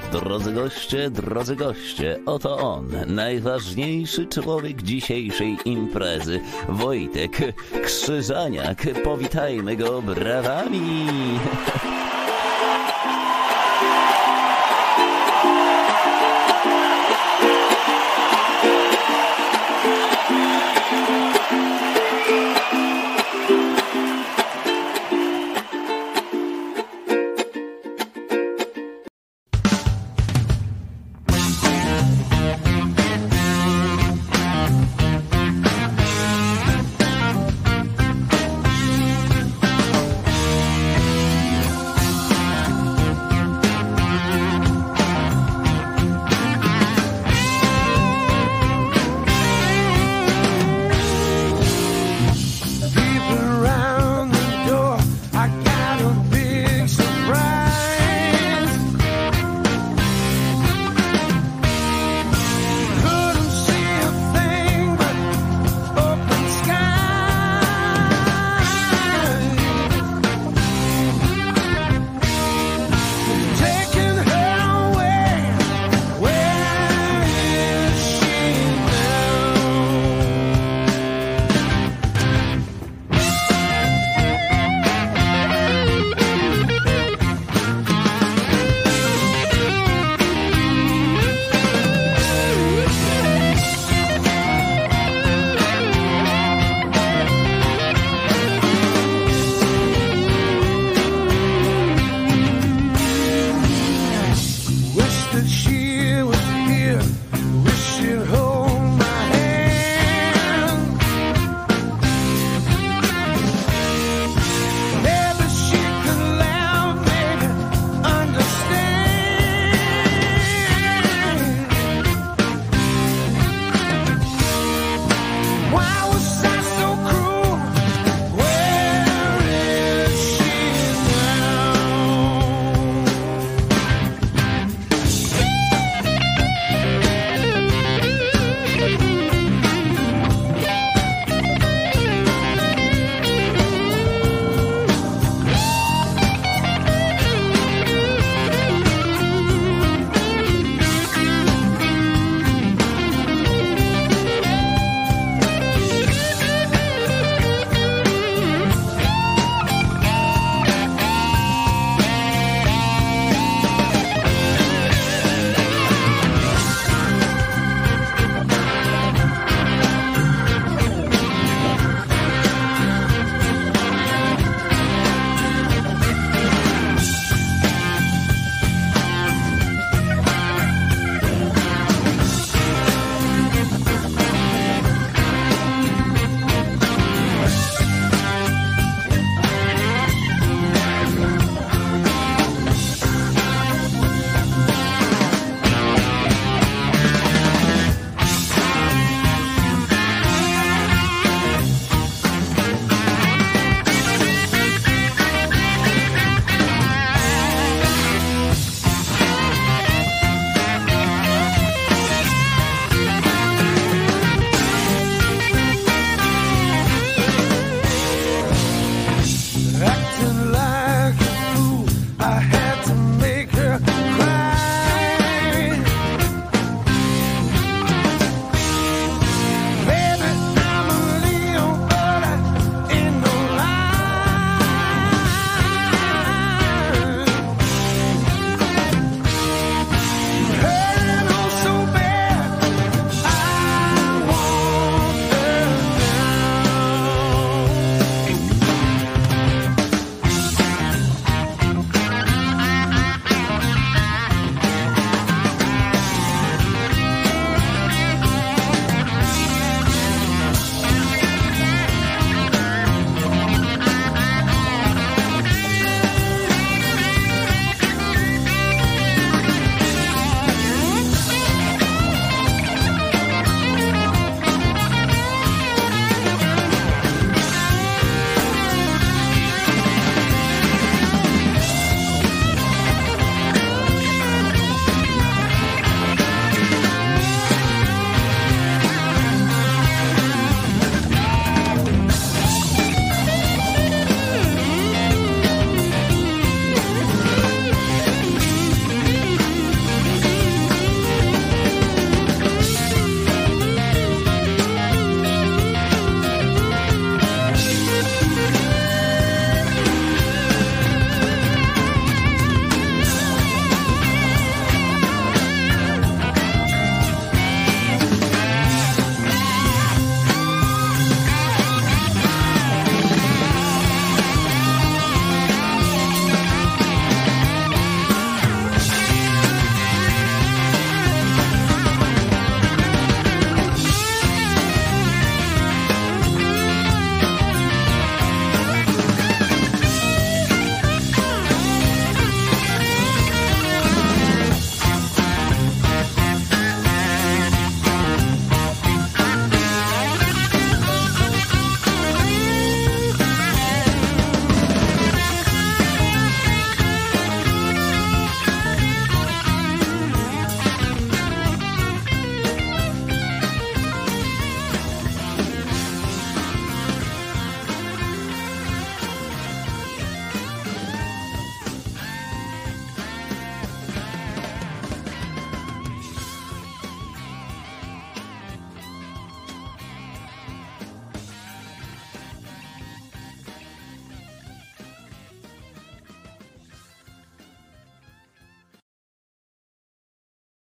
drodzy goście, oto on, najważniejszy człowiek dzisiejszej imprezy, Wojtek Krzyżaniak. Powitajmy go brawami.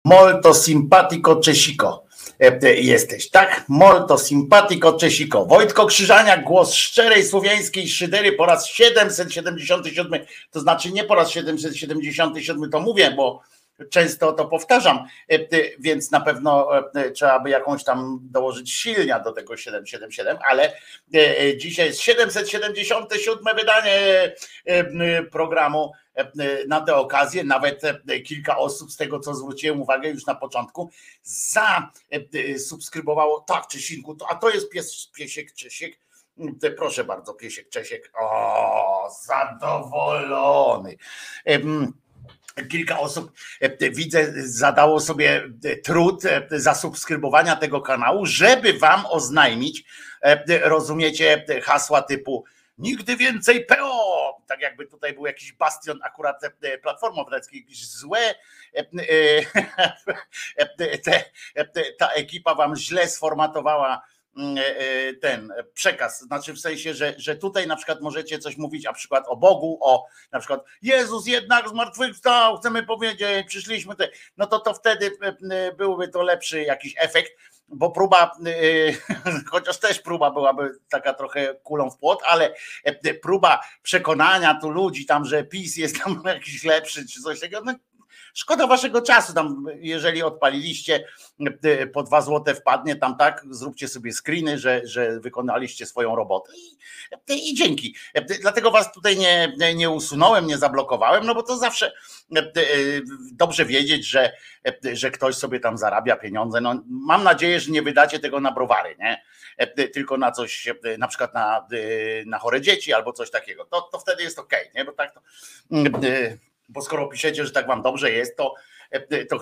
Molto simpatico Czesiko jesteś, tak? Molto simpatico Czesiko. Wojtko Krzyżaniak, głos szczerej słowiańskiej szydery po raz 777, to znaczy nie po raz 777, to mówię, bo często to powtarzam, więc na pewno trzeba by jakąś tam dołożyć silnia do tego 777, ale dzisiaj jest 777 wydanie programu. Na tę okazję nawet kilka osób, z tego co zwróciłem uwagę już na początku, zasubskrybowało. Tak, Czesinku, a to jest piesiek Czesiek. Proszę bardzo, piesiek Czesiek. O, zadowolony. Kilka osób, widzę, zadało sobie trud zasubskrybowania tego kanału, żeby wam oznajmić, rozumiecie, hasła typu nigdy więcej PO, tak jakby tutaj był jakiś bastion akurat Platformy Obywatelskiej, jakieś złe, ta ekipa wam źle sformatowała ten przekaz, znaczy w sensie, że tutaj na przykład możecie coś mówić na przykład o Bogu, o na przykład Jezus jednak zmartwychwstał, chcemy powiedzieć, przyszliśmy tutaj, no to wtedy byłby to lepszy jakiś efekt, bo próba, chociaż też próba byłaby taka trochę kulą w płot, ale próba przekonania tu ludzi tam, że PiS jest tam jakiś lepszy czy coś takiego, no szkoda waszego czasu tam, jeżeli odpaliliście, po 2 złote wpadnie tam, tak, zróbcie sobie screeny, że wykonaliście swoją robotę i dzięki. Dlatego was tutaj nie usunąłem, nie zablokowałem, no bo to zawsze dobrze wiedzieć, że ktoś sobie tam zarabia pieniądze. No, mam nadzieję, że nie wydacie tego na browary, nie? Tylko na coś, na przykład na chore dzieci albo coś takiego. To wtedy jest okej, nie? Bo tak to... Bo skoro piszecie, że tak wam dobrze jest, to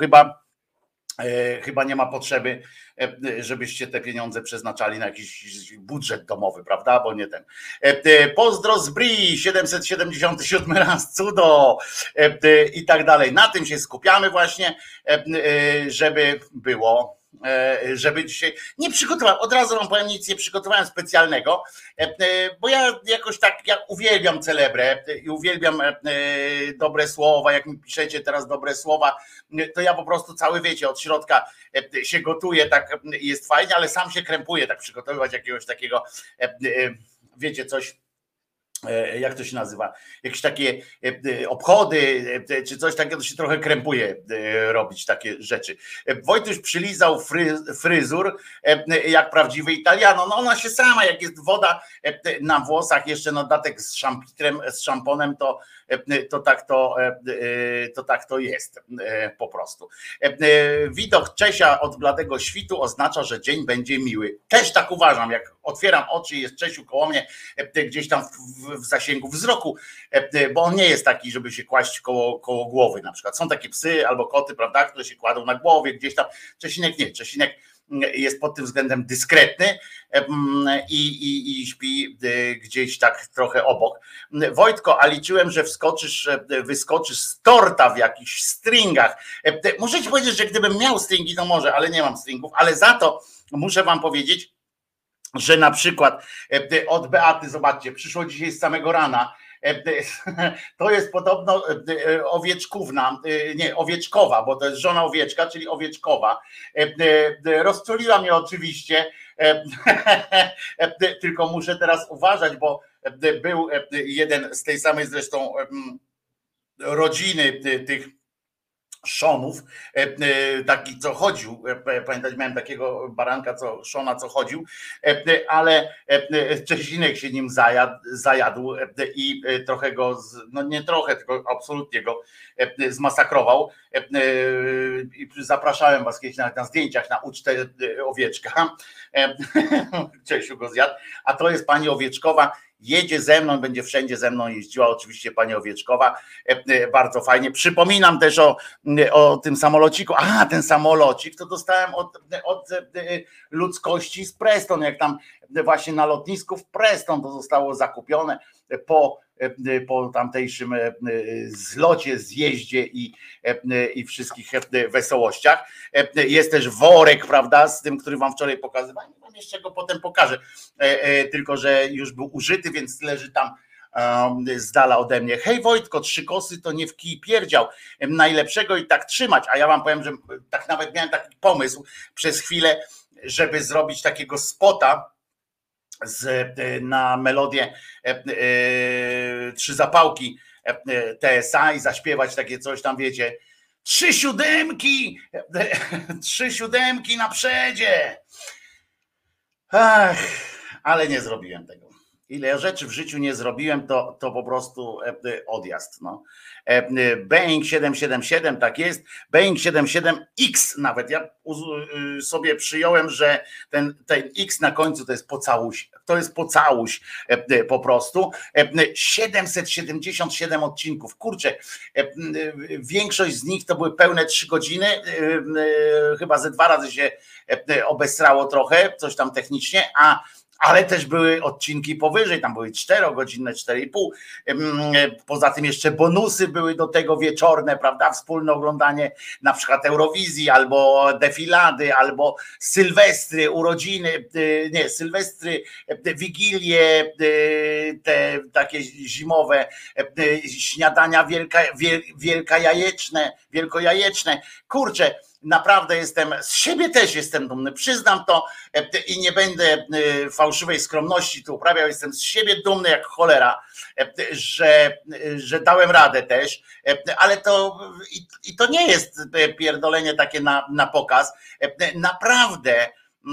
chyba nie ma potrzeby, żebyście te pieniądze przeznaczali na jakiś budżet domowy, prawda? Bo nie ten. Pozdro z Bri, 777 raz, cudo i tak dalej. Na tym się skupiamy właśnie, żeby było. Żeby dzisiaj nie przygotowałem, od razu wam powiem, nic nie przygotowałem specjalnego, bo ja jakoś tak, ja uwielbiam celebrę i uwielbiam dobre słowa, jak mi piszecie teraz dobre słowa, to ja po prostu cały, wiecie, od środka się gotuję, tak jest fajnie, ale sam się krępuję tak przygotowywać jakiegoś takiego, wiecie, coś, jak to się nazywa, jakieś takie obchody czy coś takiego, to się trochę krępuje robić takie rzeczy. Wojtuś przylizał fryzur jak prawdziwy Italiano, no ona się sama, jak jest woda na włosach, jeszcze na dodatek z szampitrem, z szamponem, to tak to jest po prostu. Widok Czesia od bladego świtu oznacza, że dzień będzie miły. Też tak uważam, jak otwieram oczy, jest Czesiu koło mnie, gdzieś tam w zasięgu wzroku, bo on nie jest taki, żeby się kłaść koło głowy na przykład. Są takie psy albo koty, prawda, które się kładą na głowie gdzieś tam. Czesinek nie, Czesinek jest pod tym względem dyskretny i śpi gdzieś tak trochę obok. Wojtko, a liczyłem, że wyskoczysz z torta w jakichś stringach. Muszę ci powiedzieć, że gdybym miał stringi, to może, ale nie mam stringów, ale za to muszę wam powiedzieć, że na przykład od Beaty, zobaczcie, przyszło dzisiaj z samego rana, to jest podobno owieczkowa, bo to jest żona owieczka, czyli owieczkowa. Rozczuliła mnie oczywiście, tylko muszę teraz uważać, bo był jeden z tej samej zresztą rodziny tych Szonów, taki co chodził, pamiętać, miałem takiego baranka, Szona co chodził, ale Czesinek się nim zajadł i trochę go, no nie trochę, tylko absolutnie go zmasakrował. Zapraszałem was kiedyś na zdjęciach na ucztę owieczka. Czesiu go zjadł, a to jest pani Owieczkowa. Jedzie ze mną, będzie wszędzie ze mną jeździła, oczywiście pani Owieczkowa, bardzo fajnie. Przypominam też o tym samolociku. Ten samolocik to dostałem od ludzkości z Preston, jak tam właśnie na lotnisku w Preston to zostało zakupione po tamtejszym zlocie, zjeździe i wszystkich wesołościach. Jest też worek, prawda, z tym, który wam wczoraj pokazywałem. Jeszcze go potem pokażę, tylko że już był użyty, więc leży tam z dala ode mnie. Hej Wojtko, 3 kosy to nie w kij pierdział, najlepszego i tak trzymać. A ja wam powiem, że tak nawet miałem taki pomysł przez chwilę, żeby zrobić takiego spota na melodię 3 zapałki TSA i zaśpiewać takie coś tam, wiecie, 3 siódemki, 3 siódemki na przedzie. Ach, ale nie zrobiłem tego. Ile ja rzeczy w życiu nie zrobiłem, to po prostu odjazd. No. Boeing 777, tak jest. Boeing 77X nawet. Ja sobie przyjąłem, że ten X na końcu to jest pocałuś. To jest pocałuś po prostu. 777 odcinków. Kurczę, większość z nich to były pełne 3 godziny. Chyba ze 2 razy się obesrało trochę, coś tam technicznie, ale też były odcinki powyżej, tam były 4-godzinne, 4,5. Poza tym jeszcze bonusy były do tego wieczorne, prawda? Wspólne oglądanie na przykład Eurowizji, albo defilady, albo sylwestry, urodziny, nie, sylwestry, wigilie, te takie zimowe, śniadania wielkojajeczne. Kurczę, naprawdę jestem, z siebie też jestem dumny, przyznam to i nie będę fałszywej skromności tu uprawiał, jestem z siebie dumny jak cholera, że dałem radę też, ale to i to nie jest pierdolenie takie na pokaz, naprawdę,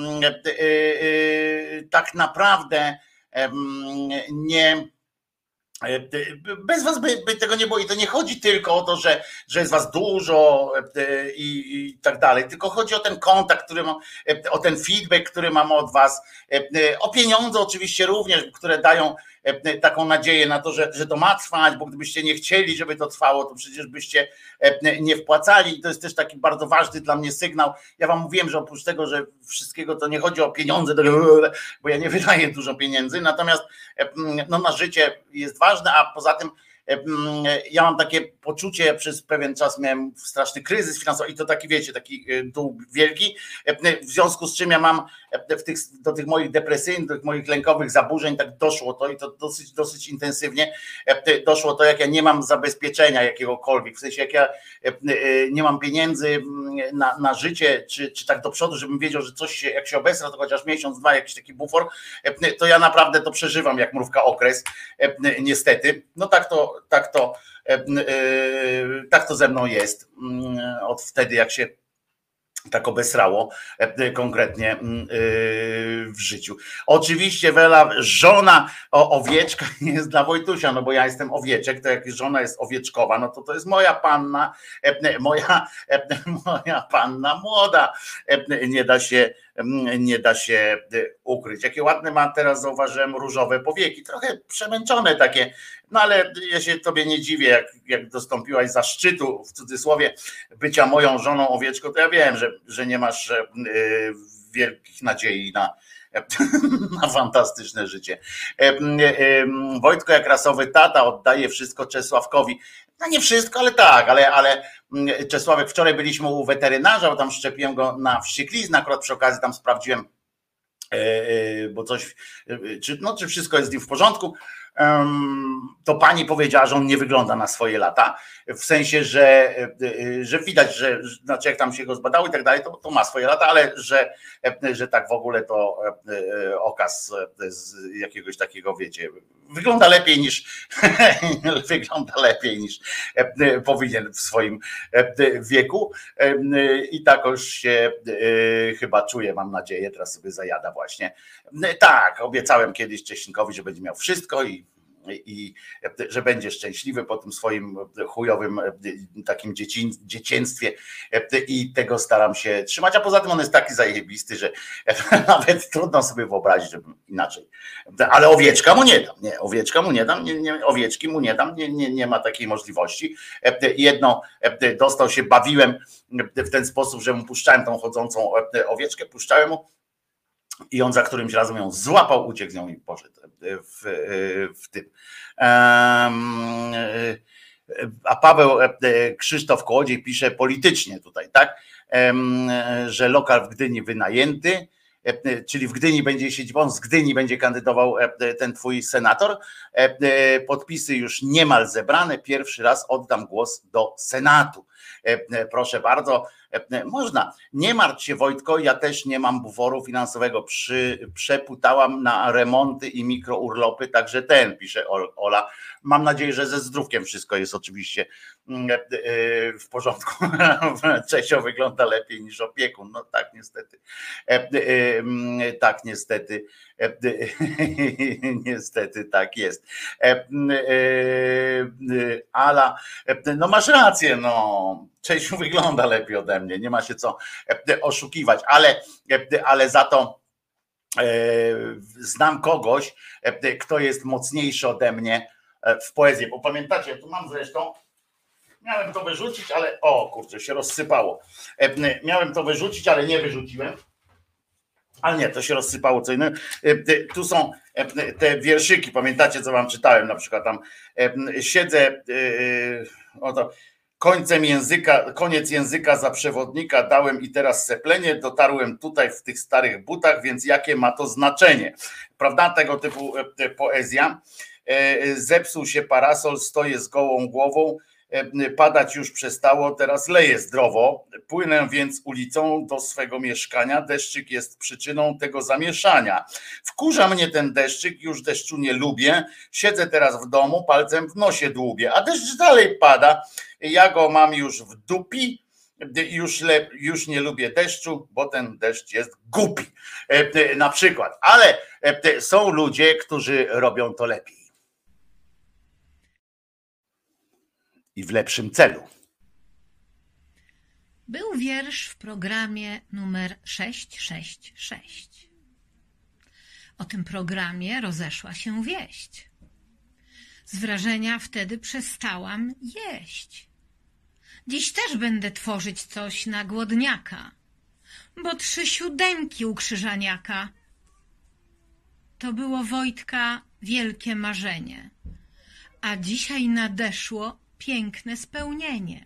tak naprawdę nie. Bez was by tego nie było i to nie chodzi tylko o to, że jest was dużo i tak dalej, tylko chodzi o ten kontakt, który mam, o ten feedback, który mam od was, o pieniądze oczywiście również, które dają taką nadzieję na to, że to ma trwać, bo gdybyście nie chcieli, żeby to trwało, to przecież byście nie wpłacali i to jest też taki bardzo ważny dla mnie sygnał. Ja wam mówiłem, że oprócz tego, że wszystkiego to nie chodzi o pieniądze, bo ja nie wydaję dużo pieniędzy, natomiast no, na życie jest ważne, a poza tym ja mam takie poczucie, przez pewien czas miałem straszny kryzys finansowy i to taki, wiecie, taki dół wielki, w związku z czym ja mam do tych moich depresyjnych, do tych moich lękowych zaburzeń, tak doszło to i to dosyć intensywnie doszło to, jak ja nie mam zabezpieczenia jakiegokolwiek, w sensie jak ja nie mam pieniędzy na życie, czy tak do przodu, żebym wiedział, że coś się, jak się obesra, to chociaż miesiąc, 2, jakiś taki bufor, to ja naprawdę to przeżywam jak mrówka okres, niestety. No tak to ze mną jest od wtedy, jak się tak obesrało konkretnie w życiu. Oczywiście Wela, żona owieczka nie jest dla Wojtusia, no bo ja jestem owieczek, to jak żona jest owieczkowa, no to jest moja panna, moja panna młoda, nie da się ukryć. Jakie ładne ma teraz, zauważyłem, różowe powieki, trochę przemęczone takie, no ale ja się tobie nie dziwię, jak dostąpiłaś zaszczytu, w cudzysłowie, bycia moją żoną owieczką, to ja wiem, że nie masz wielkich nadziei na fantastyczne życie. Wojtko jak rasowy tata oddaje wszystko Czesławkowi. No nie wszystko, ale tak, ale Czesławek, wczoraj byliśmy u weterynarza, bo tam szczepiłem go na wściekliznę, akurat przy okazji tam sprawdziłem, bo coś, czy wszystko jest z nim w porządku. To pani powiedziała, że on nie wygląda na swoje lata, w sensie, że widać, że znaczy jak tam się go zbadało i tak dalej, to ma swoje lata, ale że tak w ogóle to okaz z jakiegoś takiego, wiecie, wygląda lepiej niż powinien w swoim wieku i takoż się chyba czuje, mam nadzieję, teraz sobie zajada właśnie. Tak, obiecałem kiedyś Cieśnikowi, że będzie miał wszystko i że będzie szczęśliwy po tym swoim chujowym takim dzieciństwie i tego staram się trzymać, a poza tym on jest taki zajebisty, że nawet trudno sobie wyobrazić, żebym inaczej, ale owieczka mu nie dam, owieczki mu nie dam, nie ma takiej możliwości. Jedno dostał się, bawiłem w ten sposób, że mu puszczałem tą chodzącą owieczkę, puszczałem mu i on za którymś razem ją złapał, uciekł z nią i poszedł w tym. A Paweł Krzysztof Kołodziej pisze politycznie tutaj, tak? Że lokal w Gdyni wynajęty czyli w Gdyni będzie siedzibą, z Gdyni będzie kandydował ten twój senator. Podpisy już niemal zebrane, pierwszy raz oddam głos do Senatu. Proszę bardzo, można. Nie martw się, Wojtko, ja też nie mam buforu finansowego, przeputałam na remonty i mikrourlopy, także pisze Ola. Mam nadzieję, że ze zdrówkiem wszystko jest oczywiście w porządku. Czesio wygląda lepiej niż opiekun, no tak niestety. Tak niestety. Niestety tak jest. Ala, no masz rację, no. Czesiu wygląda lepiej ode mnie, nie ma się co oszukiwać, ale za to znam kogoś, kto jest mocniejszy ode mnie w poezji. Bo pamiętacie, tu mam zresztą, miałem to wyrzucić, ale o kurczę, się rozsypało. Miałem to wyrzucić, ale nie wyrzuciłem. Ale nie, to się rozsypało co innego. Tu są te wierszyki, pamiętacie, co wam czytałem, na przykład tam siedzę, oto koniec języka za przewodnika dałem i teraz seplenie, dotarłem tutaj w tych starych butach, więc jakie ma to znaczenie? Prawda? Tego typu poezja. Zepsuł się parasol, stoję z gołą głową, padać już przestało, teraz leje zdrowo, płynę więc ulicą do swego mieszkania, deszczyk jest przyczyną tego zamieszania. Wkurza mnie ten deszczyk, już deszczu nie lubię, siedzę teraz w domu, palcem w nosie dłubię, a deszcz dalej pada, ja go mam już w dupi, już nie lubię deszczu, bo ten deszcz jest głupi, na przykład, ale są ludzie, którzy robią to lepiej. I w lepszym celu. Był wiersz w programie numer 666. O tym programie rozeszła się wieść. Z wrażenia wtedy przestałam jeść. Dziś też będę tworzyć coś na głodniaka, bo 3 siódemki u Krzyżaniaka. To było Wojtka wielkie marzenie, a dzisiaj nadeszło piękne spełnienie.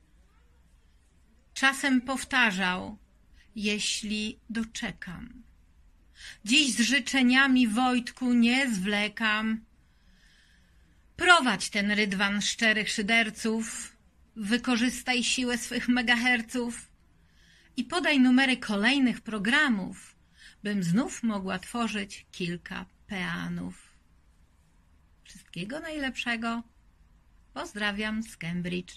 Czasem powtarzał, jeśli doczekam. Dziś z życzeniami, Wojtku, nie zwlekam. Prowadź ten rydwan szczerych szyderców, wykorzystaj siłę swych megaherców i podaj numery kolejnych programów, bym znów mogła tworzyć kilka peanów. Wszystkiego najlepszego. Pozdrawiam z Cambridge.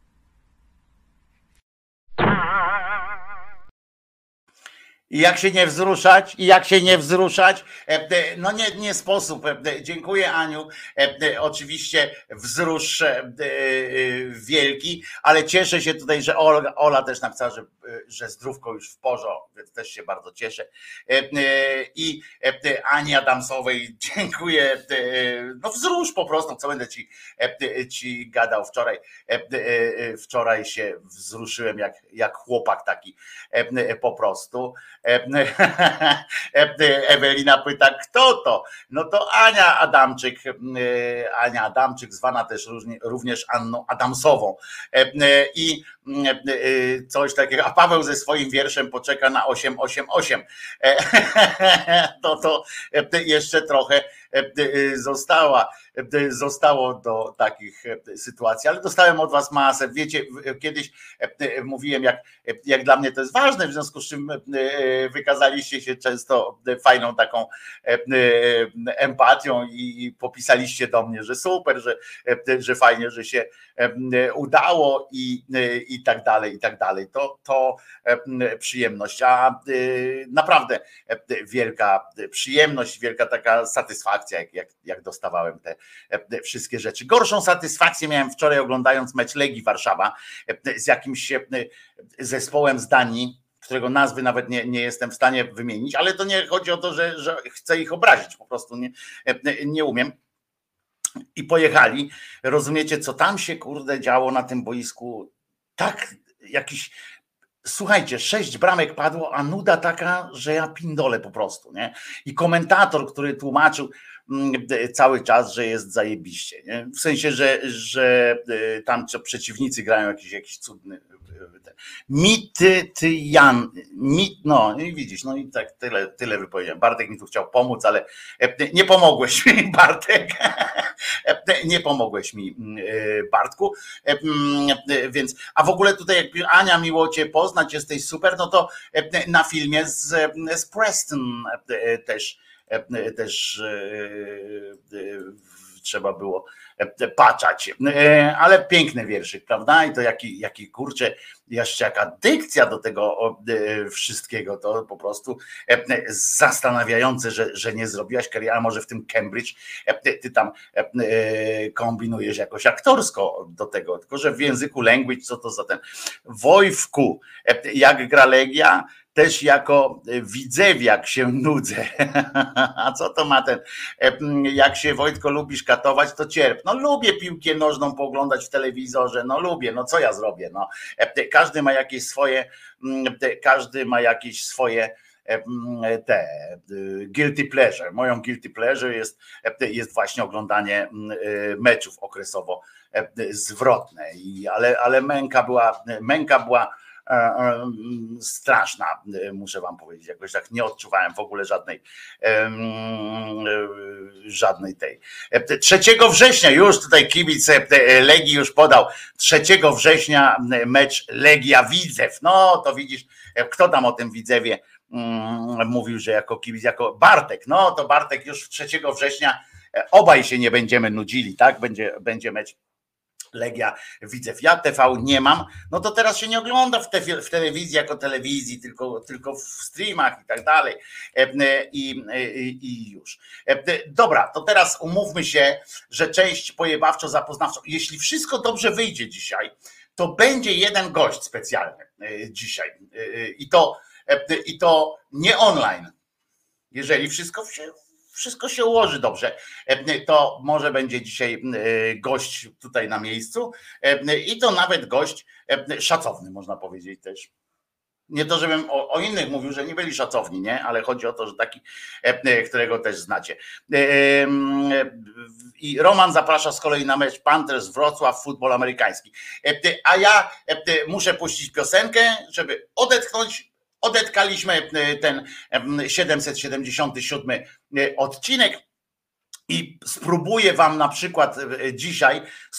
I jak się nie wzruszać, no nie sposób. Dziękuję, Aniu. Oczywiście wzrusz wielki, ale cieszę się tutaj, że Ola też napisała, że zdrówko już w porządku, więc też się bardzo cieszę. I Ani Adamsowej dziękuję. No wzrusz po prostu, co będę ci gadał wczoraj. Wczoraj się wzruszyłem jak chłopak taki po prostu. Ewelina pyta, kto to? No to Ania Adamczyk, zwana też również Anną Adamsową. I coś takiego, a Paweł ze swoim wierszem poczeka na 888. To jeszcze trochę zostało do takich sytuacji, ale dostałem od was masę. Wiecie, kiedyś mówiłem, jak dla mnie to jest ważne, w związku z czym wykazaliście się często fajną taką empatią i popisaliście do mnie, że super, że fajnie, że się udało i tak dalej, i tak dalej. To przyjemność, a naprawdę wielka przyjemność, wielka taka satysfakcja, jak dostawałem te wszystkie rzeczy. Gorszą satysfakcję miałem wczoraj, oglądając mecz Legii Warszawa z jakimś zespołem z Danii, którego nazwy nawet nie jestem w stanie wymienić, ale to nie chodzi o to, że chcę ich obrazić, po prostu nie umiem. I pojechali. Rozumiecie, co tam się kurde działo na tym boisku? Tak, słuchajcie, 6 bramek padło, a nuda taka, że ja pindolę po prostu, nie? I komentator, który tłumaczył cały czas, że jest zajebiście, nie? W sensie, że tam przeciwnicy grają jakiś cudny no i widzisz, no i tak tyle wypowiedziałem. Bartek mi tu chciał pomóc, ale nie pomogłeś mi, Bartek. Nie pomogłeś mi, Bartku. Więc, a w ogóle tutaj jak Ania, miło cię poznać, jesteś super, no to na filmie z Preston też trzeba było patrzeć, ale piękny wierszyk, prawda? I to jaki kurczę, jeszcze jaka dykcja do tego wszystkiego, to po prostu zastanawiające, że nie zrobiłaś kariery, a może w tym Cambridge ty tam kombinujesz jakoś aktorsko do tego, tylko że w języku language, co to za ten Wojwku, jak gra Legia, też jako widzewiak się nudzę. A co to ma ten, jak się Wojtko lubisz katować, to cierp. No lubię piłkę nożną pooglądać w telewizorze, no lubię, no co ja zrobię, no. Każdy ma jakieś swoje te guilty pleasure. Moją guilty pleasure jest właśnie oglądanie meczów okresowo zwrotne. Ale męka była straszna, muszę wam powiedzieć, jakoś tak nie odczuwałem w ogóle żadnej tej. 3 września już tutaj kibic Legii już podał, 3 września mecz Legia Widzew, no to widzisz, kto tam o tym Widzewie mówił, że jako kibic, jako Bartek, no to Bartek już 3 września obaj się nie będziemy nudzili, tak, będzie mecz Legia Widzew. Ja TV nie mam, no to teraz się nie ogląda w telewizji jako telewizji, tylko w streamach i tak dalej. I już. Dobra, to teraz umówmy się, że część pojebawczo-zapoznawcza, jeśli wszystko dobrze wyjdzie dzisiaj, to będzie jeden gość specjalny dzisiaj. I to nie online. Jeżeli wszystko się ułoży dobrze, to może będzie dzisiaj gość tutaj na miejscu i to nawet gość szacowny, można powiedzieć też. Nie to, żebym o innych mówił, że nie byli szacowni, nie? Ale chodzi o to, że taki, którego też znacie. I Roman zaprasza z kolei na mecz Panthers Wrocław, futbol amerykański. A ja muszę puścić piosenkę, żeby odetchnąć. Odetkaliśmy ten 777 odcinek i spróbuję wam na przykład dzisiaj,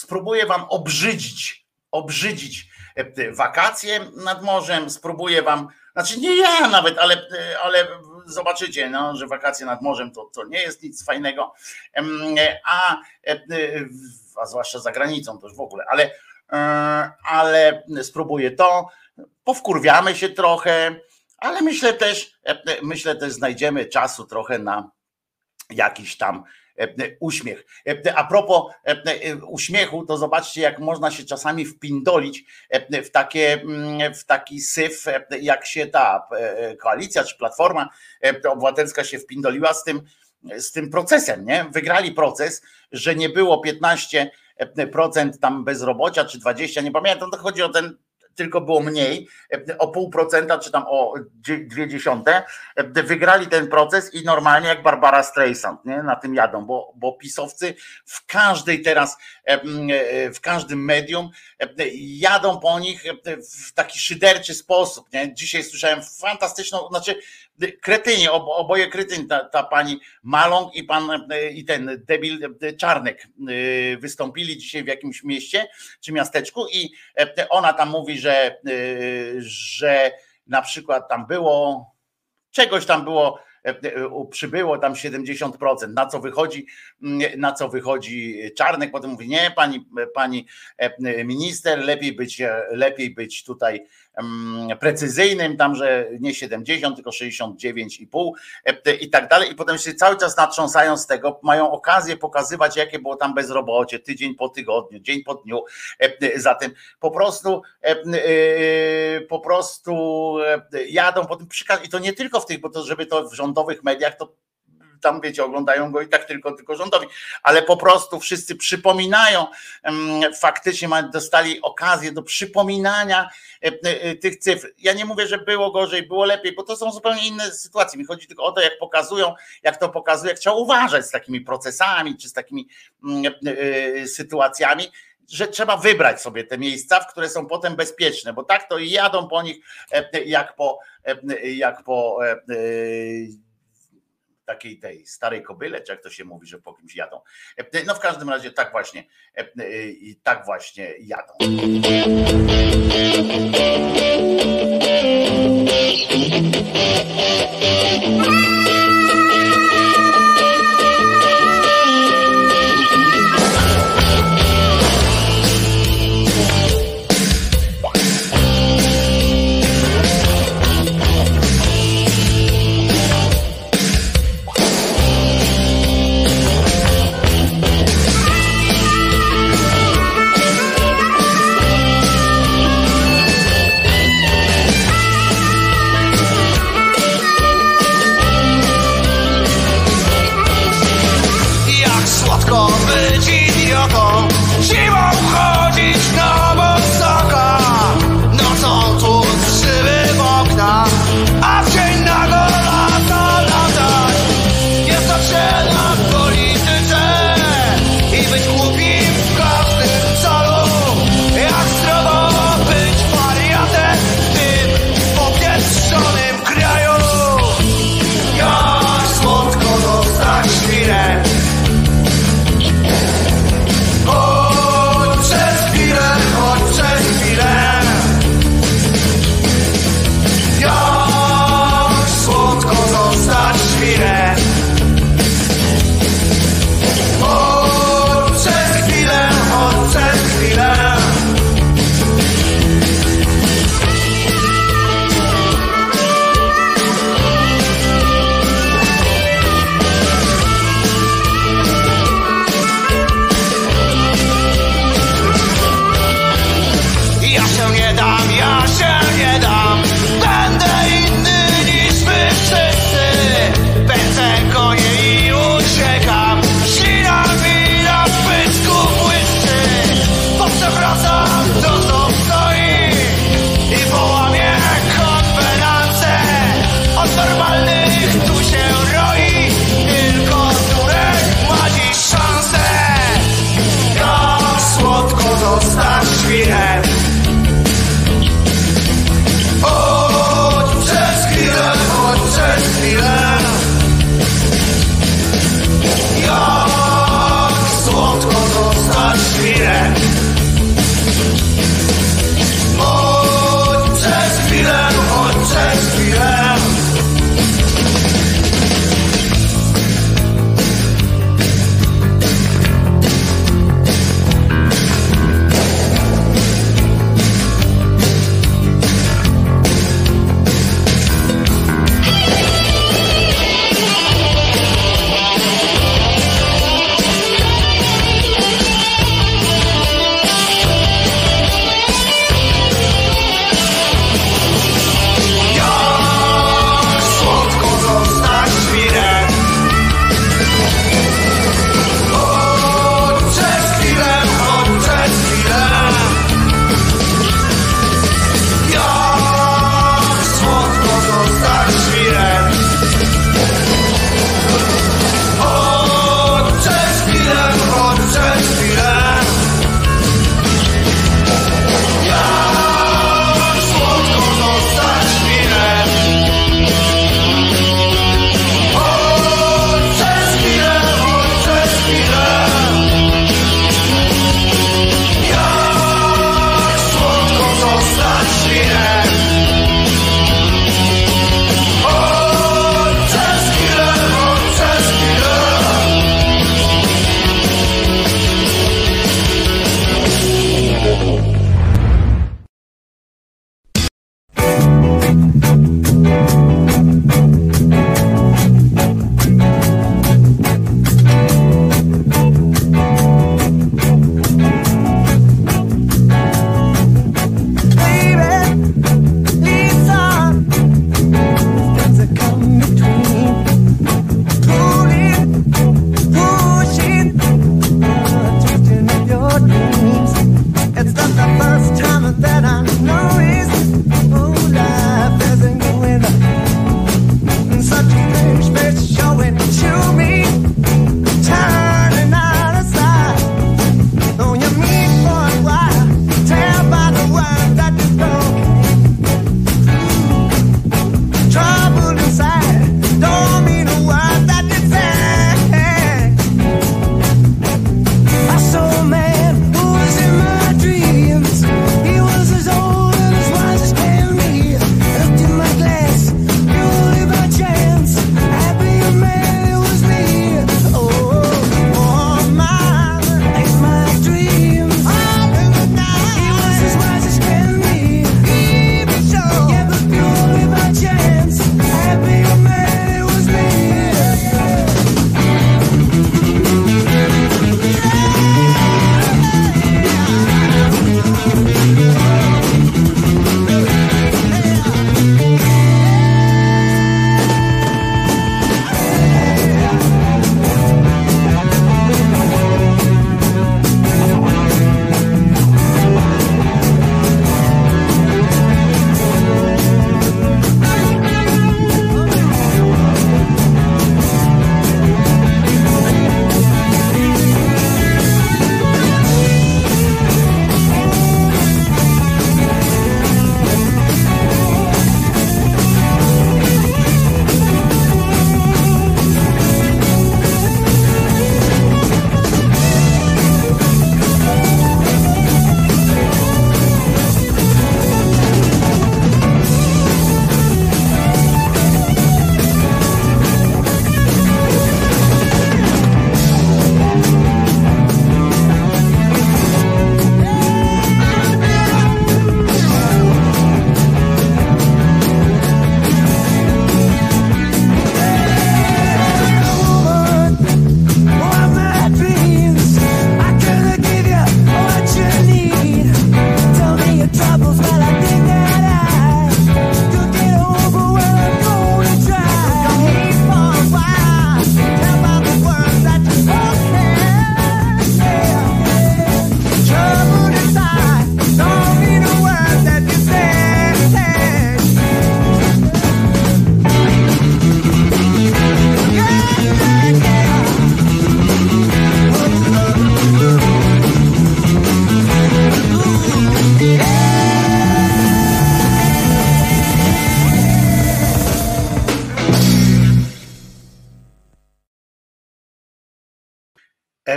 obrzydzić wakacje nad morzem, spróbuję wam, znaczy nie ja nawet, ale zobaczycie, no, że wakacje nad morzem to nie jest nic fajnego, a zwłaszcza za granicą to już w ogóle, ale spróbuję to, powkurwiamy się trochę, ale myślę też znajdziemy czasu trochę na jakiś tam uśmiech. A propos uśmiechu, to zobaczcie, jak można się czasami wpindolić w taki syf, jak się ta koalicja czy Platforma Obywatelska się wpindoliła z tym procesem, nie? Wygrali proces, że nie było 15% tam bezrobocia, czy 20%, nie pamiętam, to chodzi o ten, tylko było mniej, o 0,5% czy tam o 0,2%, wygrali ten proces i normalnie jak Barbara Streisand, nie? Na tym jadą, bo pisowcy w każdym medium jadą po nich w taki szyderczy sposób, nie? Dzisiaj słyszałem fantastyczną, znaczy kretyni, oboje kretyni, ta pani Maląg i ten debil Czarnek wystąpili dzisiaj w jakimś mieście czy miasteczku i ona tam mówi, że na przykład tam czegoś tam było, przybyło tam 70%, na co wychodzi Czarnek, potem mówi, nie, pani minister, lepiej być tutaj precyzyjnym, tam, że nie 70, tylko 69,5 i tak dalej. I potem się cały czas natrząsają z tego, mają okazję pokazywać, jakie było tam bezrobocie, tydzień po tygodniu, dzień po dniu. Zatem po prostu jadą po tym i to nie tylko w tych, bo to, żeby to w rządowych mediach, to tam wiecie, oglądają go i tak tylko rządowi, ale po prostu wszyscy przypominają, faktycznie dostali okazję do przypominania tych cyfr. Ja nie mówię, że było gorzej, było lepiej, bo to są zupełnie inne sytuacje. Mi chodzi tylko o to, jak to pokazuje, jak trzeba uważać z takimi procesami, czy z takimi sytuacjami. że trzeba wybrać sobie te miejsca, w które są potem bezpieczne, bo tak to jadą po nich jak po takiej tej starej kobyle, czy jak to się mówi, że po kimś jadą. No w każdym razie tak właśnie jadą. Być idiotą, siłą chodzić na bosoka, nocą tłuc szyby w okna, a w dzień nago latać. Jest to cena w polityce i być głupim w każdym celu. Jak zdrowo być wariatem w tym popieprzonym kraju. Jak słodko dostać świrę,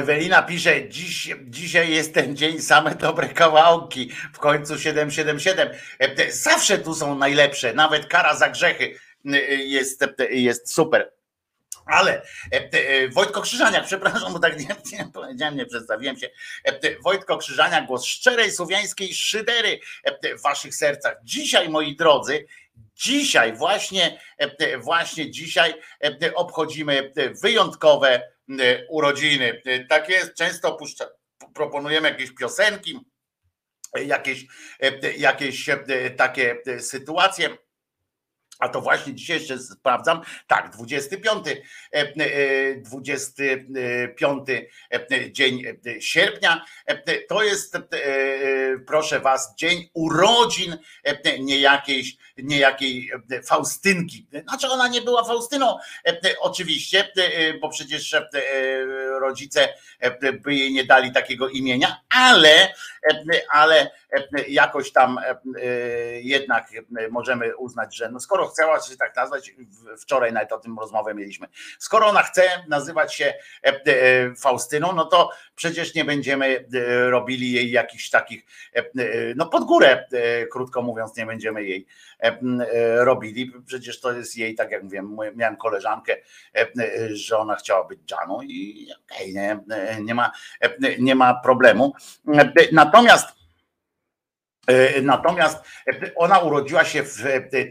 Ewelina pisze, dzisiaj jest ten dzień, same dobre kawałki, w końcu 777. Zawsze tu są najlepsze, nawet kara za grzechy jest super. Ale Wojtko Krzyżaniak, przepraszam, bo tak nie powiedziałem, nie przedstawiłem się. Wojtko Krzyżaniak, głos szczerej słowiańskiej szydery w waszych sercach. Dzisiaj, moi drodzy, właśnie dzisiaj obchodzimy wyjątkowe urodziny. Tak jest, często proponujemy jakieś piosenki, jakieś takie sytuacje. A to właśnie dzisiaj jeszcze sprawdzam, tak, 25 dzień sierpnia, to jest, proszę was, dzień urodzin niejakiej Faustynki. Znaczy ona nie była Faustyną oczywiście, bo przecież rodzice by jej nie dali takiego imienia, ale jakoś tam jednak możemy uznać, że no skoro chciała się tak nazwać, wczoraj nawet o tym rozmowę mieliśmy, skoro ona chce nazywać się Faustyną, no to przecież nie będziemy robili jej jakichś takich, no pod górę, krótko mówiąc, nie będziemy jej robili, przecież to jest jej, tak jak mówiłem, miałem koleżankę, że ona chciała być Janą i okej, nie ma problemu. Natomiast ona urodziła się w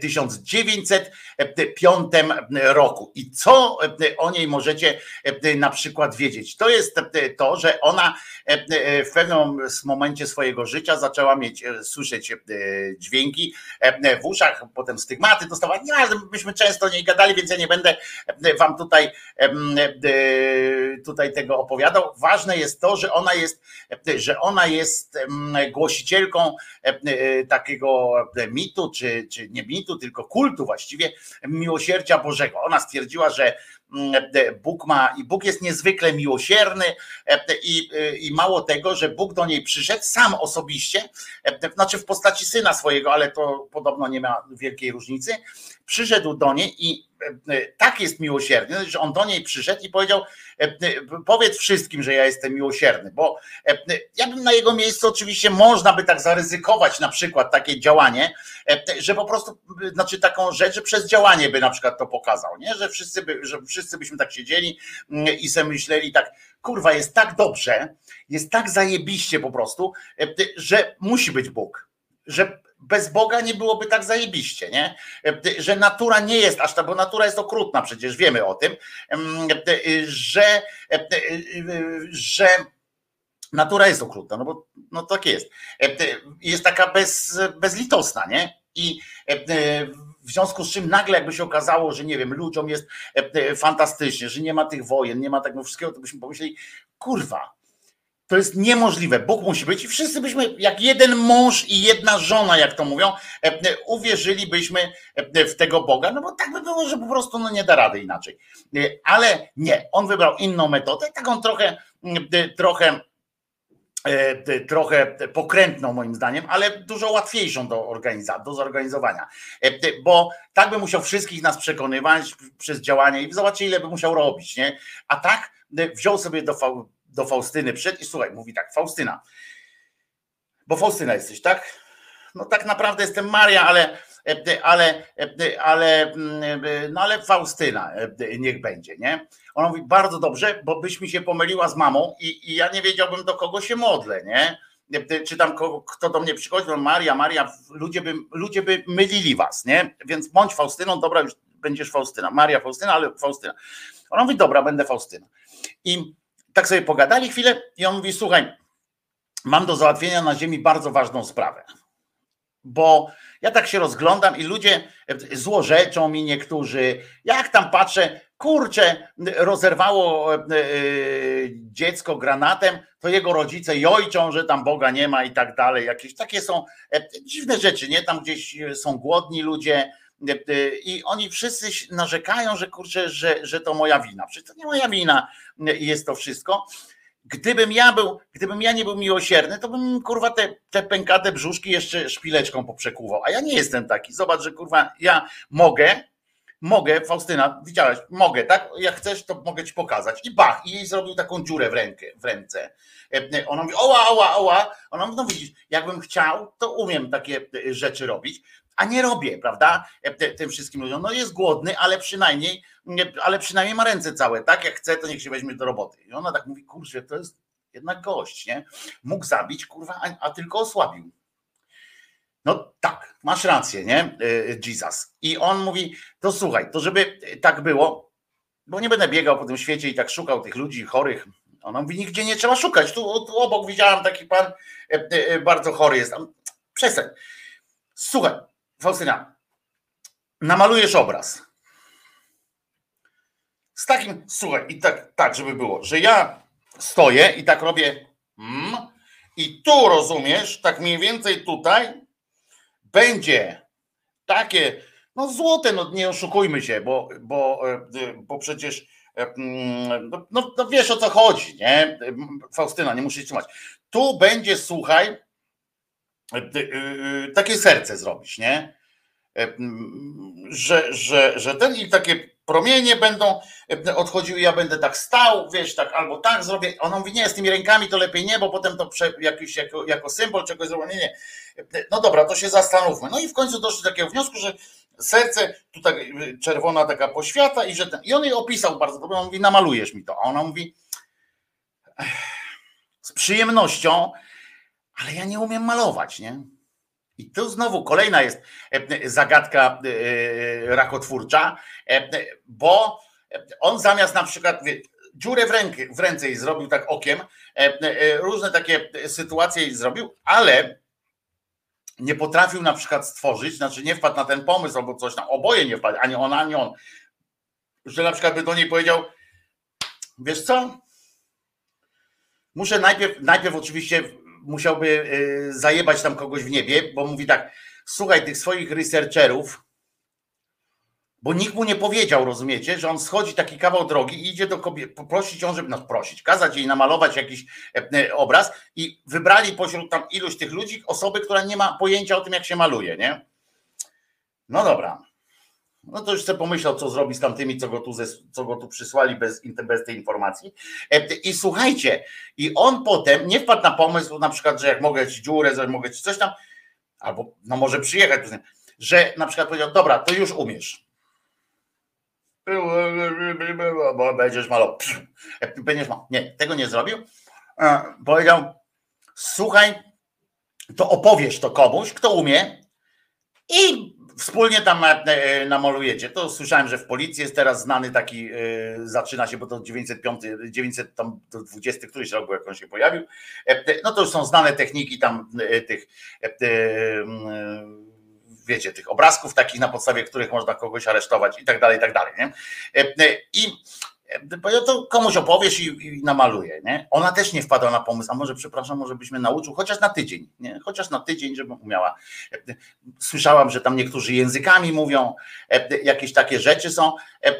1905 roku. I co o niej możecie na przykład wiedzieć? To jest to, że ona w pewnym momencie swojego życia zaczęła słyszeć dźwięki w uszach, potem stygmaty dostawała. Nie, myśmy często o niej gadali, więc ja nie będę wam tutaj tego opowiadał. Ważne jest to, że ona jest głosicielką takiego mitu, czy nie mitu, tylko kultu właściwie miłosierdzia Bożego. Ona stwierdziła, że Bóg jest niezwykle miłosierny i mało tego, że Bóg do niej przyszedł sam osobiście, znaczy w postaci syna swojego, ale to podobno nie ma wielkiej różnicy, przyszedł do niej i tak jest miłosierny, że on do niej przyszedł i powiedział, powiedz wszystkim, że ja jestem miłosierny, bo ja bym na jego miejscu oczywiście można by tak zaryzykować na przykład takie działanie, że po prostu, znaczy taką rzecz, że przez działanie by na przykład to pokazał, nie? Że wszyscy byśmy tak siedzieli i sobie myśleli tak, kurwa, jest tak dobrze, jest tak zajebiście po prostu, że musi być Bóg, że bez Boga nie byłoby tak zajebiście, nie? Że natura nie jest aż tak, bo natura jest okrutna, przecież wiemy o tym, że natura jest okrutna, no bo no tak jest taka bezlitosna, nie? I w związku z czym nagle jakby się okazało, że nie wiem, ludziom jest fantastycznie, że nie ma tych wojen, nie ma tego wszystkiego, to byśmy pomyśleli, kurwa, to jest niemożliwe. Bóg musi być i wszyscy byśmy, jak jeden mąż i jedna żona, jak to mówią, uwierzylibyśmy w tego Boga, no bo tak by było, że po prostu no nie da rady inaczej. Ale nie, on wybrał inną metodę, taką trochę pokrętną moim zdaniem, ale dużo łatwiejszą do zorganizowania, bo tak by musiał wszystkich nas przekonywać przez działanie i zobaczcie, ile by musiał robić, nie? A tak wziął sobie do Faustyny przyszedł i słuchaj, mówi tak, Faustyna, bo Faustyna jesteś, tak? No tak naprawdę jestem Maria, ale Faustyna niech będzie, nie? Ona mówi, bardzo dobrze, bo byś mi się pomyliła z mamą i ja nie wiedziałbym, do kogo się modlę, nie? Czy tam kto do mnie przychodzi, no Maria, ludzie by mylili was, nie? Więc bądź Faustyną, dobra, już będziesz Faustyna, Maria Faustyna, ale Faustyna. Ona mówi, dobra, będę Faustyna. I tak sobie pogadali chwilę i on mówi, słuchaj, mam do załatwienia na ziemi bardzo ważną sprawę, bo ja tak się rozglądam i ludzie złorzeczą mi niektórzy, jak tam patrzę, kurczę, rozerwało dziecko granatem, to jego rodzice jojczą, że tam Boga nie ma i tak dalej, jakieś takie są dziwne rzeczy, nie? Tam gdzieś są głodni ludzie i oni wszyscy narzekają, że kurczę, że to moja wina. Przecież to nie moja wina jest to wszystko. Gdybym ja nie był miłosierny, to bym kurwa te pękate brzuszki jeszcze szpileczką poprzekuwał, a ja nie jestem taki. Zobacz, że kurwa ja mogę mogę, Faustyna, widziałaś, mogę, tak? Jak chcesz, to mogę ci pokazać. I bach, i jej zrobił taką dziurę w ręce. Ona mówi, oła. Ona mówi, no widzisz, jakbym chciał, to umiem takie rzeczy robić, a nie robię, prawda? Tym wszystkim ludziom. No jest głodny, ale przynajmniej ma ręce całe, tak? Jak chce, to niech się weźmie do roboty. I ona tak mówi, kurczę, to jest jednak gość, nie? Mógł zabić, kurwa, a tylko osłabił. No tak, masz rację, nie? Jesus. I on mówi, to słuchaj, to żeby tak było, bo nie będę biegał po tym świecie i tak szukał tych ludzi chorych. Ona mówi, nigdzie nie trzeba szukać. Tu obok widziałam taki pan, bardzo chory jest. Przestań. Słuchaj, Faustyna, namalujesz obraz. Z takim, słuchaj, i tak, żeby było, że ja stoję i tak robię i tu rozumiesz, tak mniej więcej tutaj będzie takie, no złote, no nie oszukujmy się, bo przecież no wiesz o co chodzi, nie? Faustyna, nie musisz trzymać. Tu będzie, słuchaj, takie serce zrobić, nie? Że ten i takie promienie będą odchodziły, ja będę tak stał, wiesz, tak albo tak zrobię. Ona mówi, nie, z tymi rękami to lepiej nie, bo potem to jakiś jako symbol czegoś zrobię. Nie. No dobra, to się zastanówmy. No i w końcu doszli do takiego wniosku, że serce, tutaj czerwona taka poświata i on jej opisał bardzo dobrze. On mówi, namalujesz mi to. A ona mówi, z przyjemnością, ale ja nie umiem malować, nie? I tu znowu kolejna jest zagadka rakotwórcza, bo on zamiast na przykład dziurę w ręce jej zrobił tak okiem, różne takie sytuacje jej zrobił, ale nie potrafił na przykład stworzyć, znaczy nie wpadł na ten pomysł albo coś tam, oboje nie wpadł, ani ona, ani on, że na przykład by do niej powiedział, wiesz co, muszę najpierw oczywiście musiałby zajebać tam kogoś w niebie, bo mówi tak, słuchaj, tych swoich researcherów, bo nikt mu nie powiedział, rozumiecie, że on schodzi taki kawał drogi i idzie do kobiety, poprosić ją, żeby kazać jej namalować jakiś obraz i wybrali pośród tam iluś tych ludzi osoby, która nie ma pojęcia o tym, jak się maluje, nie? No dobra. No to już sobie pomyślał, co zrobi z tamtymi, co go tu przysłali bez tej informacji. I słuchajcie, i on potem nie wpadł na pomysł, na przykład, że jak mogę ci dziurę, mogę ci coś tam, albo no może przyjechać, że na przykład powiedział, dobra, to już umiesz. Bo będziesz malował. Nie, tego nie zrobił. Powiedział, słuchaj, to opowiesz to komuś, kto umie i wspólnie tam namalujecie. To słyszałem, że w policji jest teraz znany taki, zaczyna się, bo to 920 któryś rok, jak on się pojawił. No to już są znane techniki tam tych, wiecie, tych obrazków takich, na podstawie których można kogoś aresztować i tak dalej, nie? I to komuś opowiesz i namaluje, nie? Ona też nie wpadła na pomysł, a może, przepraszam, może byś mnie nauczył, chociaż na tydzień, nie? Chociaż na tydzień, żebym umiała. Słyszałam, że tam niektórzy językami mówią, jakieś takie rzeczy są,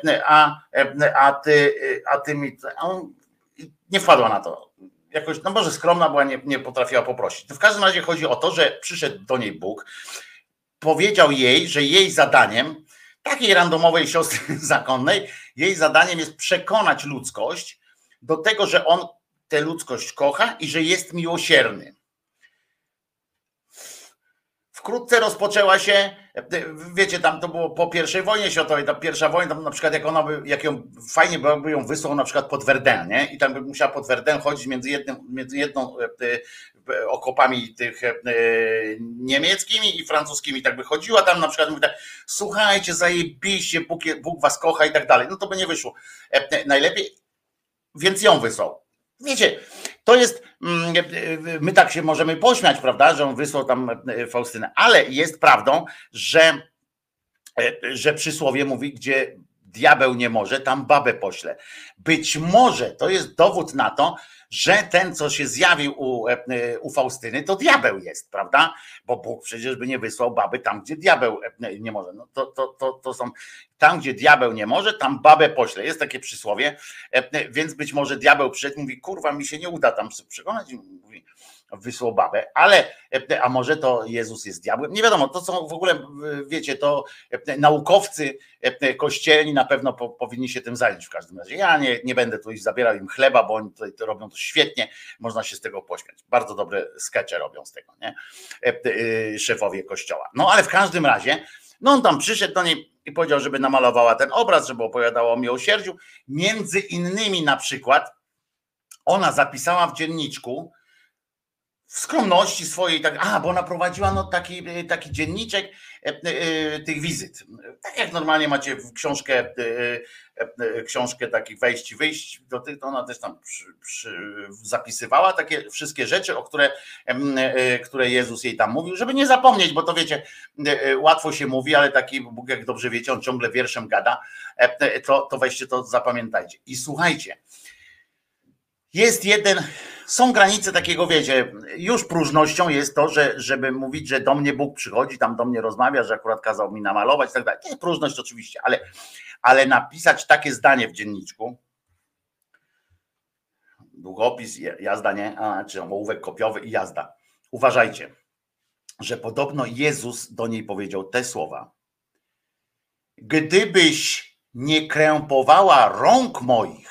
a ty mi... Nie wpadła na to. Jakoś, no może skromna była, nie potrafiła poprosić. To w każdym razie chodzi o to, że przyszedł do niej Bóg, powiedział jej, że jej zadaniem, takiej randomowej siostry zakonnej, jej zadaniem jest przekonać ludzkość do tego, że on tę ludzkość kocha i że jest miłosierny. Wkrótce rozpoczęła się, wiecie, tam to było po I wojnie światowej, ta pierwsza wojna, tam na przykład jak ją fajnie by ją wysłał na przykład pod Verdun, nie? I tam by musiała pod Verdun chodzić między jedną okopami tych niemieckimi i francuskimi, tak by chodziła tam na przykład, mówi tak, słuchajcie, zajebiście, Bóg was kocha i tak dalej, no to by nie wyszło najlepiej, więc ją wysłał. Wiecie, to jest, my tak się możemy pośmiać, prawda, że on wysłał tam Faustynę, ale jest prawdą, że przysłowie mówi, gdzie diabeł nie może, tam babę pośle. Być może to jest dowód na to, że ten, co się zjawił u Faustyny, to diabeł jest, prawda? Bo Bóg przecież by nie wysłał baby tam, gdzie diabeł nie może. No to są tam, gdzie diabeł nie może, tam babę pośle. Jest takie przysłowie, więc być może diabeł przyszedł i mówi, kurwa, mi się nie uda tam przekonać. Mówi, wysłał babę, a może to Jezus jest diabłem, nie wiadomo, to są w ogóle, wiecie, to naukowcy kościelni na pewno powinni się tym zająć w każdym razie. Ja nie będę tu zabierał im chleba, bo oni tutaj to robią to świetnie, można się z tego pośmiać. Bardzo dobre skecze robią z tego, nie? Szefowie kościoła. No ale w każdym razie, no on tam przyszedł do niej i powiedział, żeby namalowała ten obraz, żeby opowiadała o miłosierdziu. Między innymi na przykład ona zapisała w dzienniczku, w skromności swojej, tak, bo ona prowadziła no, taki dzienniczek tych wizyt. Tak jak normalnie macie w książkę takich wejść i wyjść, to ona też tam zapisywała takie wszystkie rzeczy, o które Jezus jej tam mówił, żeby nie zapomnieć, bo to wiecie, łatwo się mówi, ale taki Bóg, jak dobrze wiecie, on ciągle wierszem gada, to weźcie to, zapamiętajcie. I słuchajcie, są granice takiego, wiecie, już próżnością jest to, żeby mówić, że do mnie Bóg przychodzi, tam do mnie rozmawia, że akurat kazał mi namalować i tak dalej. To jest próżność oczywiście, ale napisać takie zdanie w dzienniczku, długopis, jazda, nie? Czy ołówek kopiowy i jazda. Uważajcie, że podobno Jezus do niej powiedział te słowa. Gdybyś nie krępowała rąk moich,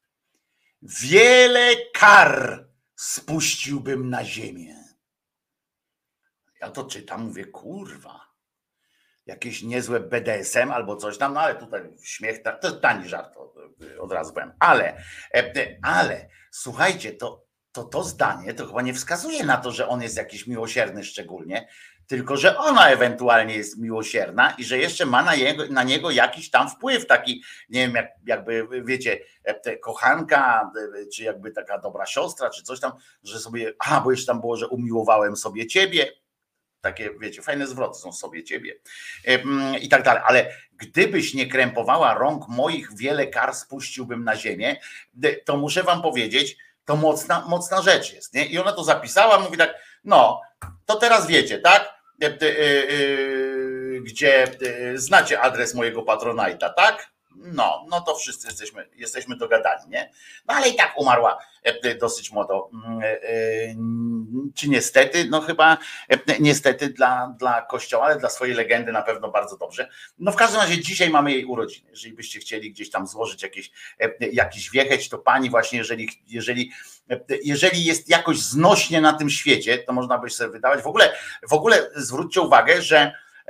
wiele kar spuściłbym na ziemię. Ja to czytam, mówię, kurwa, jakieś niezłe BDSM albo coś tam, no ale tutaj śmiech, to jest tani żart, od razu powiem. Ale słuchajcie, to zdanie to chyba nie wskazuje na to, że on jest jakiś miłosierny szczególnie, tylko że ona ewentualnie jest miłosierna i że jeszcze ma na niego jakiś tam wpływ, taki, nie wiem, jakby wiecie, kochanka, czy jakby taka dobra siostra, czy coś tam, że sobie, bo jeszcze tam było, że umiłowałem sobie ciebie, takie wiecie, fajne zwroty są sobie ciebie i tak dalej, ale gdybyś nie krępowała rąk moich, wiele kar spuściłbym na ziemię, to muszę wam powiedzieć, to mocna rzecz jest, nie? I ona to zapisała, mówi tak, no, to teraz wiecie, tak? Gdzie znacie adres mojego Patronite'a, tak? No to wszyscy jesteśmy dogadani, nie? No ale i tak umarła dosyć młodo. Czy niestety? No chyba niestety dla Kościoła, ale dla swojej legendy na pewno bardzo dobrze. No w każdym razie dzisiaj mamy jej urodziny. Jeżeli byście chcieli gdzieś tam złożyć jakiś wiecheć, to pani właśnie, jeżeli jest jakoś znośnie na tym świecie, to można by sobie wydawać. W ogóle zwróćcie uwagę, że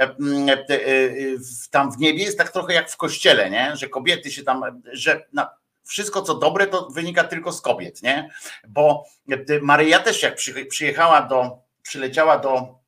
tam w niebie jest tak trochę jak w kościele, nie? Że kobiety się tam, że wszystko co dobre to wynika tylko z kobiet, nie? Bo Maryja też jak przyleciała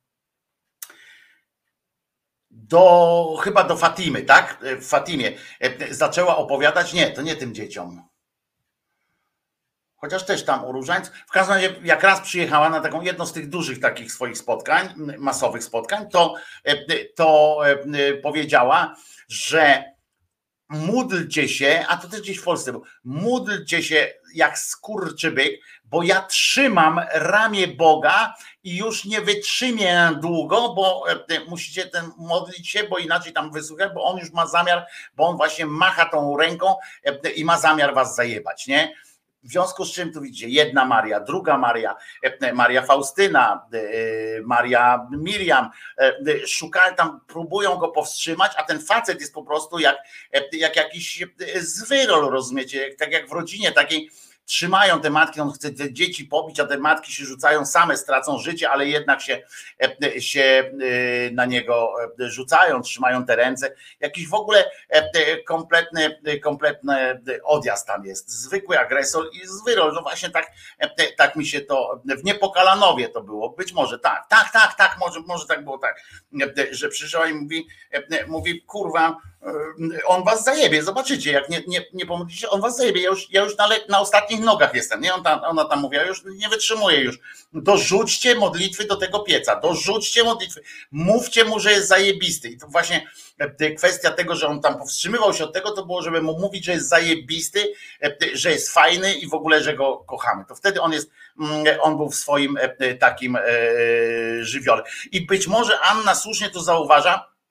chyba do Fatimy, tak? W Fatimie zaczęła opowiadać, nie, to nie tym dzieciom. Chociaż też tam u różańców. W każdym razie, jak raz przyjechała na taką jedno z tych dużych takich swoich spotkań, masowych spotkań, to powiedziała, że módlcie się, a to też gdzieś w Polsce było, módlcie się jak skurczybyk, bo ja trzymam ramię Boga i już nie wytrzymię długo, bo musicie modlić się, bo inaczej tam wysłuchać, bo on już ma zamiar, bo on właśnie macha tą ręką i ma zamiar was zajebać, nie? W związku z czym tu widzicie, jedna Maria, druga Maria, Maria Faustyna, Maria Miriam, szukają tam, próbują go powstrzymać, a ten facet jest po prostu jak jakiś zwyrol, rozumiecie, tak jak w rodzinie takiej. Trzymają te matki, on chce te dzieci pobić, a te matki się rzucają, same stracą życie, ale jednak się na niego rzucają, trzymają te ręce. Jakiś w ogóle kompletny odjazd tam jest. Zwykły agresor i zwyrol. No właśnie tak mi się to, w Niepokalanowie to było, być może tak, może tak było tak, że przyszła i mówi kurwa, on was zajebie, zobaczycie, jak nie pomówicie, on was zajebie, ja już na ostatnich nogach jestem, nie? Ona tam mówiła, już nie wytrzymuję już, dorzućcie modlitwy do tego pieca, dorzućcie modlitwy, mówcie mu, że jest zajebisty. I to właśnie kwestia tego, że on tam powstrzymywał się od tego, to było, żeby mu mówić, że jest zajebisty, że jest fajny i w ogóle, że go kochamy. To wtedy on był w swoim takim żywiole. I być może Anna słusznie to zauważa,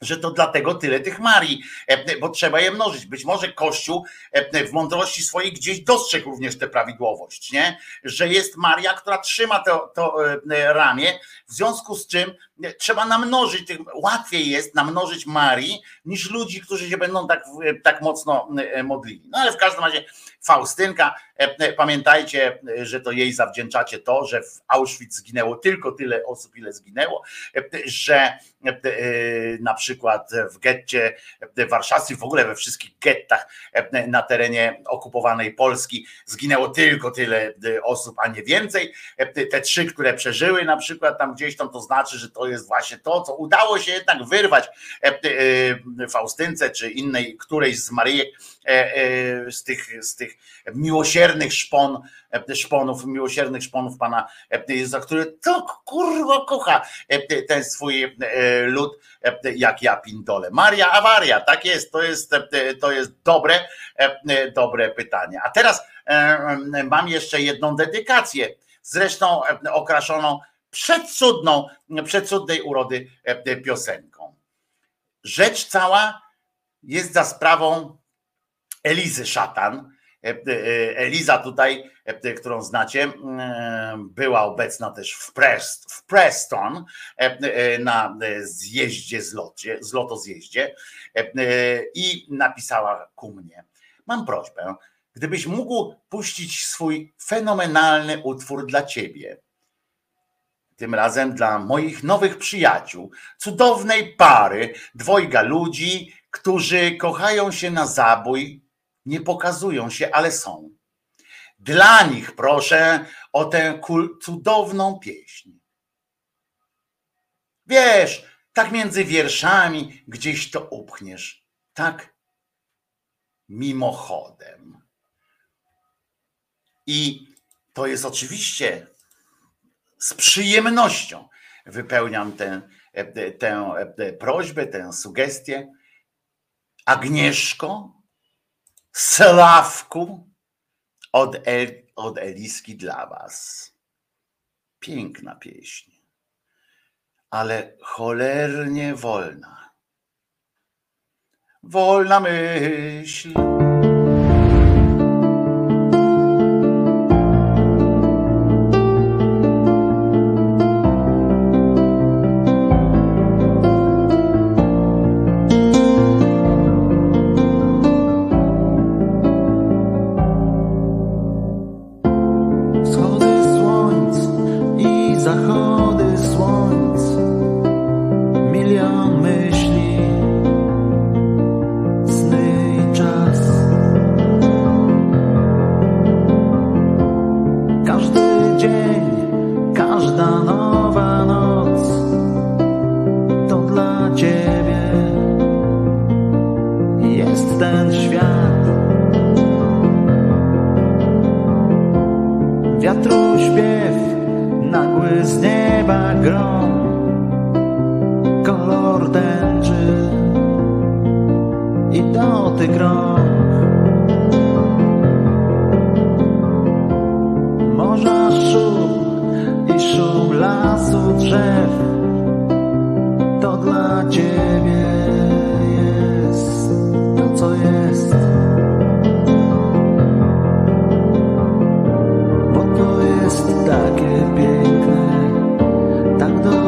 że to dlatego tyle tych Marii, bo trzeba je mnożyć. Być może Kościół w mądrości swojej gdzieś dostrzegł również tę prawidłowość, nie? Że jest Maria, która trzyma to ramię, w związku z czym trzeba namnożyć, łatwiej jest namnożyć Marii niż ludzi, którzy się będą tak mocno modlili. No ale w każdym razie Faustynka, pamiętajcie, że to jej zawdzięczacie to, że w Auschwitz zginęło tylko tyle osób, ile zginęło, że na przykład w getcie warszawskim, w ogóle we wszystkich gettach na terenie okupowanej Polski zginęło tylko tyle osób, a nie więcej. Te 3, które przeżyły na przykład tam gdzieś tam, to znaczy, że to jest właśnie to, co udało się jednak wyrwać Faustynce czy innej, którejś z Maryjek z tych miłosiernych miłosiernych szponów Pana Jezusa, który to kurwa kocha ten swój lud, jak ja pindole. Maria awaria, tak jest, to jest dobre pytanie. A teraz mam jeszcze jedną dedykację, zresztą okraszoną przecudnej urody piosenką. Rzecz cała jest za sprawą Elizy Szatan. Eliza tutaj, którą znacie, była obecna też w Preston na zjeździe, zlotozjeździe i napisała ku mnie: mam prośbę, gdybyś mógł puścić swój fenomenalny utwór dla ciebie. Tym razem dla moich nowych przyjaciół, cudownej pary, dwojga ludzi, którzy kochają się na zabój, nie pokazują się, ale są. Dla nich proszę o tę cudowną pieśń. Wiesz, tak między wierszami gdzieś to upchniesz, tak mimochodem. I to jest oczywiście z przyjemnością wypełniam tę prośbę, tę sugestię. Agnieszko, Sławku, od Eliski dla was. Piękna pieśń, ale cholernie wolna. Wolna myśl. Tak piękne, tak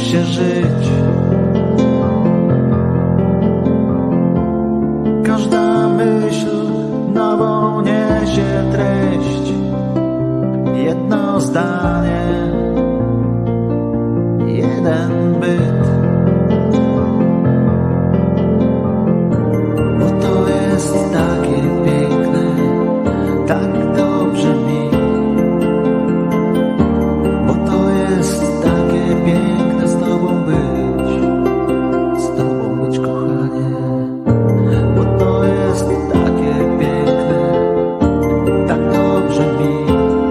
się żyć. Każda myśl nową niesie treść. Jedno zdanie, jeden byt. Bo to jest takie piękne, tak dobrze mi. Bo to jest takie piękne z tobą być kochanie. Bo to jest takie piękne, tak dobrze mi.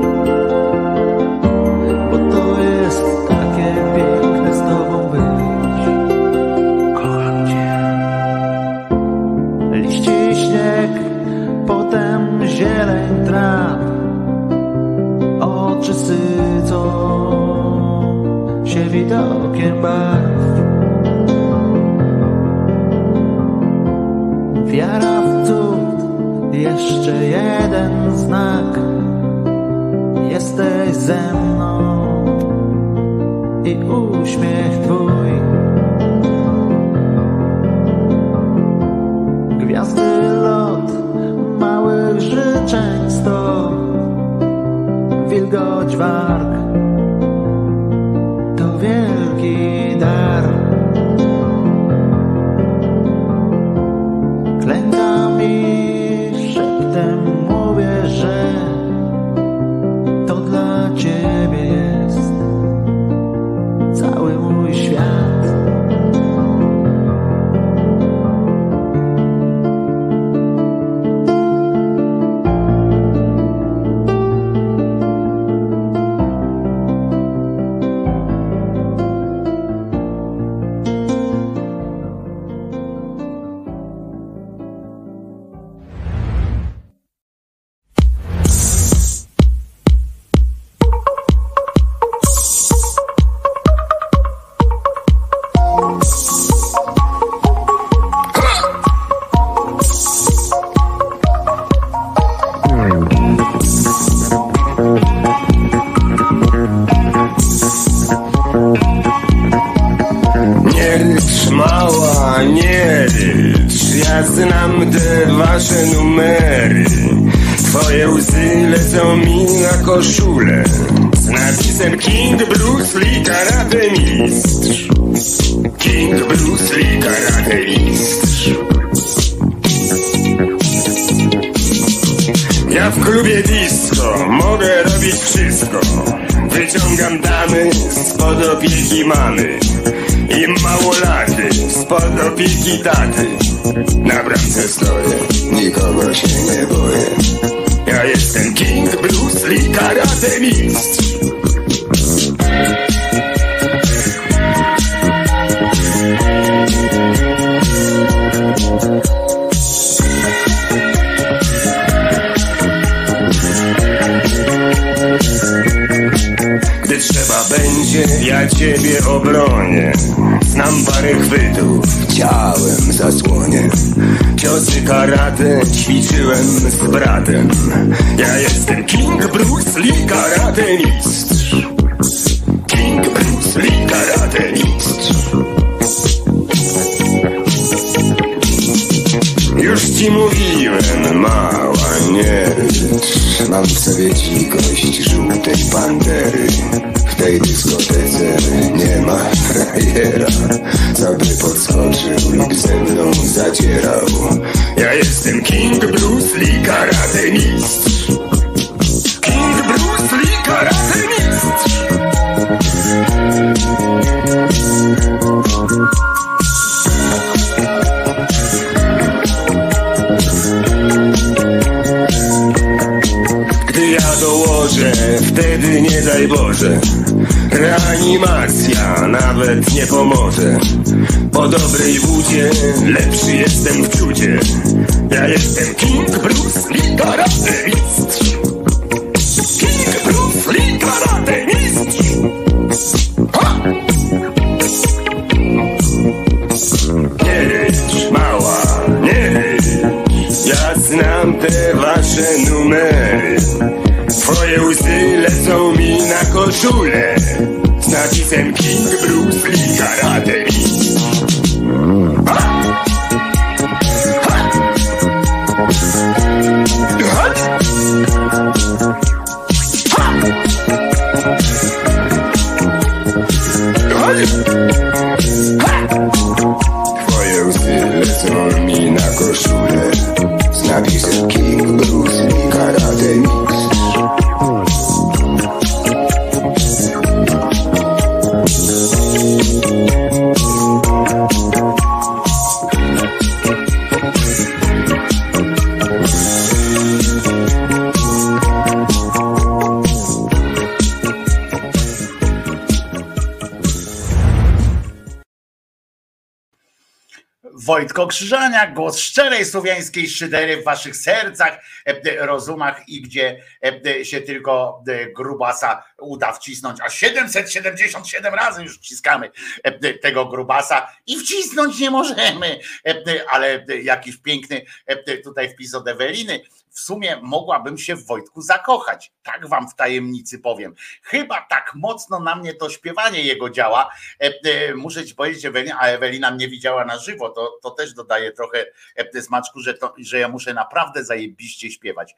Bo to jest takie piękne z tobą być. Kocham cię. Liści i śnieg, potem zieleń traw. Oczy sycą się widokiem barw. Wiara w cud, jeszcze jeden znak. Jesteś ze mną i uśmiech twój. Gwiazdy lot, małych życzeń sto. Wilgoć warg, to wielki dar. Klękam i szeptem mówię, że to dla ciebie jest cały mój świat. Nie rycz, mała, nie rycz, ja znam te wasze numery. Twoje łzy lecą mi na koszulę z napisem King Bruce Lee Karate Mistrz. King Bruce Lee Karate Mistrz. Ja w klubie disco mogę robić wszystko. Wyciągam damy spod opieki mamy i małolaty spod opieki taty. Na bramce stoję, nikogo się nie boję. Ja jestem King Bruce Lee Karate Mistrz. Gdy trzeba będzie, ja ciebie obronię. Znam parę chwytów, ciałem zasłonię. Ciosy karate ćwiczyłem z bratem. Ja jestem King Bruce Lee Karate Mistrz. King Bruce Lee Karate Mistrz. Już ci mówiłem, mała, nie rycz. Mam w sobie dzikość żółtej pantery. W tej dyskotece nie ma frajera, co by podskoczył lub ze mną zacierał. Ja jestem King Bruce Lee Karate Mistrz. King Bruce Lee Karate Mistrz. Gdy ja dołożę, wtedy nie daj Boże, reanimacja nawet nie pomoże. Po dobrej wódzie lepszy jestem w czucie. Ja jestem King Bruce Lee Karate Mistrz. King Bruce Lee Karate Mistrz. Ha! Nie rycz, mała, nie rycz. Ja znam te wasze najnowsze numery. Twoje łzy lecą mi na koszulę z napisem King Bruce Lee Karate Mix. Twoje łzy lecą mi na koszulę z napisem King Bruce Lee Karate Mix. Wojtko Krzyżaniak, głos szczerej słowiańskiej szydery w waszych sercach, rozumach i gdzie się tylko grubasa uda wcisnąć, a 777 razy już wciskamy tego grubasa i wcisnąć nie możemy, ale jakiś piękny tutaj wpis od Eweliny. W sumie mogłabym się w Wojtku zakochać, tak wam w tajemnicy powiem. Chyba tak mocno na mnie to śpiewanie jego działa. Muszę ci powiedzieć, Ewelina, a Ewelina mnie widziała na żywo, to też dodaje trochę smaczku, że ja muszę naprawdę zajebiście śpiewać.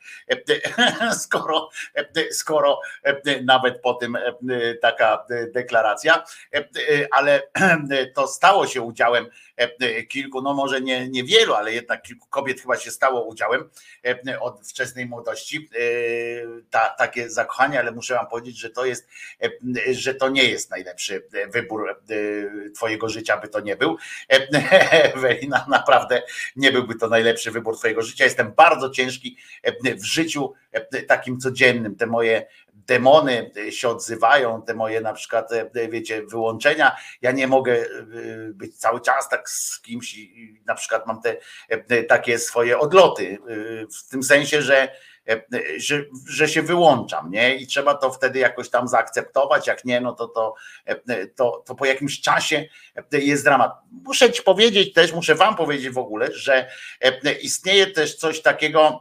Skoro nawet po tym taka deklaracja, ale to stało się udziałem kilku, no może niewielu, ale jednak kilku kobiet chyba się stało udziałem od wczesnej młodości takie zakochanie, ale muszę wam powiedzieć, że to nie jest najlepszy wybór twojego życia, by to nie był. Ewelina, naprawdę nie byłby to najlepszy wybór twojego życia. Jestem bardzo ciężki w życiu takim codziennym. Te moje demony się odzywają, te moje na przykład, wiecie, wyłączenia. Ja nie mogę być cały czas tak z kimś i na przykład mam takie swoje odloty, w tym sensie, że się wyłączam, nie? I trzeba to wtedy jakoś tam zaakceptować, jak nie, no to po jakimś czasie jest dramat. Muszę ci powiedzieć też, muszę wam powiedzieć w ogóle, że istnieje też coś takiego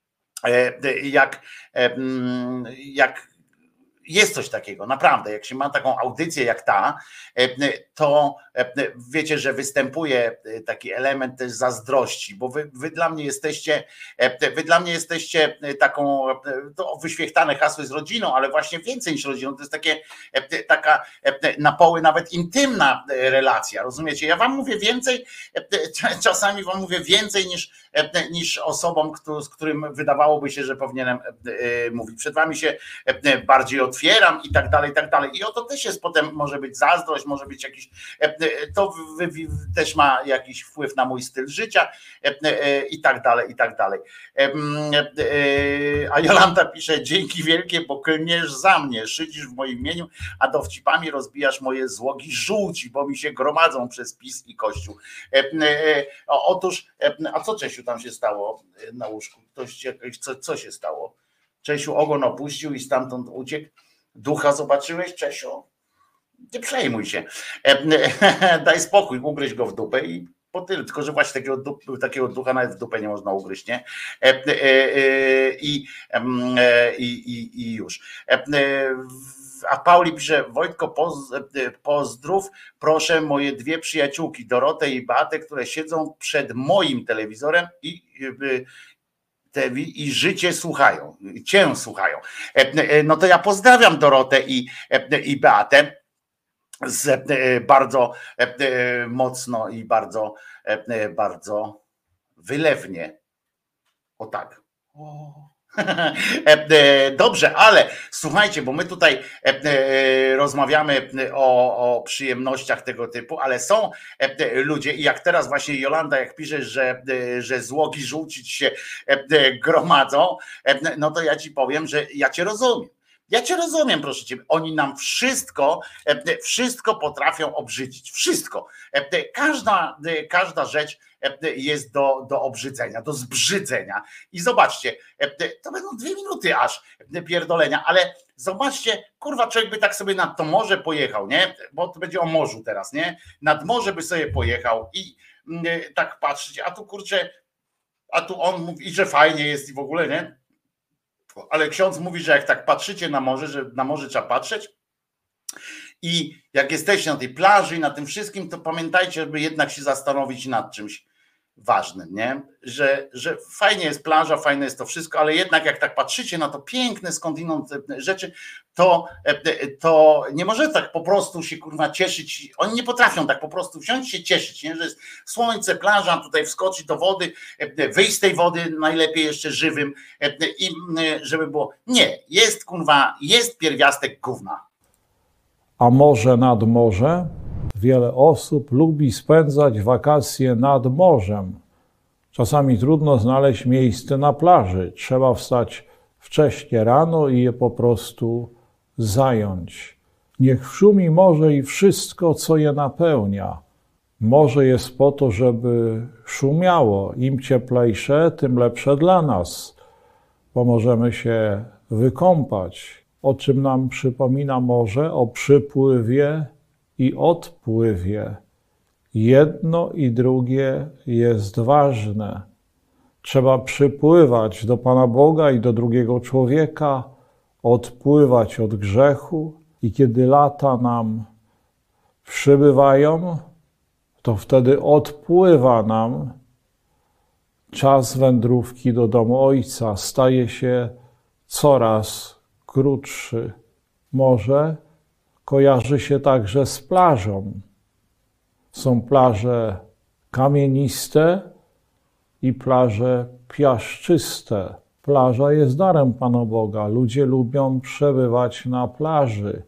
jak jest coś takiego, naprawdę, jak się ma taką audycję jak ta, to wiecie, że występuje taki element też zazdrości, bo wy dla mnie jesteście taką, to wyświechtane hasło z rodziną, ale właśnie więcej niż rodziną, to jest taka na poły nawet intymna relacja, rozumiecie? Ja wam mówię więcej, czasami wam mówię więcej niż osobom, z którym wydawałoby się, że powinienem mówić. Przed wami się bardziej otwieram i tak dalej, i tak dalej. I oto też jest potem, może być zazdrość, może być jakiś, to też ma jakiś wpływ na mój styl życia i tak dalej, i tak dalej. A Jolanta pisze, dzięki wielkie, bo klniesz za mnie, szydzisz w moim imieniu, a dowcipami rozbijasz moje złogi żółci, bo mi się gromadzą przez PiS i Kościół. Otóż, a co Czesiu tam się stało na łóżku? Co się stało? Czesiu ogon opuścił i stamtąd uciekł. Ducha zobaczyłeś, Czesiu? Nie przejmuj się. Daj spokój, ugryź go w dupę i po tyle. Tylko że właśnie takiego ducha nawet w dupę nie można ugryźć, nie? I już. A Pauli pisze, Wojtko, pozdrów proszę moje dwie przyjaciółki, Dorotę i Beatę, które siedzą przed moim telewizorem i życie słuchają, cię słuchają. No to ja pozdrawiam Dorotę i Beatę bardzo mocno i bardzo wylewnie. O tak. Dobrze, ale słuchajcie, bo my tutaj rozmawiamy o przyjemnościach tego typu, ale są ludzie i jak teraz właśnie Jolanta, jak piszesz, że złogi żółcić się gromadzą, no to ja ci powiem, że ja cię rozumiem. Ja cię rozumiem, proszę ciebie. Oni nam wszystko potrafią obrzydzić. Wszystko. Każda rzecz jest do obrzydzenia, do zbrzydzenia. I zobaczcie, to będą 2 minuty aż pierdolenia, ale zobaczcie, kurwa, człowiek by tak sobie nad to morze pojechał, nie? Bo to będzie o morzu teraz, nie? Nad morze by sobie pojechał i tak patrzeć, a tu kurczę, a tu on mówi, że fajnie jest i w ogóle, nie? Ale ksiądz mówi, że jak tak patrzycie na morze, że na morze trzeba patrzeć i jak jesteście na tej plaży i na tym wszystkim, to pamiętajcie, żeby jednak się zastanowić nad czymś ważnym, nie? Że fajnie jest plaża, fajne jest to wszystko, ale jednak jak tak patrzycie na to piękne skądinąd rzeczy, to nie może tak po prostu się kurwa cieszyć. Oni nie potrafią tak po prostu wziąć się cieszyć, nie? Że jest słońce, plaża, tutaj wskoczyć do wody, wyjść z tej wody najlepiej jeszcze żywym i żeby było. Nie, jest kurwa, jest pierwiastek gówna. A morze nad morze? Wiele osób lubi spędzać wakacje nad morzem. Czasami trudno znaleźć miejsce na plaży. Trzeba wstać wcześnie rano i je po prostu zająć. Niech szumi morze i wszystko, co je napełnia. Morze jest po to, żeby szumiało. Im cieplejsze, tym lepsze dla nas, bo możemy się wykąpać. O czym nam przypomina morze? O przypływie i odpływie. Jedno i drugie jest ważne. Trzeba przypływać do Pana Boga i do drugiego człowieka, odpływać od grzechu i kiedy lata nam przybywają, to wtedy odpływa nam czas wędrówki do domu Ojca. Staje się coraz krótszy. Morze kojarzy się także z plażą. Są plaże kamieniste i plaże piaszczyste. Plaża jest darem Pana Boga. Ludzie lubią przebywać na plaży,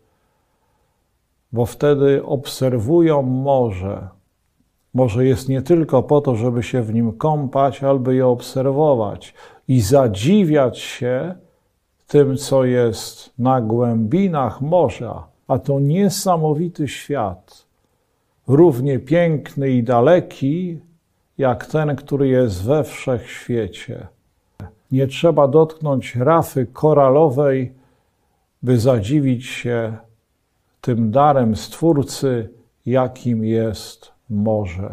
bo wtedy obserwują morze. Morze jest nie tylko po to, żeby się w nim kąpać, ale by je obserwować i zadziwiać się tym, co jest na głębinach morza. A to niesamowity świat, równie piękny i daleki, jak ten, który jest we wszechświecie. Nie trzeba dotknąć rafy koralowej, by zadziwić się tym darem Stwórcy, jakim jest morze.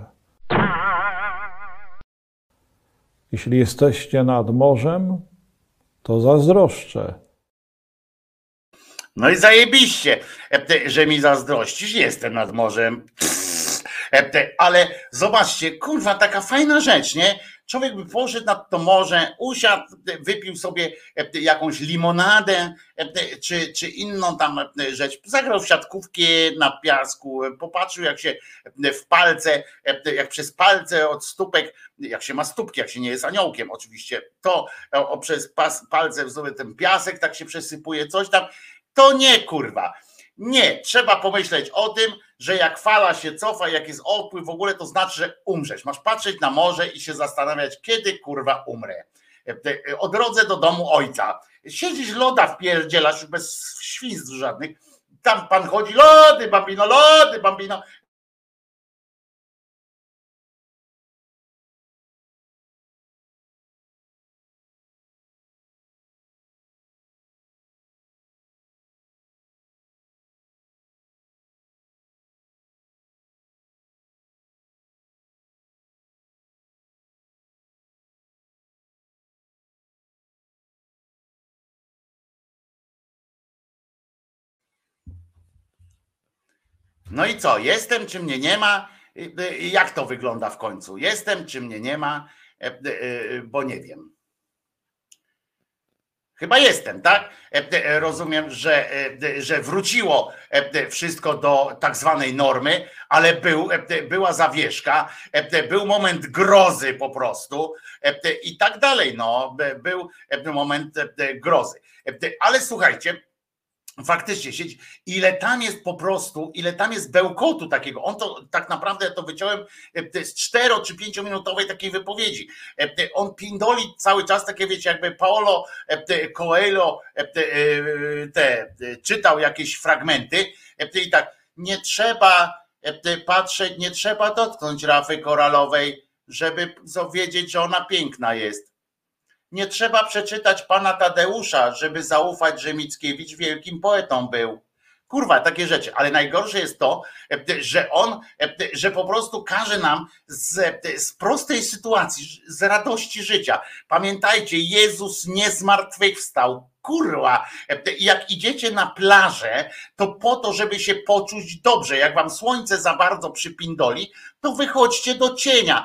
Jeśli jesteście nad morzem, to zazdroszczę. No i zajebiście, że mi zazdrościsz, jestem nad morzem. Ale zobaczcie, kurwa, taka fajna rzecz, nie? Człowiek by poszedł nad to morze, usiadł, wypił sobie jakąś limonadę czy inną tam rzecz, zagrał w siatkówkę na piasku, popatrzył jak się w palce, jak przez palce od stópek, jak się ma stópki, jak się nie jest aniołkiem oczywiście, to przez palce w ten piasek tak się przesypuje, coś tam, to nie kurwa. Nie, trzeba pomyśleć o tym, że jak fala się cofa, jak jest odpływ w ogóle, to znaczy, że umrzesz. Masz patrzeć na morze i się zastanawiać, kiedy kurwa umrę. O drodze do domu Ojca. Siedzisz, loda wpierdzielasz bez świństw żadnych. Tam pan chodzi, lody bambino. No i co? Jestem, czy mnie nie ma? Jak to wygląda w końcu? Jestem, czy mnie nie ma? Bo nie wiem. Chyba jestem, tak? Rozumiem, że wróciło wszystko do tak zwanej normy, ale była zawieszka, był moment grozy po prostu i tak dalej. No, był moment grozy. Ale słuchajcie, faktycznie siedzi, ile tam jest bełkotu takiego. On to tak naprawdę to wyciąłem z 4 czy 5 minutowej takiej wypowiedzi. On pindoli cały czas takie, wiecie, jakby Paulo Coelho czytał jakieś fragmenty i tak, nie trzeba patrzeć, nie trzeba dotknąć rafy koralowej, żeby wiedzieć, że ona piękna jest. Nie trzeba przeczytać pana Tadeusza, żeby zaufać, że Mickiewicz wielkim poetą był. Kurwa, takie rzeczy. Ale najgorsze jest to, że on, że po prostu każe nam z prostej sytuacji, z radości życia. Pamiętajcie, Jezus nie zmartwychwstał. Kurwa, jak idziecie na plażę, to po to, żeby się poczuć dobrze. Jak wam słońce za bardzo przypindoli, to wychodźcie do cienia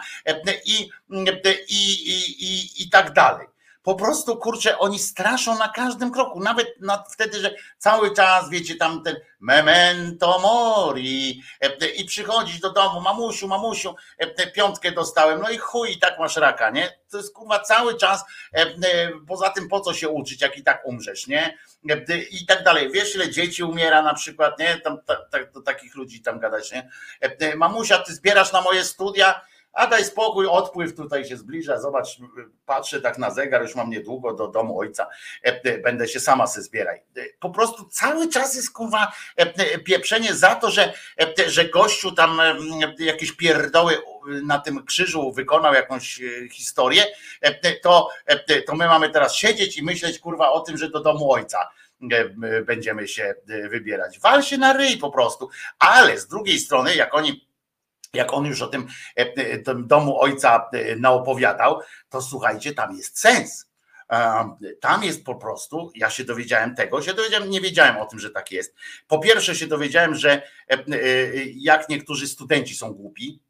i tak dalej. Po prostu, kurczę, oni straszą na każdym kroku, nawet wtedy, że cały czas, wiecie, tam ten memento mori i przychodzić do domu, mamusiu, piątkę dostałem, no i chuj, i tak masz raka, nie? To jest kurwa cały czas, poza tym po co się uczyć, jak i tak umrzesz, nie? I tak dalej. Wiesz, ile dzieci umiera na przykład, nie? Tam, do takich ludzi tam gadać, nie? Mamusia, ty zbierasz na moje studia, a daj spokój, odpływ tutaj się zbliża, zobacz, patrzę tak na zegar, już mam niedługo do domu ojca, będę się sama se zbieraj. Po prostu cały czas jest kurwa pieprzenie za to, że gościu tam jakieś pierdoły na tym krzyżu wykonał jakąś historię, to my mamy teraz siedzieć i myśleć kurwa o tym, że do domu ojca będziemy się wybierać. Wal się na ryj po prostu, ale z drugiej strony, jak on już o tym domu ojca naopowiadał, to słuchajcie, tam jest sens. Tam jest po prostu, ja się dowiedziałem, nie wiedziałem o tym, że tak jest. Po pierwsze się dowiedziałem, że jak niektórzy studenci są głupi,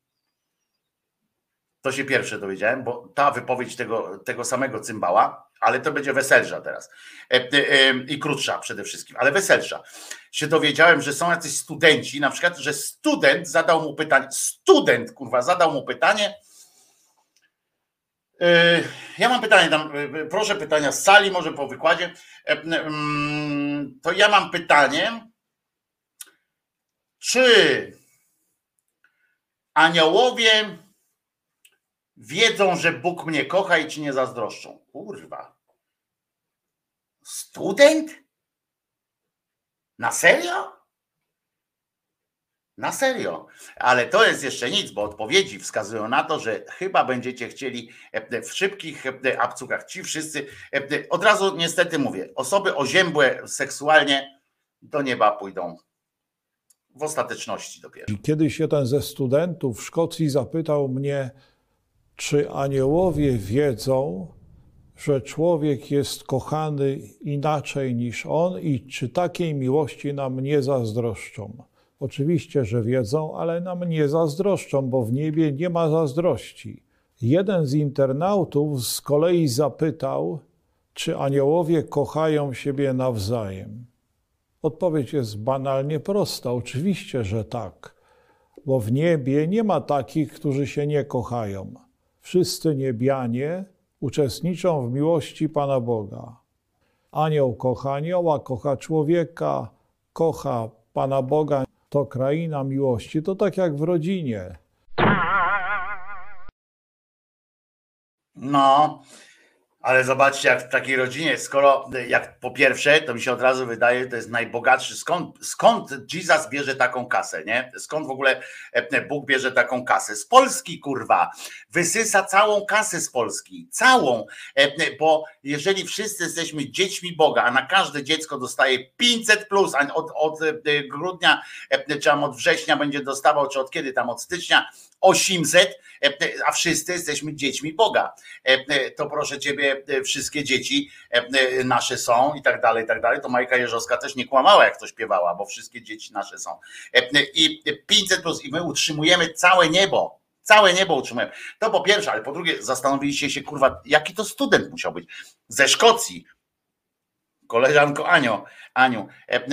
to się pierwsze dowiedziałem, bo ta wypowiedź tego samego cymbała, ale to będzie weselsza teraz i krótsza przede wszystkim, ale weselsza. Się dowiedziałem, że są jacyś studenci, na przykład, że student zadał mu pytanie, ja mam pytanie tam, proszę pytania z sali, może po wykładzie, to ja mam pytanie, czy aniołowie wiedzą, że Bóg mnie kocha i ci nie zazdroszczą? Kurwa. Student? Na serio? Na serio. Ale to jest jeszcze nic, bo odpowiedzi wskazują na to, że chyba będziecie chcieli w szybkich apcukach. Ci wszyscy, od razu niestety mówię, osoby oziębłe seksualnie do nieba pójdą w ostateczności dopiero. Kiedyś jeden ze studentów w Szkocji zapytał mnie, czy aniołowie wiedzą, że człowiek jest kochany inaczej niż on i czy takiej miłości nam nie zazdroszczą? Oczywiście, że wiedzą, ale nam nie zazdroszczą, bo w niebie nie ma zazdrości. Jeden z internautów z kolei zapytał, czy aniołowie kochają siebie nawzajem. Odpowiedź jest banalnie prosta. Oczywiście, że tak, bo w niebie nie ma takich, którzy się nie kochają. Wszyscy niebianie uczestniczą w miłości Pana Boga. Anioł kocha anioła, kocha człowieka, kocha Pana Boga. To kraina miłości, to tak jak w rodzinie. No, ale zobaczcie, jak w takiej rodzinie, skoro jak po pierwsze, to mi się od razu wydaje, to jest najbogatszy. Skąd Jesus bierze taką kasę, nie? Skąd w ogóle Bóg bierze taką kasę? Z Polski, kurwa. Wysysa całą kasę z Polski. Całą. Bo jeżeli wszyscy jesteśmy dziećmi Boga, a na każde dziecko dostaje 500 plus, a od grudnia, czy tam od września będzie dostawał, czy od kiedy tam, od stycznia 800, a wszyscy jesteśmy dziećmi Boga. To proszę ciebie, wszystkie dzieci nasze są i tak dalej, to Majka Jeżowska też nie kłamała, jak to śpiewała, bo wszystkie dzieci nasze są. I 500 plus, i my utrzymujemy całe niebo utrzymujemy. To po pierwsze, ale po drugie zastanowiliście się, kurwa, jaki to student musiał być. Ze Szkocji. Koleżanko Aniu,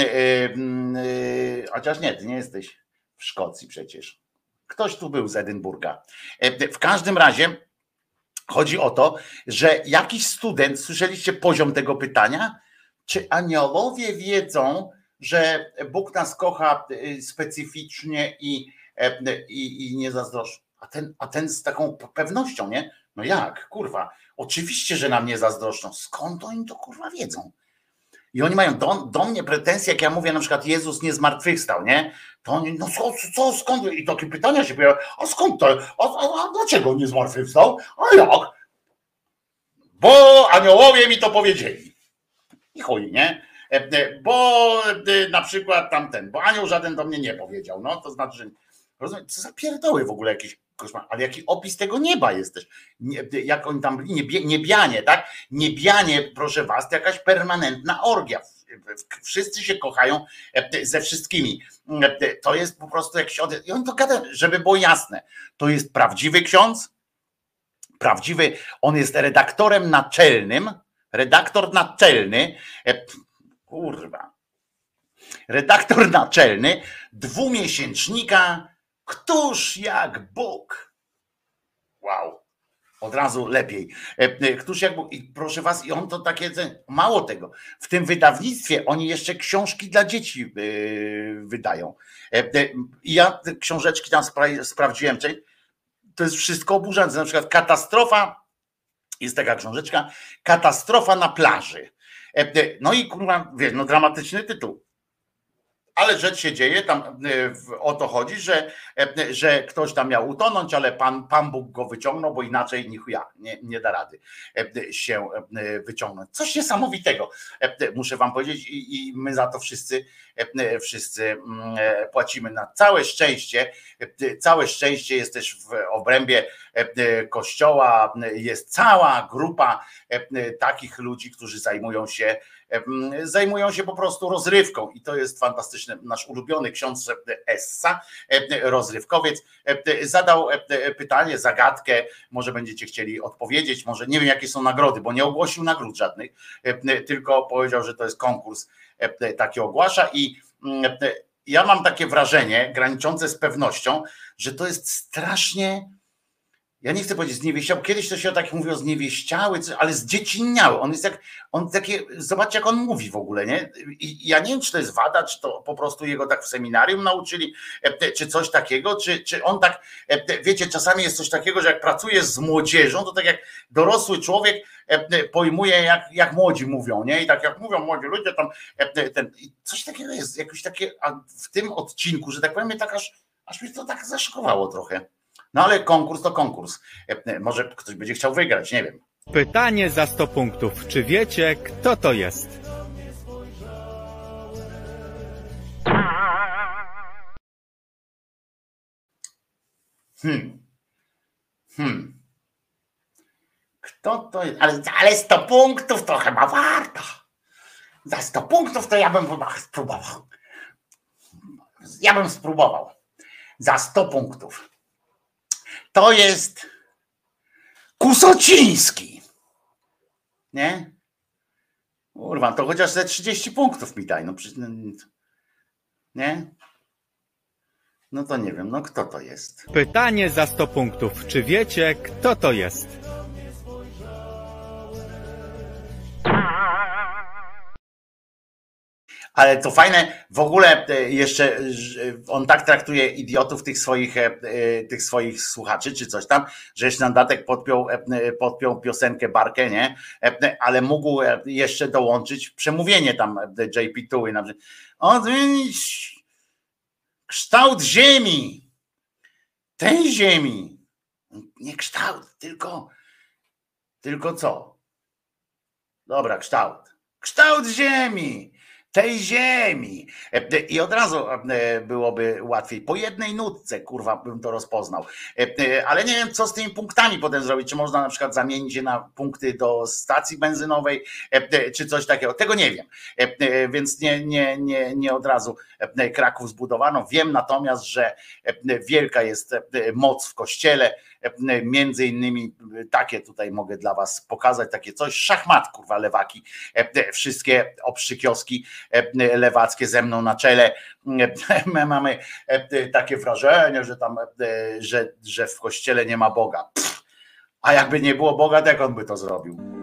chociaż nie, ty nie jesteś w Szkocji przecież. Ktoś tu był z Edynburga. W każdym razie chodzi o to, że jakiś student, słyszeliście poziom tego pytania? Czy aniołowie wiedzą, że Bóg nas kocha specyficznie i nie zazdroszczy? A ten z taką pewnością, nie? No jak, kurwa, oczywiście, że nam nie zazdroszczą. Skąd oni to, kurwa, wiedzą? I oni mają do mnie pretensje, jak ja mówię, na przykład Jezus nie zmartwychwstał, nie? To oni, no co, skąd? I takie pytania się pojawiają, a skąd to? A dlaczego nie zmartwychwstał? A jak? Bo aniołowie mi to powiedzieli. I chuj, nie? bo na przykład tamten, bo anioł żaden do mnie nie powiedział, no to znaczy, że rozumiem, co za pierdoły w ogóle jakieś koszmar, ale jaki opis tego nieba jest też, jak oni tam, niebianie, tak, niebianie, proszę was, to jakaś permanentna orgia, wszyscy się kochają ze wszystkimi, to jest po prostu jakiś, i oni to gadają, żeby było jasne, to jest prawdziwy ksiądz, prawdziwy, on jest redaktorem naczelnym, redaktor naczelny, kurwa, redaktor naczelny dwumiesięcznika Któż jak Bóg. Wow, od razu lepiej. Któż jak Bóg. I proszę was, i on to takie, mało tego, w tym wydawnictwie oni jeszcze książki dla dzieci wydają. I ja te książeczki tam sprawdziłem, to jest wszystko oburzające. Na przykład katastrofa, jest taka książeczka, katastrofa na plaży. No i kurwa, wiesz, no dramatyczny tytuł. Ale rzecz się dzieje, tam o to chodzi, że ktoś tam miał utonąć, ale Pan Bóg go wyciągnął, bo inaczej nie da rady się wyciągnąć. Coś niesamowitego, muszę wam powiedzieć, i my za to wszyscy płacimy. Na całe szczęście jest też w obrębie Kościoła, jest cała grupa takich ludzi, którzy zajmują się po prostu rozrywką i to jest fantastyczne. Nasz ulubiony ksiądz Essa, rozrywkowiec, zadał pytanie, zagadkę, może będziecie chcieli odpowiedzieć, może nie wiem jakie są nagrody, bo nie ogłosił nagród żadnych, tylko powiedział, że to jest konkurs, taki ogłasza i ja mam takie wrażenie, graniczące z pewnością, że to jest strasznie, ja nie chcę powiedzieć zniewieściały, kiedyś to się o takich mówiło zniewieściały, ale zdziecinniały. On takie, zobaczcie jak on mówi w ogóle, nie? I ja nie wiem, czy to jest wada, czy to po prostu jego tak w seminarium nauczyli, czy coś takiego, czy on tak, wiecie, czasami jest coś takiego, że jak pracujesz z młodzieżą, to tak jak dorosły człowiek pojmuje, jak młodzi mówią, nie? I tak jak mówią młodzi ludzie, tam coś takiego jest, jakieś takie, a w tym odcinku, że tak powiem, tak aż mnie to tak zaszokowało trochę. No ale konkurs to konkurs. Może ktoś będzie chciał wygrać, nie wiem. Pytanie za 100 punktów. Czy wiecie, kto to jest? Kto to jest? Ale 100 punktów to chyba warto. Za 100 punktów to ja bym spróbował. Za 100 punktów. To jest Kusociński. Nie? Kurwa, to chociaż ze 30 punktów mi daj. No, nie? No to nie wiem, no kto to jest? Pytanie za 100 punktów. Czy wiecie, kto to jest? Ale to fajne, w ogóle jeszcze on tak traktuje idiotów, tych swoich słuchaczy, czy coś tam, że jeszcze na dodatek podpiął piosenkę Barkę, nie? Ale mógł jeszcze dołączyć przemówienie tam JP Tuły, na przykład. Odmienić kształt ziemi, tej ziemi, nie kształt, tylko co? Dobra, kształt ziemi, tej ziemi. I od razu byłoby łatwiej. Po jednej nutce, kurwa, bym to rozpoznał. Ale nie wiem, co z tymi punktami potem zrobić. Czy można na przykład zamienić je na punkty do stacji benzynowej, czy coś takiego. Tego nie wiem. Więc nie od razu Kraków zbudowano. Wiem natomiast, że wielka jest moc w kościele. Między innymi takie tutaj mogę dla was pokazać, takie coś, szachmat, kurwa, lewaki, wszystkie obszykioski lewackie ze mną na czele. My mamy takie wrażenie, że tam, że w kościele nie ma Boga. A jakby nie było Boga, to jak on by to zrobił?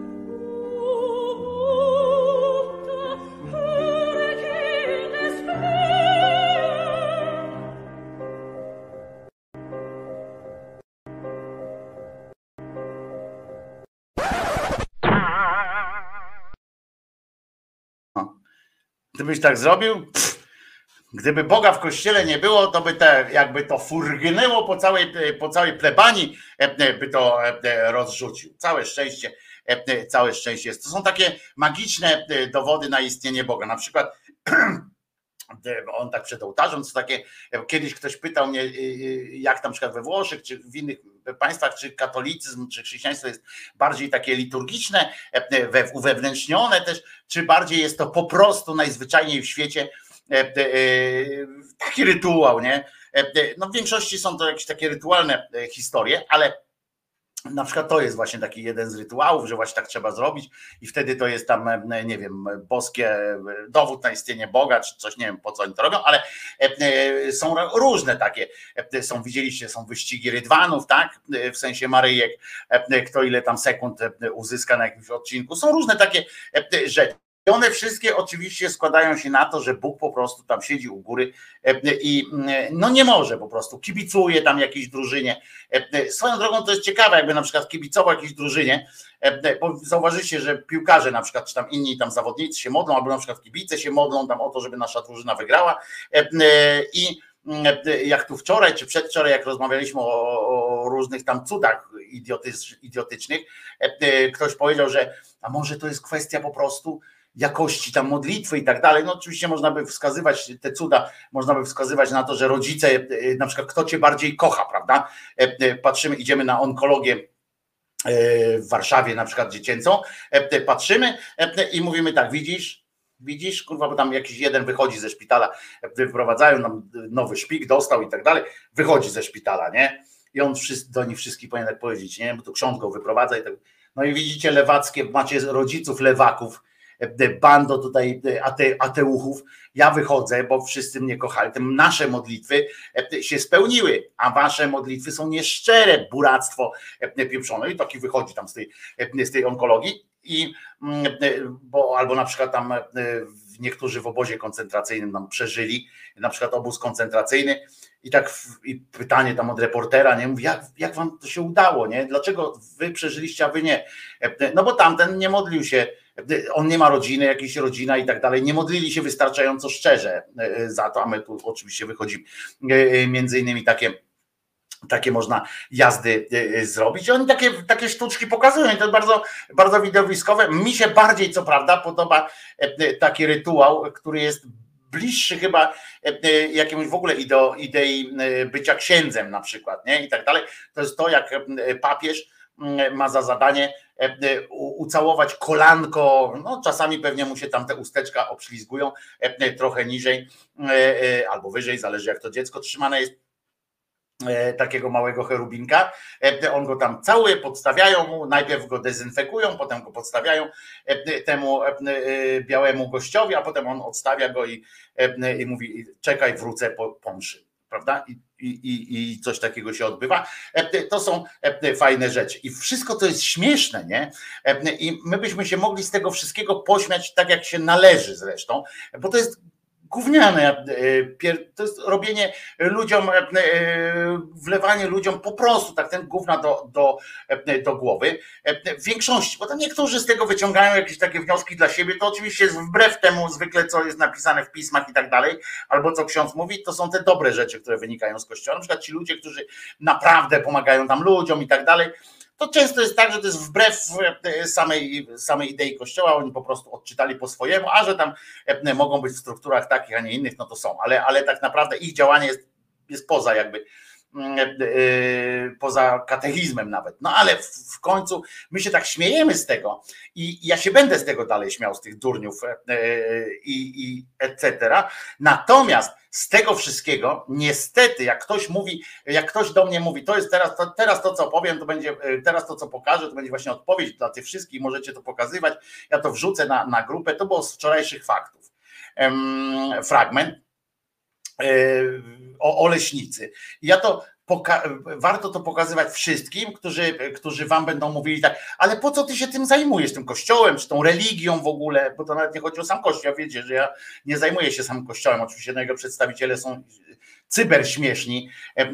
Gdybyś tak zrobił, gdyby Boga w kościele nie było, to by jakby to furgnęło po całej plebanii, by to rozrzucił. Całe szczęście, całe szczęście jest. To są takie magiczne dowody na istnienie Boga. Na przykład on tak przed ołtarzem, co takie, kiedyś ktoś pytał mnie, jak tam na przykład we Włoszech, czy w innych państwach, czy katolicyzm, czy chrześcijaństwo jest bardziej takie liturgiczne, uwewnętrznione też, czy bardziej jest to po prostu najzwyczajniej w świecie taki rytuał, nie? No w większości są to jakieś takie rytualne historie, ale na przykład to jest właśnie taki jeden z rytuałów, że właśnie tak trzeba zrobić i wtedy to jest tam, nie wiem, boskie dowód na istnienie Boga, czy coś, nie wiem po co oni to robią, ale są różne takie, widzieliście, są wyścigi rydwanów, tak, w sensie Maryjek, kto ile tam sekund uzyska na jakimś odcinku, są różne takie rzeczy. I one wszystkie oczywiście składają się na to, że Bóg po prostu tam siedzi u góry i no nie może po prostu, kibicuje tam jakiejś drużynie. Swoją drogą to jest ciekawe, jakby na przykład kibicował jakiejś drużynie, bo zauważycie, że piłkarze na przykład, czy tam inni tam zawodnicy się modlą, albo na przykład kibice się modlą tam o to, żeby nasza drużyna wygrała i jak tu wczoraj czy przedwczoraj, jak rozmawialiśmy o różnych tam cudach idiotycznych, ktoś powiedział, że a może to jest kwestia po prostu jakości tam modlitwy i tak dalej. No oczywiście można by wskazywać te cuda, można by wskazywać na to, że rodzice, na przykład kto cię bardziej kocha, prawda? Patrzymy, idziemy na onkologię w Warszawie na przykład dziecięcą, patrzymy i mówimy tak, widzisz, kurwa, bo tam jakiś jeden wychodzi ze szpitala, wyprowadzają nam nowy szpik, dostał i tak dalej, wychodzi ze szpitala, nie? I on do nich wszystkich powinien tak powiedzieć, nie? Bo tu ksiądz go wyprowadza i tak. No i widzicie lewackie, macie rodziców lewaków, bando tutaj ateuchów, ja wychodzę, bo wszyscy mnie kochali, nasze modlitwy się spełniły, a wasze modlitwy są nieszczere, buractwo pieprzone i taki wychodzi tam z tej onkologii i bo albo na przykład tam niektórzy w obozie koncentracyjnym nam przeżyli, na przykład obóz koncentracyjny i tak i pytanie tam od reportera, nie, mówi, jak wam to się udało, nie? Dlaczego wy przeżyliście, a wy nie? No bo tamten nie modlił się, on nie ma rodziny, jakiejś rodzina i tak dalej, nie modlili się wystarczająco szczerze za to, a my tu oczywiście wychodzimy między innymi takie można jazdy zrobić. I oni takie sztuczki pokazują i to jest bardzo, bardzo widowiskowe. Mi się bardziej, co prawda, podoba taki rytuał, który jest bliższy chyba jakiemuś w ogóle idei bycia księdzem na przykład, nie? I tak dalej. To jest to, jak papież ma za zadanie ucałować kolanko, no czasami pewnie mu się tam te usteczka obślizgują trochę niżej albo wyżej, zależy jak to dziecko trzymane jest, takiego małego cherubinka, on go tam cały podstawiają mu, najpierw go dezynfekują, potem go podstawiają temu białemu gościowi, a potem on odstawia go i mówi czekaj, wrócę po mszy, prawda? I coś takiego się odbywa. To są fajne rzeczy. I wszystko to jest śmieszne, nie? I my byśmy się mogli z tego wszystkiego pośmiać tak, jak się należy zresztą, bo to jest gówniane, to jest robienie ludziom, wlewanie ludziom po prostu tak ten gówna do głowy. W większości, bo to niektórzy z tego wyciągają jakieś takie wnioski dla siebie, to oczywiście jest wbrew temu zwykle, co jest napisane w pismach i tak dalej, albo co ksiądz mówi, to są te dobre rzeczy, które wynikają z Kościoła. Na przykład ci ludzie, którzy naprawdę pomagają tam ludziom i tak dalej, to często jest tak, że to jest wbrew samej idei Kościoła, oni po prostu odczytali po swojemu, a że tam mogą być w strukturach takich, a nie innych, no to są, ale tak naprawdę ich działanie jest poza jakby, poza katechizmem nawet, no ale w końcu my się tak śmiejemy z tego i ja się będę z tego dalej śmiał, z tych durniów i etc. Natomiast z tego wszystkiego, niestety, jak ktoś do mnie mówi, to jest teraz to, co powiem, to będzie, teraz to, co pokażę, to będzie właśnie odpowiedź dla tych wszystkich, możecie to pokazywać, ja to wrzucę na grupę, to było z wczorajszych faktów. Fragment o leśnicy. Ja to warto to pokazywać wszystkim, którzy wam będą mówili tak, ale po co ty się tym zajmujesz, tym kościołem, czy tą religią w ogóle, bo to nawet nie chodzi o sam kościół, ja wiecie, że ja nie zajmuję się samym kościołem, oczywiście jego przedstawiciele są cyberśmieszni,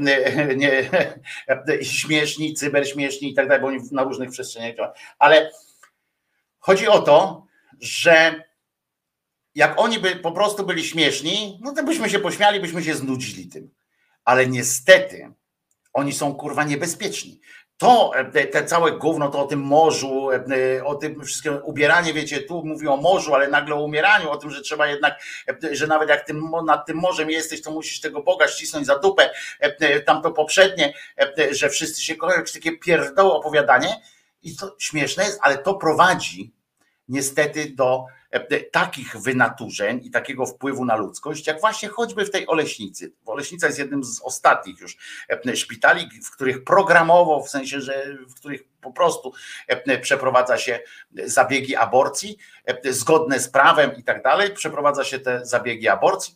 śmieszni, cyberśmieszni i tak dalej, bo oni na różnych przestrzeniach działają, ale chodzi o to, że jak oni by po prostu byli śmieszni, no to byśmy się pośmiali, byśmy się znudzili tym, ale niestety oni są kurwa niebezpieczni. to te całe gówno, to o tym morzu, o tym wszystkim ubieranie, wiecie, tu mówi o morzu, ale nagle o umieraniu, o tym, że trzeba jednak, że nawet jak nad tym morzem jesteś, to musisz tego Boga ścisnąć za dupę, tamto poprzednie, że wszyscy się kochają, jakieś takie pierdoły opowiadanie i to śmieszne jest, ale to prowadzi niestety do takich wynaturzeń i takiego wpływu na ludzkość, jak właśnie choćby w tej Oleśnicy. Oleśnica jest jednym z ostatnich już szpitali, w których programowo, w sensie, że w których po prostu przeprowadza się zabiegi aborcji, zgodne z prawem i tak dalej, przeprowadza się te zabiegi aborcji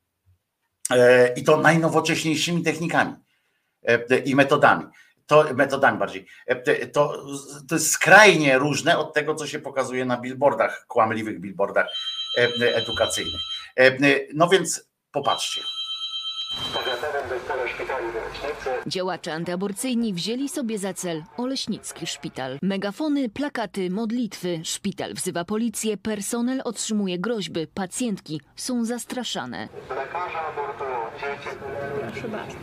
i to najnowocześniejszymi technikami i metodami. Metodami bardziej. To jest skrajnie różne od tego, co się pokazuje na billboardach, kłamliwych billboardach edukacyjnych. No więc popatrzcie. Działacze antyaborcyjni wzięli sobie za cel Oleśnicki Szpital. Megafony, plakaty, modlitwy. Szpital wzywa policję, personel otrzymuje groźby, pacjentki są zastraszane. Lekarze abortują dzieci. Proszę bardzo.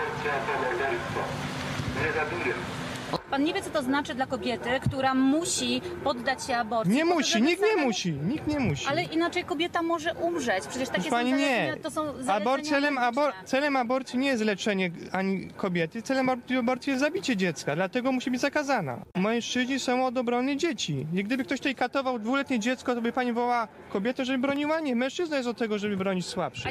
Nie zabiję. Pan nie wie, co to znaczy dla kobiety, która musi poddać się aborcji. Nie musi, nikt nie musi. Ale inaczej kobieta może umrzeć. Przecież takie pani, są nie. To są Celem aborcji nie jest leczenie ani kobiety, celem aborcji jest zabicie dziecka, dlatego musi być zakazana. Mężczyźni są od obrony dzieci. I gdyby ktoś tutaj katował dwuletnie dziecko, to by pani wołała kobietę, żeby broniła? Nie, mężczyzna jest od tego, żeby bronić słabszych.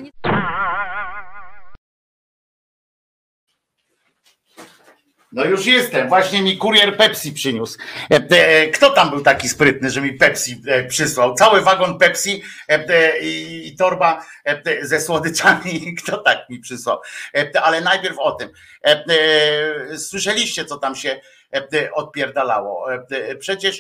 No już jestem, właśnie mi kurier Pepsi przyniósł. Kto tam był taki sprytny, że mi Pepsi przysłał? Cały wagon Pepsi i torba ze słodyczami. Kto tak mi przysłał? Ale najpierw o tym. Słyszeliście, co tam się odpierdalało. Przecież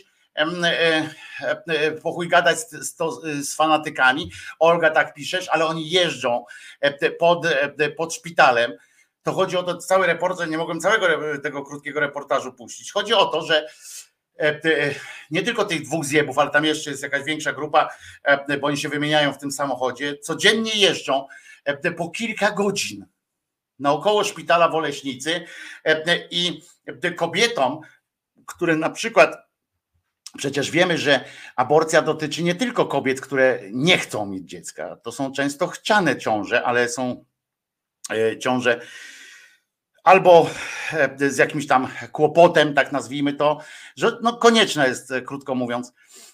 pochuj gadać z fanatykami. Olga, tak piszesz, ale oni jeżdżą pod szpitalem. To chodzi o to, cały reportaż, nie mogłem całego tego krótkiego reportażu puścić. Chodzi o to, że nie tylko tych dwóch zjebów, ale tam jeszcze jest jakaś większa grupa, bo oni się wymieniają w tym samochodzie, codziennie jeżdżą po kilka godzin naokoło szpitala w Oleśnicy i kobietom, które na przykład, przecież wiemy, że aborcja dotyczy nie tylko kobiet, które nie chcą mieć dziecka. To są często chciane ciąże, ale są ciąże albo z jakimś tam kłopotem, tak nazwijmy to, że no konieczna jest, krótko mówiąc,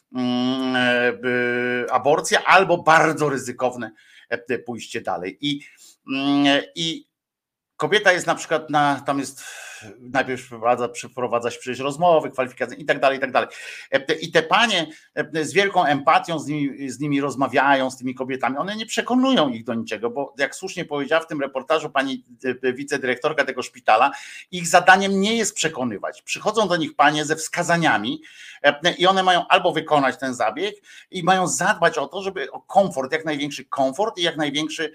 aborcja, albo bardzo ryzykowne pójście dalej. I kobieta jest na przykład tam jest, najpierw przeprowadza się przecież rozmowy, kwalifikacje i tak dalej, i tak dalej. I te panie z wielką empatią z nimi rozmawiają, z tymi kobietami. One nie przekonują ich do niczego, bo jak słusznie powiedziała w tym reportażu pani wicedyrektorka tego szpitala, ich zadaniem nie jest przekonywać. Przychodzą do nich panie ze wskazaniami i one mają albo wykonać ten zabieg i mają zadbać o to, żeby o komfort, jak największy komfort i jak największy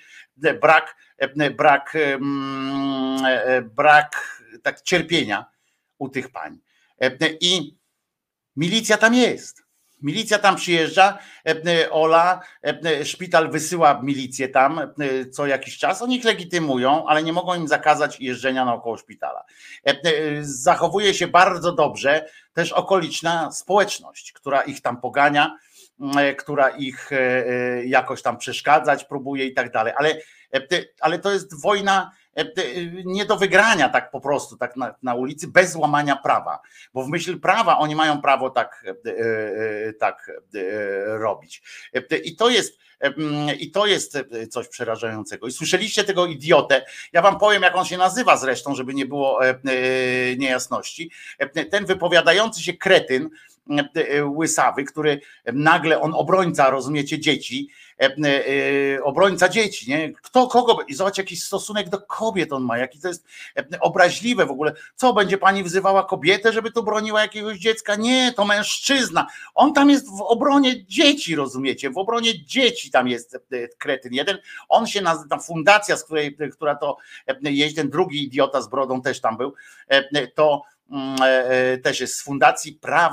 brak tak cierpienia u tych pań. I milicja tam jest. Milicja tam przyjeżdża, Ola, szpital wysyła milicję tam co jakiś czas, oni ich legitymują, ale nie mogą im zakazać jeżdżenia naokoło szpitala. Zachowuje się bardzo dobrze też okoliczna społeczność, która ich tam pogania, która ich jakoś tam przeszkadzać próbuje i tak dalej, ale to jest wojna nie do wygrania tak po prostu, tak na ulicy, bez łamania prawa, bo w myśl prawa oni mają prawo tak robić. I to jest coś przerażającego. I słyszeliście tego idiotę, ja wam powiem, jak on się nazywa zresztą, żeby nie było niejasności, ten wypowiadający się kretyn, łysawy, który nagle, on obrońca, rozumiecie, dzieci, obrońca dzieci, nie? Kogo? I zobacz, jaki stosunek do kobiet on ma, jaki to jest obraźliwe w ogóle. Co, będzie pani wzywała kobietę, żeby tu broniła jakiegoś dziecka? Nie, to mężczyzna. On tam jest w obronie dzieci, rozumiecie? W obronie dzieci tam jest kretyn jeden. On się nazywa, fundacja, która to jest, ten drugi idiota z brodą też tam był, to też jest z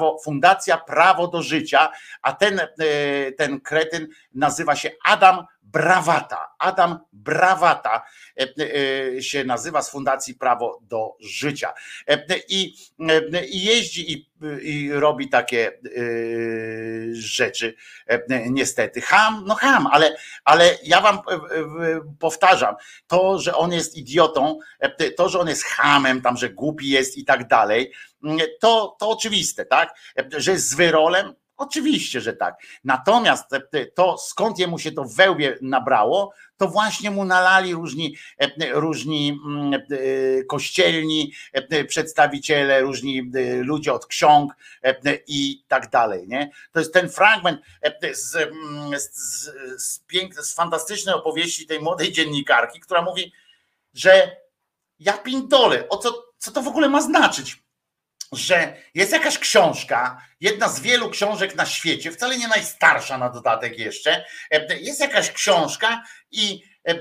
Fundacja Prawo do Życia, a ten kretyn nazywa się Adam Brawata. Adam Brawata się nazywa, z Fundacji Prawo do Życia. I jeździ i robi takie rzeczy. Niestety. Ham, no ham, ale ja wam powtarzam, to, że on jest idiotą, to, że on jest chamem, tam, że głupi jest i tak dalej, to oczywiste, tak? Że jest zwyrolem. Oczywiście, że tak. Natomiast to, skąd jemu się to w wełbie nabrało, to właśnie mu nalali różni kościelni przedstawiciele, różni ludzie od ksiąg i tak dalej. Nie? To jest ten fragment z fantastycznej opowieści tej młodej dziennikarki, która mówi, że ja pindolę, co to w ogóle ma znaczyć? Że jest jakaś książka, jedna z wielu książek na świecie, wcale nie najstarsza na dodatek jeszcze, jest jakaś książka i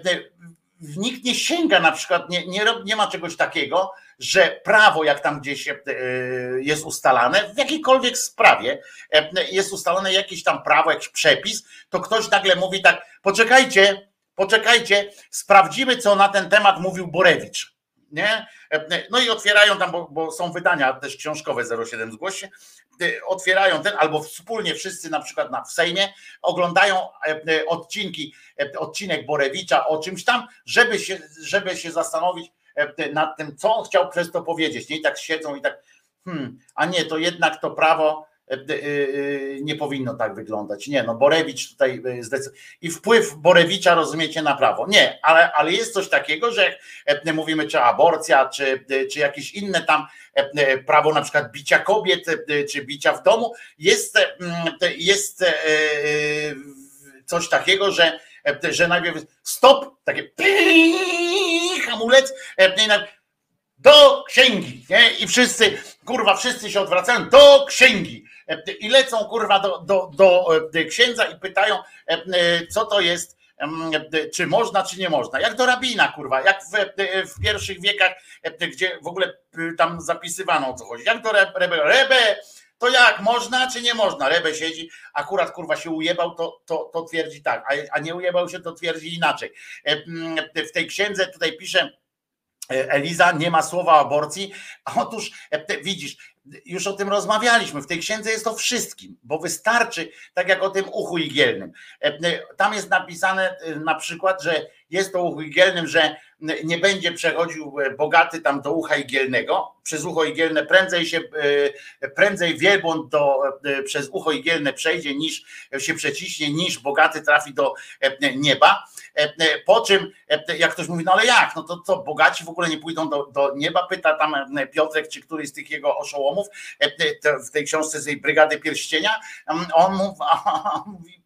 nikt nie sięga, na przykład nie ma czegoś takiego, że prawo, jak tam gdzieś jest ustalane, w jakiejkolwiek sprawie jest ustalone jakieś tam prawo, jakiś przepis, to ktoś nagle mówi tak, poczekajcie, sprawdzimy, co na ten temat mówił Borewicz. Nie? No i otwierają tam, bo są wydania też książkowe 07 zgłoś się, otwierają ten, albo wspólnie wszyscy na przykład w Sejmie oglądają odcinek Borewicza o czymś tam, żeby się zastanowić nad tym, co on chciał przez to powiedzieć. Nie? I tak siedzą i tak, a nie, to jednak to prawo nie powinno tak wyglądać. Nie, no Borewicz tutaj i wpływ Borewicza, rozumiecie, na prawo. Nie, ale jest coś takiego, że jak mówimy, czy aborcja, czy jakieś inne tam prawo, na przykład bicia kobiet, czy bicia w domu, jest coś takiego, że najpierw stop, takie hamulec, do księgi, nie? I wszyscy się odwracają do księgi i lecą do księdza i pytają, co to jest, czy można, czy nie można. Jak do rabina, jak w pierwszych wiekach, gdzie w ogóle tam zapisywano, o co chodzi. Jak do Rebe, to jak, można, czy nie można? Rebe siedzi, akurat się ujebał, to twierdzi tak, a nie ujebał się, to twierdzi inaczej. W tej księdze tutaj pisze Eliza, nie ma słowa o aborcji. Otóż widzisz, już o tym rozmawialiśmy, w tej księdze jest o wszystkim, bo wystarczy, tak jak o tym uchu igielnym. Tam jest napisane na przykład, że jest to uchu igielnym, że nie będzie przechodził bogaty tam do ucha igielnego, przez ucho igielne prędzej wielbłąd przez ucho igielne przejdzie, niż się przeciśnie, niż bogaty trafi do nieba. Po czym, jak ktoś mówi, no ale jak, no to co, bogaci w ogóle nie pójdą do nieba, pyta tam Piotrek, czy któryś z tych jego oszołomów w tej książce z tej Brygady Pierścienia, on mówi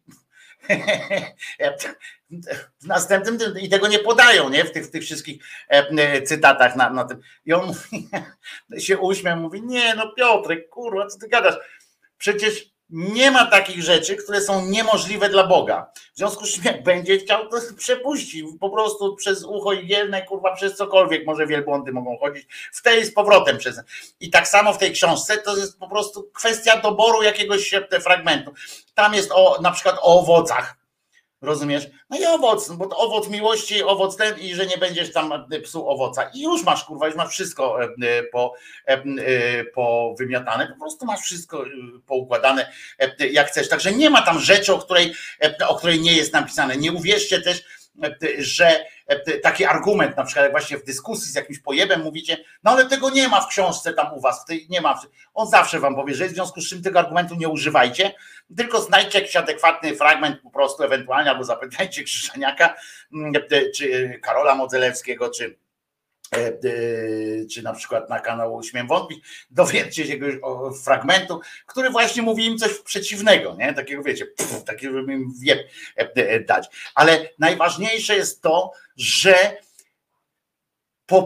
w następnym, i tego nie podają, nie? W tych wszystkich cytatach na tym. I on mówi, się uśmiał, mówi, nie no Piotrek, kurwa, co ty gadasz? Przecież nie ma takich rzeczy, które są niemożliwe dla Boga. W związku z czym jak będzie chciał, to przepuści po prostu przez ucho igielne, przez cokolwiek, może wielbłądy mogą chodzić, w tej z powrotem przez. I tak samo w tej książce to jest po prostu kwestia doboru jakiegoś fragmentu. Tam jest na przykład o owocach. Rozumiesz? No i owoc, bo to owoc miłości, owoc ten i że nie będziesz tam psuł owoca. I już masz, już masz wszystko powymiatane, po prostu masz wszystko poukładane jak chcesz. Także nie ma tam rzeczy, o której nie jest napisane. Nie uwierzcie też, że taki argument, na przykład jak właśnie w dyskusji z jakimś pojebem mówicie, no ale tego nie ma w książce tam u was, nie ma. On zawsze wam powie, że jest, w związku z czym tego argumentu nie używajcie, tylko znajdźcie jakiś adekwatny fragment po prostu ewentualnie, albo zapytajcie Krzyżaniaka, czy Karola Modzelewskiego, czy na przykład na kanału Śmiem Wątpić, dowiedzcie się jakiegoś fragmentu, który właśnie mówi im coś przeciwnego, nie? Takiego wiecie, takiego, żeby im wieb dać. Ale najważniejsze jest to, że po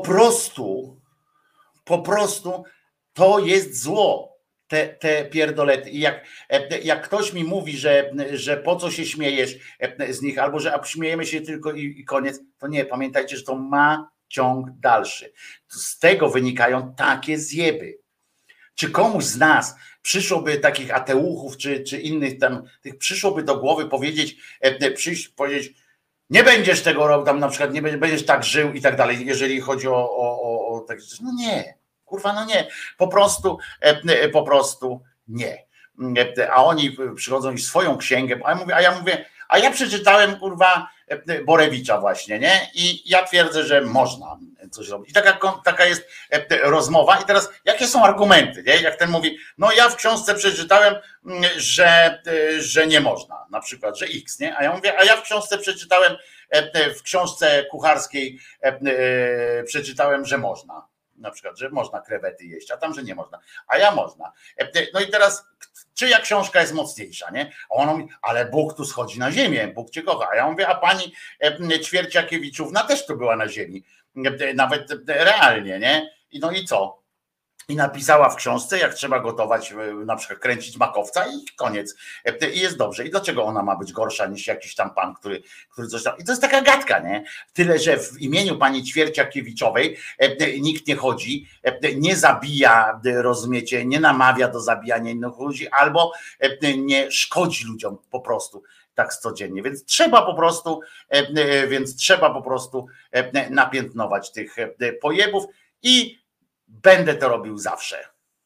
prostu to jest zło, te pierdolety. I jak ktoś mi mówi, że po co się śmiejesz z nich, albo że śmiejemy się tylko i koniec, to nie, pamiętajcie, że to ma ciąg dalszy. Z tego wynikają takie zjeby. Czy komuś z nas przyszłoby takich ateuchów, czy innych tam, tych przyszłoby do głowy powiedzieć, nie będziesz tego robił, tam na przykład nie będziesz tak żył i tak dalej, jeżeli chodzi o takie rzeczy. No nie, kurwa, no nie, po prostu nie. A oni przychodzą i swoją księgę, a ja przeczytałem, kurwa, Borewicza właśnie, nie? I ja twierdzę, że można coś robić. I taka jest rozmowa. I teraz jakie są argumenty, nie? Jak ten mówi, no ja w książce przeczytałem, że nie można, na przykład, że X, nie? A ja mówię, a ja w książce przeczytałem, w książce kucharskiej przeczytałem, że można. Na przykład, że można krewety jeść, a tam, że nie można. A ja można. No i teraz czyja książka jest mocniejsza, nie? A ona mówi, ale Bóg tu schodzi na ziemię, Bóg cię kocha. A ja mówię, a pani Ćwierciakiewiczówna też tu była na ziemi. Nawet realnie, nie? No i co? I napisała w książce, jak trzeba gotować, na przykład kręcić makowca i koniec. I jest dobrze. I dlaczego ona ma być gorsza niż jakiś tam pan, który coś tam... I to jest taka gadka, nie? Tyle, że w imieniu pani Ćwierciakiewiczowej nikt nie chodzi, nie zabija, rozumiecie, nie namawia do zabijania innych ludzi, albo nie szkodzi ludziom po prostu tak codziennie. Więc trzeba po prostu napiętnować tych pojebów i będę to robił zawsze.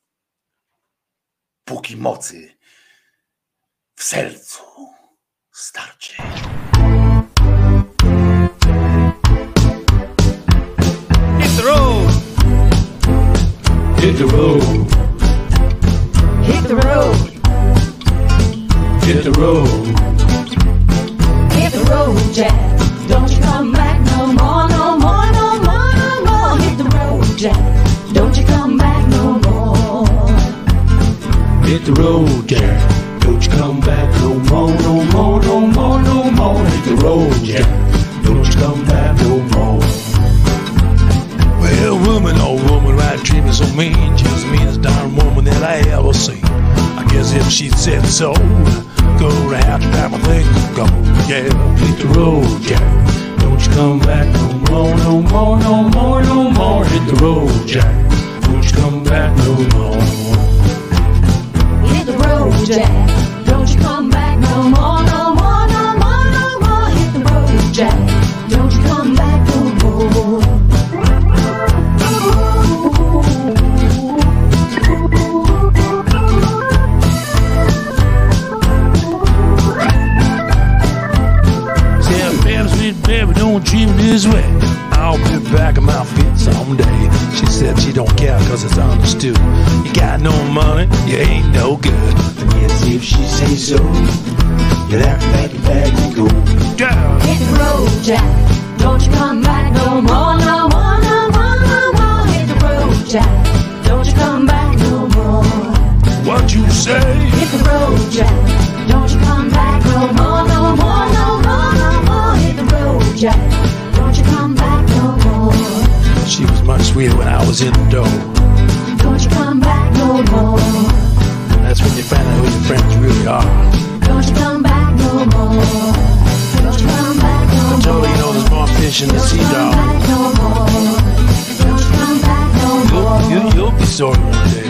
Póki mocy w sercu starczy. Hit the road. Hit the road. Hit the road. Hit the road. Hit the road, Jack. Don't you come back no more, no more, no more, no more. Hit the road, Jack. Don't you come back no more. Hit the road, Jack. Don't you come back no more, no more, no more, no more. Hit the road, Jack. Don't you come back no more. Well, woman, oh woman, right, treat me so mean. She's the meanest darn woman that I ever seen. I guess if she said so, gonna have to pack my things and go. Yeah, hit the road, Jack. Don't you come back no more, no more, no more, no more. Hit the road, Jack. Don't you come back no more. Hit the road, Jack. Don't you come back no more, no more, no more, no more. Hit the road, Jack. Don't you come back no more. Baby, don't treat me this way. I'll be back in my feet someday. She said she don't care cause it's understood. You got no money, you ain't no good. I guess if she says so, you'll have to pack your bags and go. Girl. Hit the road, Jack. Don't you come back no more, no more, no more, no more. Hit the road, Jack. Don't you come back no more. What you say? Hit the road, Jack. Don't you come back no more, no more, no more, no more. Hit the road, Jack. Don't you come back no more. She was much sweeter when I was in the door. Don't you come back no more. That's when you find out who your friends really are. Don't you come back no more. Don't you come back no more. I told her, you know, there's more fish in the sea, dog. No more. Don't you come back no more. You'll be sorry one day.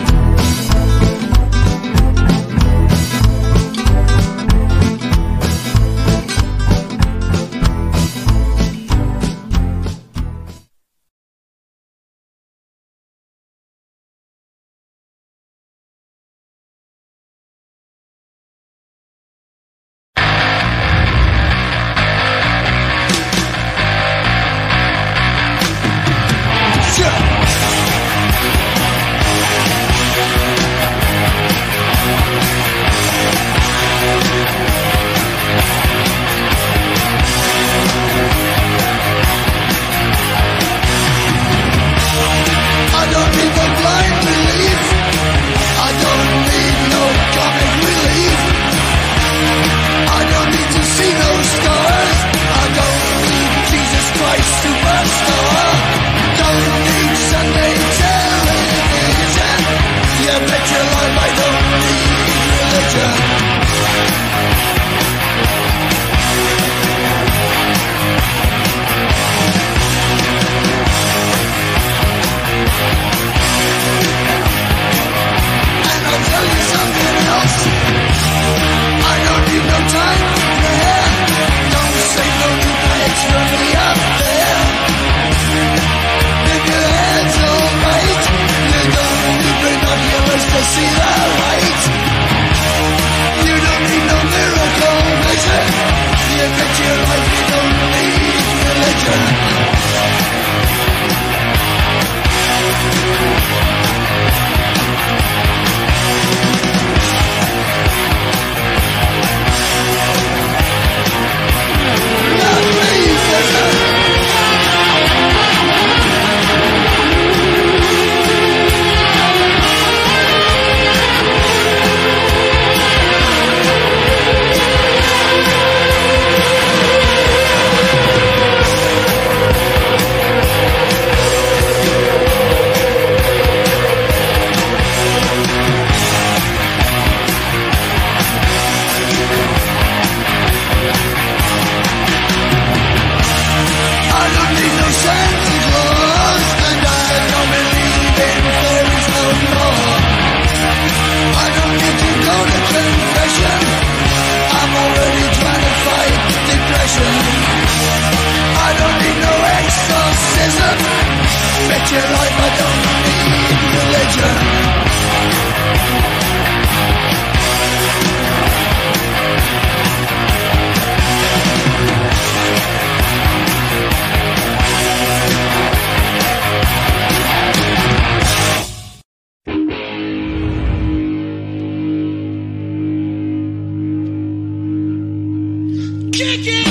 kick it.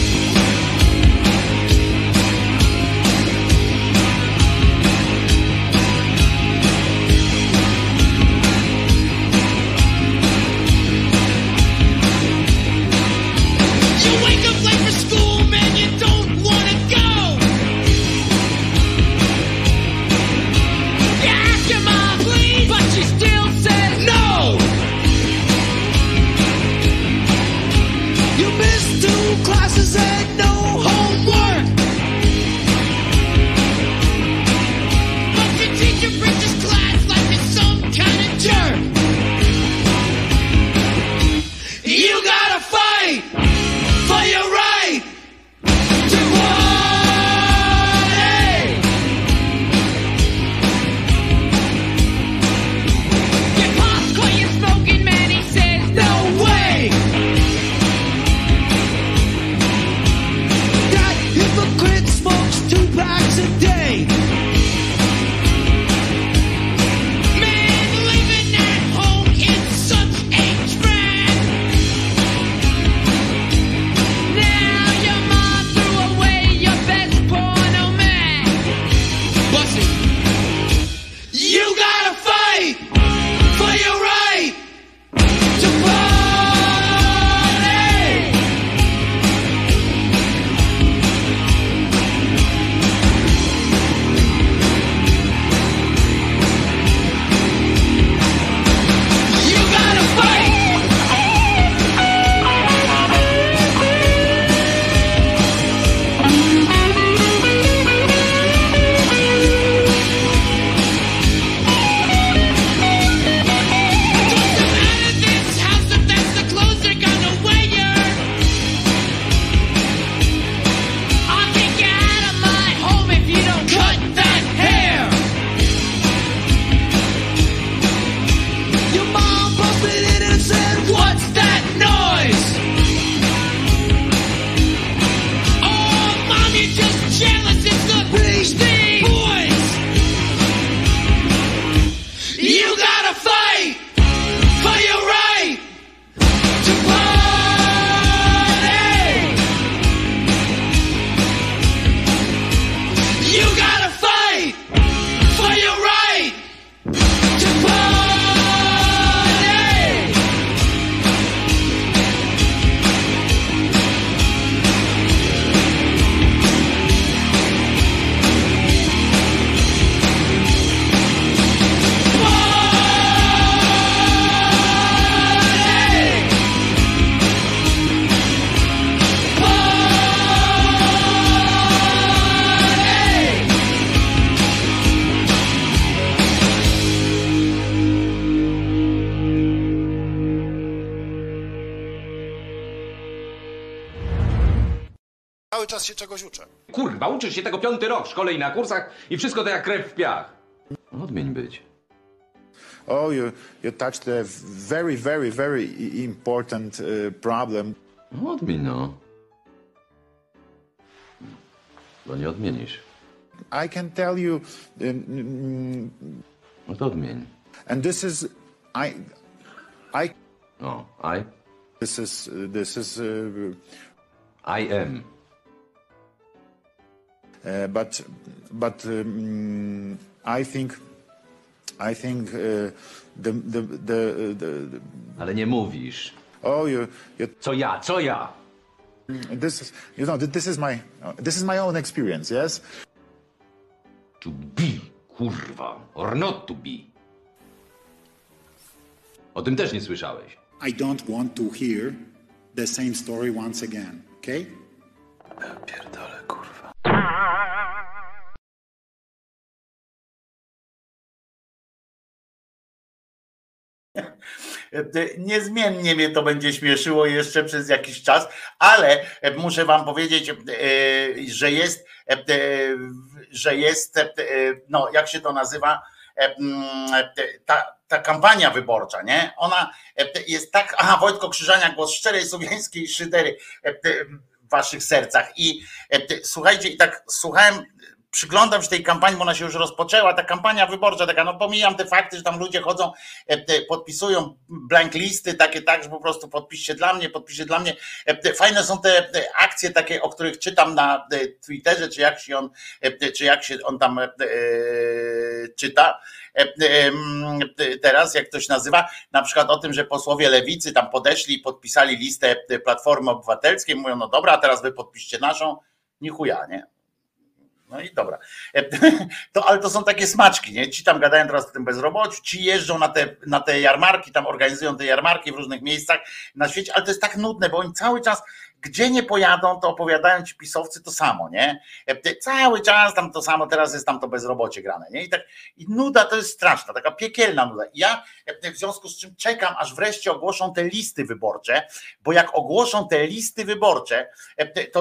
You wake up late for school, man, you don't wanna go. You ask your mom, please, but she still says no. You missed 2 classes and no homework. But your teacher preaches class like it's some kind of jerk. You gotta fight for your right to party. Your pops caught you smoking, man, he says no way. That hypocrite smokes 2 packs a day. Man, living at home is such a drag. Now your mom threw away your best porno man. Bust it. You gotta fight for your right to party. You gotta fight. This house, if that's the clothes they're gonna wear. I'll kick you out of my home if you don't cut that hair. Your mom busted in and said, "What's that noise?" Oh, mom, you're just jealous. It's the Beastie Boys. You gotta fight for your right to party. You gotta fight for your right to party. Cały czas się czegoś uczę. Kurwa, uczysz się tego 5. rok w szkole i na kursach i wszystko to jak krew w piach. Odmień być. Oh, you touched a very, very, very important problem. Odmień, no. Bo nie odmienisz. I can tell you... No to odmień. And this is... I... No, I? This is... I am. But I think the Ale nie mówisz. Oh, you Co ja? Co ja? This is, you know, this is my own experience, yes? To be, kurwa, or not to be. O tym też nie słyszałeś. I don't want to hear the same story once again, okay? Pierdolę, kurwa. Niezmiennie mnie to będzie śmieszyło jeszcze przez jakiś czas, ale muszę wam powiedzieć, że jest, no jak się to nazywa, ta kampania wyborcza, nie? Ona jest tak, Wojtko Krzyżania, głos szczerej słowiańskiej szydery w waszych sercach. I słuchajcie, i tak słuchałem przyglądam się tej kampanii, bo ona się już rozpoczęła, ta kampania wyborcza taka, no pomijam te fakty, że tam ludzie chodzą, podpisują blank listy, takie tak, że po prostu podpiszcie dla mnie. Fajne są te akcje takie, o których czytam na Twitterze, czy jak się on tam czyta teraz, jak to się nazywa, na przykład o tym, że posłowie Lewicy tam podeszli i podpisali listę Platformy Obywatelskiej, mówią, no dobra, a teraz wy podpiszcie naszą, ni chuja, nie? No i dobra. Ale to są takie smaczki, nie? Ci tam gadają teraz o tym bezrobociu, ci jeżdżą na te jarmarki, tam organizują te jarmarki w różnych miejscach na świecie, ale to jest tak nudne, bo oni cały czas, gdzie nie pojadą, to opowiadają ci pisowcy to samo, nie? Cały czas tam to samo, teraz jest tam to bezrobocie grane, nie? I nuda to jest straszna, taka piekielna nuda. Ja w związku z czym czekam, aż wreszcie ogłoszą te listy wyborcze, bo jak ogłoszą te listy wyborcze, to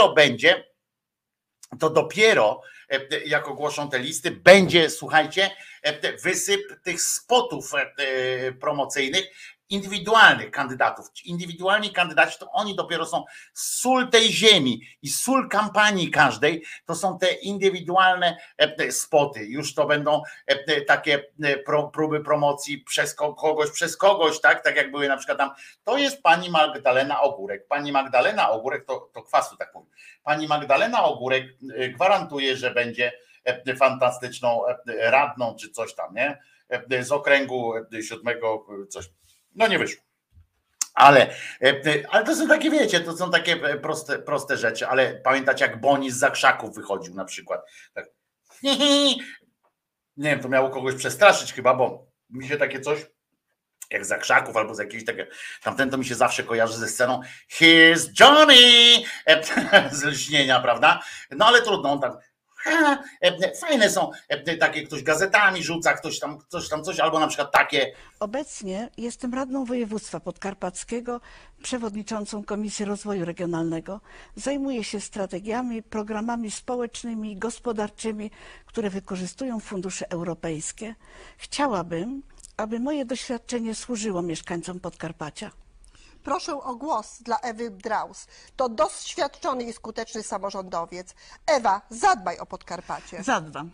dopiero jak ogłoszą te listy, będzie, słuchajcie, wysyp tych spotów promocyjnych indywidualnych kandydatów. Indywidualni kandydaci to oni dopiero są sól tej ziemi i sól kampanii każdej, to są te indywidualne spoty. Już to będą takie próby promocji przez kogoś, tak jak były na przykład tam, to jest pani Magdalena Ogórek. Pani Magdalena Ogórek, to kwasu tak powiem. Pani Magdalena Ogórek gwarantuje, że będzie fantastyczną radną czy coś tam, nie? Z okręgu 7 coś. No nie wyszło. Ale to są takie, wiecie, to są takie proste rzeczy, ale pamiętacie, jak Boni z Zakrzaków wychodził na przykład. Tak. Nie wiem, to miało kogoś przestraszyć chyba, bo mi się takie coś jak z Zakrzaków albo z jakiejś takiej, tamten to mi się zawsze kojarzy ze sceną Here's Johnny z Lśnienia, prawda? No ale trudno, on tam fajne są takie, ktoś gazetami rzuca, ktoś tam coś, albo na przykład takie. Obecnie jestem radną województwa podkarpackiego, przewodniczącą Komisji Rozwoju Regionalnego. Zajmuję się strategiami, programami społecznymi, gospodarczymi, które wykorzystują fundusze europejskie. Chciałabym, aby moje doświadczenie służyło mieszkańcom Podkarpacia. Proszę o głos dla Ewy Braus. To doświadczony i skuteczny samorządowiec. Ewa, zadbaj o Podkarpacie. Zadbam.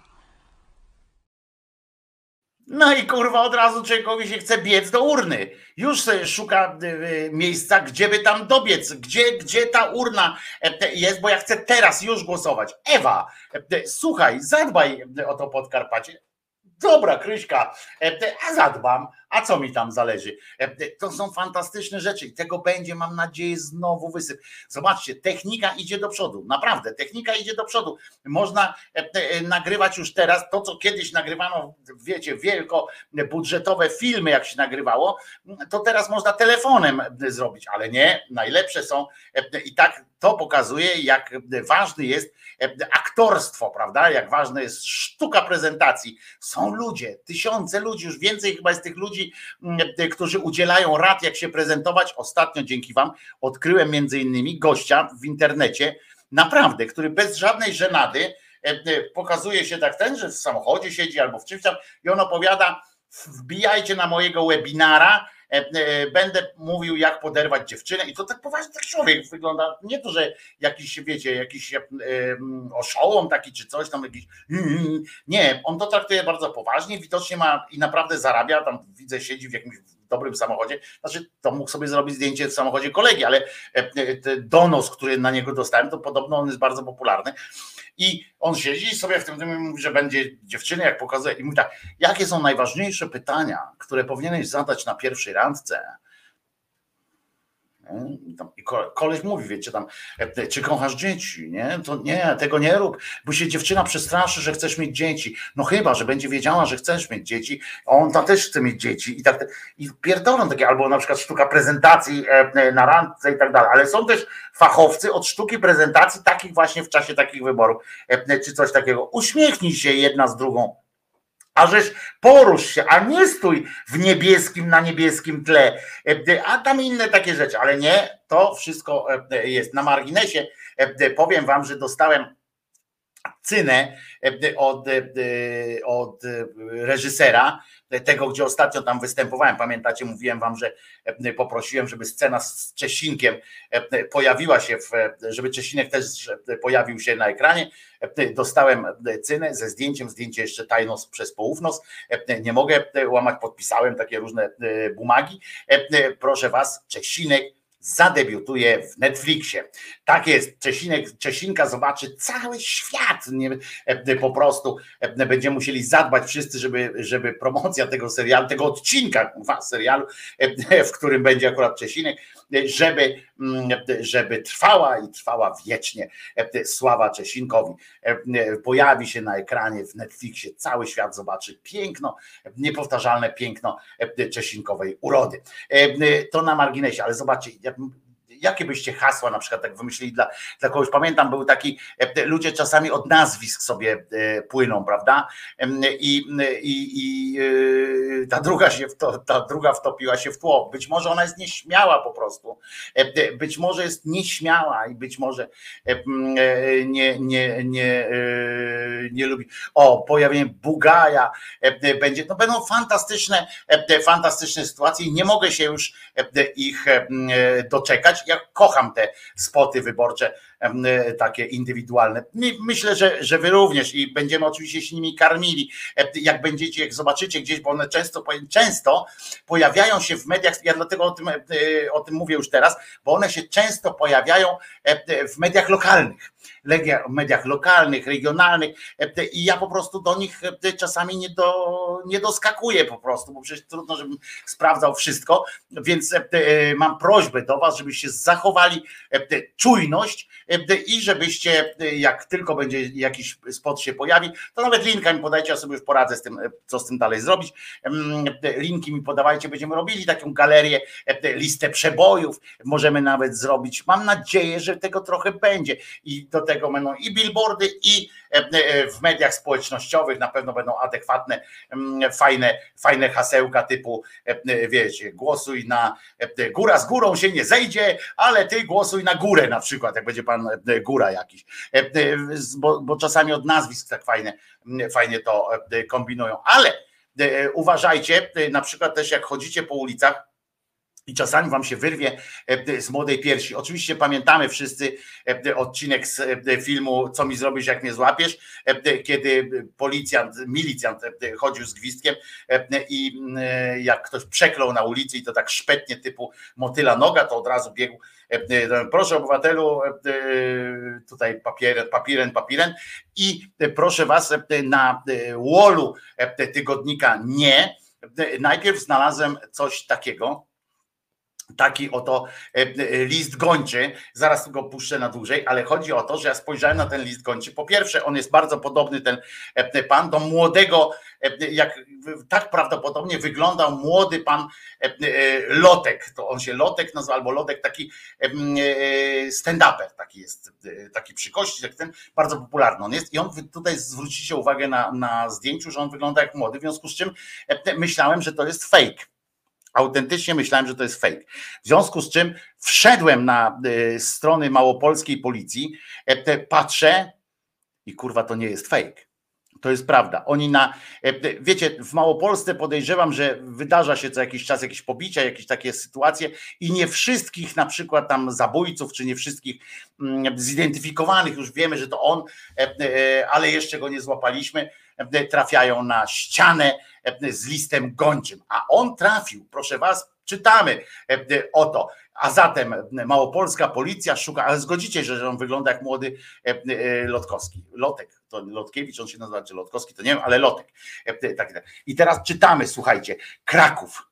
No i kurwa od razu człowiekowi się chce biec do urny. Już sobie szuka miejsca, gdzie by tam dobiec. Gdzie ta urna jest, bo ja chcę teraz już głosować. Ewa, słuchaj, zadbaj o to Podkarpacie. Dobra, Kryśka, a zadbam, a co mi tam zależy? To są fantastyczne rzeczy i tego będzie, mam nadzieję, znowu wysyp. Zobaczcie, technika idzie do przodu, naprawdę, technika idzie do przodu. Można nagrywać już teraz to, co kiedyś nagrywano, wiecie, wielkobudżetowe filmy, jak się nagrywało, to teraz można telefonem zrobić, ale nie, najlepsze są i tak to pokazuje, jak ważny jest aktorstwo, prawda? Jak ważna jest sztuka prezentacji. Są ludzie, tysiące ludzi, już więcej chyba jest tych ludzi, którzy udzielają rad, jak się prezentować. Ostatnio dzięki wam odkryłem między innymi gościa w internecie, naprawdę, który bez żadnej żenady pokazuje się tak że w samochodzie siedzi albo w czymś tam i on opowiada, wbijajcie na mojego webinara, będę mówił, jak poderwać dziewczynę i to tak poważnie tak człowiek wygląda, nie to, że jakiś, wiecie, jakiś oszołom taki czy coś tam, jakiś nie, on to traktuje bardzo poważnie, widocznie ma i naprawdę zarabia, tam widzę, siedzi w jakimś dobrym samochodzie, znaczy to mógł sobie zrobić zdjęcie w samochodzie kolegi, ale donos, który na niego dostałem, to podobno on jest bardzo popularny i on siedzi sobie w tym mówi, że będzie dziewczyny, jak pokazuje i mówi tak, jakie są najważniejsze pytania, które powinieneś zadać na pierwszej randce? I koleś mówi, wiecie, tam, czy kochasz dzieci, nie? To nie, tego nie rób, bo się dziewczyna przestraszy, że chcesz mieć dzieci. No chyba, że będzie wiedziała, że chcesz mieć dzieci, a on tam też chce mieć dzieci i tak, i pierdolą takie, albo na przykład sztuka prezentacji na randce i tak dalej, ale są też fachowcy od sztuki prezentacji takich właśnie w czasie takich wyborów, czy coś takiego. Uśmiechnij się jedna z drugą, a żeś porusz się, a nie stój na niebieskim tle, a tam inne takie rzeczy, ale nie, to wszystko jest na marginesie. Powiem wam, że dostałem cynę od reżysera, tego, gdzie ostatnio tam występowałem. Pamiętacie, mówiłem wam, że poprosiłem, żeby scena z Czesinkiem pojawiła się, żeby Czesinek też pojawił się na ekranie. Dostałem cynę ze zdjęciem, zdjęcie jeszcze tajno przez poufnos. Nie mogę łamać, podpisałem takie różne bumagi. Proszę was, Czesinek zadebiutuje w Netflixie. Tak jest, Czesinka zobaczy cały świat. Po prostu będziemy musieli zadbać wszyscy, żeby promocja tego serialu, tego odcinka serialu, w którym będzie akurat Czesinek, żeby trwała i trwała wiecznie sława Czesinkowi. Pojawi się na ekranie w Netflixie, cały świat zobaczy piękno, niepowtarzalne piękno Czesinkowej urody. To na marginesie, ale zobaczcie, jakie byście hasła na przykład tak wymyślili dla kogoś? Pamiętam, był taki, ludzie czasami od nazwisk sobie płyną, prawda? I ta druga wtopiła się w tło. Być może ona jest nieśmiała po prostu. Być może jest nieśmiała i być może nie lubi. O, pojawienie Bugaja będzie. No będą fantastyczne sytuacje i nie mogę się już ich doczekać. Ja kocham te spoty wyborcze, takie indywidualne. Myślę, że wy również i będziemy oczywiście się nimi karmili. Jak zobaczycie gdzieś, bo one często pojawiają się w mediach, ja dlatego o tym mówię już teraz, bo one się często pojawiają w mediach lokalnych, regionalnych i ja po prostu do nich czasami nie doskakuję po prostu, bo przecież trudno, żebym sprawdzał wszystko, więc mam prośbę do was, żebyście zachowali czujność i żebyście, jak tylko będzie jakiś spot się pojawi, to nawet linka mi podajcie, ja sobie już poradzę z tym, co z tym dalej zrobić. Linki mi podawajcie, będziemy robili taką galerię, listę przebojów, możemy nawet zrobić. Mam nadzieję, że tego trochę będzie i do tego będą i billboardy, i w mediach społecznościowych na pewno będą adekwatne, fajne hasełka typu, wiecie, głosuj na góra z górą się nie zejdzie, ale ty głosuj na górę na przykład, jak będzie pan góra jakiś, bo czasami od nazwisk tak fajnie to kombinują, ale uważajcie, na przykład też jak chodzicie po ulicach i czasami wam się wyrwie z młodej piersi. Oczywiście pamiętamy wszyscy odcinek z filmu Co mi zrobisz, jak mnie złapiesz, kiedy milicjant chodził z gwizdkiem i jak ktoś przeklął na ulicy i to tak szpetnie typu motyla noga, to od razu biegł. Proszę obywatelu, tutaj papiren i proszę was na wallu tygodnika Nie. Najpierw znalazłem coś takiego, taki oto list gończy, zaraz go puszczę na dłużej, ale chodzi o to, że ja spojrzałem na ten list gończy. Po pierwsze, on jest bardzo podobny, ten pan, do młodego, jak tak prawdopodobnie wyglądał młody pan Lotek, to on się Lotek nazywa, albo Lotek, taki stand-uper, taki jest, taki przy kości, jak ten, bardzo popularny on jest i on tutaj zwrócicie uwagę na zdjęciu, że on wygląda jak młody, w związku z czym myślałem, że to jest fake. Autentycznie myślałem, że to jest fake. W związku z czym wszedłem na strony małopolskiej policji, patrzę i kurwa, to nie jest fake. To jest prawda. Oni wiecie, w Małopolsce podejrzewam, że wydarza się co jakiś czas jakieś pobicia, jakieś takie sytuacje i nie wszystkich na przykład tam zabójców, czy nie wszystkich zidentyfikowanych, już wiemy, że to on, ale jeszcze go nie złapaliśmy, trafiają na ścianę z listem gończym, a on trafił, proszę was, czytamy o to, a zatem małopolska policja szuka, ale zgodzicie, że on wygląda jak młody Lotkowski, Lotek, to Lotkiewicz, on się nazywa, czy Lotkowski, to nie wiem, ale Lotek. I teraz czytamy, słuchajcie, Kraków.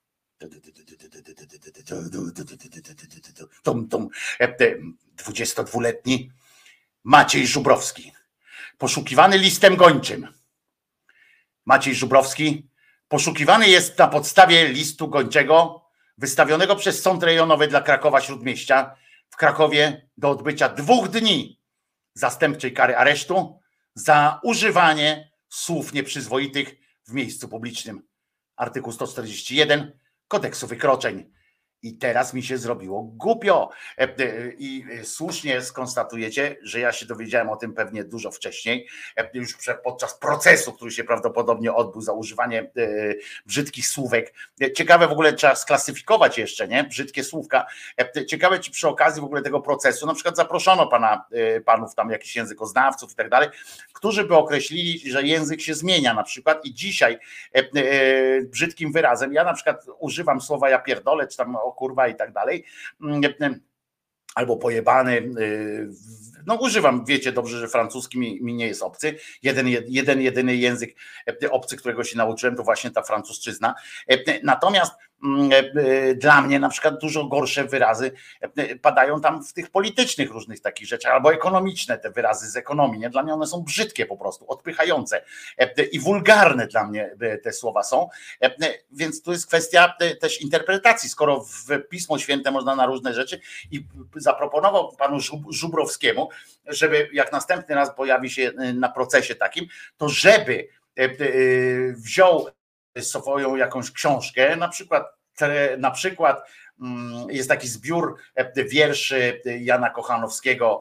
22-letni Maciej Żubrowski, poszukiwany listem gończym. Maciej Żubrowski poszukiwany jest na podstawie listu gończego wystawionego przez Sąd Rejonowy dla Krakowa Śródmieścia w Krakowie do odbycia 2 dni zastępczej kary aresztu za używanie słów nieprzyzwoitych w miejscu publicznym. Artykuł 141 Kodeksu Wykroczeń. I teraz mi się zrobiło głupio. I słusznie skonstatujecie, że ja się dowiedziałem o tym pewnie dużo wcześniej, już podczas procesu, który się prawdopodobnie odbył za używanie brzydkich słówek. Ciekawe w ogóle, trzeba sklasyfikować jeszcze, nie? Brzydkie słówka. Ciekawe, czy przy okazji w ogóle tego procesu na przykład zaproszono panów tam jakichś językoznawców i tak dalej, którzy by określili, że język się zmienia na przykład i dzisiaj brzydkim wyrazem, ja na przykład używam słowa ja pierdolę, czy tam o kurwa i tak dalej, albo pojebany, no używam, wiecie dobrze, że francuski mi nie jest obcy, jedyny język obcy, którego się nauczyłem, to właśnie ta francuszczyzna, natomiast dla mnie na przykład dużo gorsze wyrazy padają tam w tych politycznych różnych takich rzeczach, albo ekonomiczne, te wyrazy z ekonomii, nie? Dla mnie one są brzydkie po prostu, odpychające i wulgarne dla mnie te słowa są, więc tu jest kwestia też interpretacji, skoro w Pismo Święte można na różne rzeczy i zaproponował panu Żubrowskiemu, żeby jak następny raz pojawi się na procesie takim, to żeby wziął swoją jakąś książkę, na przykład jest taki zbiór wierszy Jana Kochanowskiego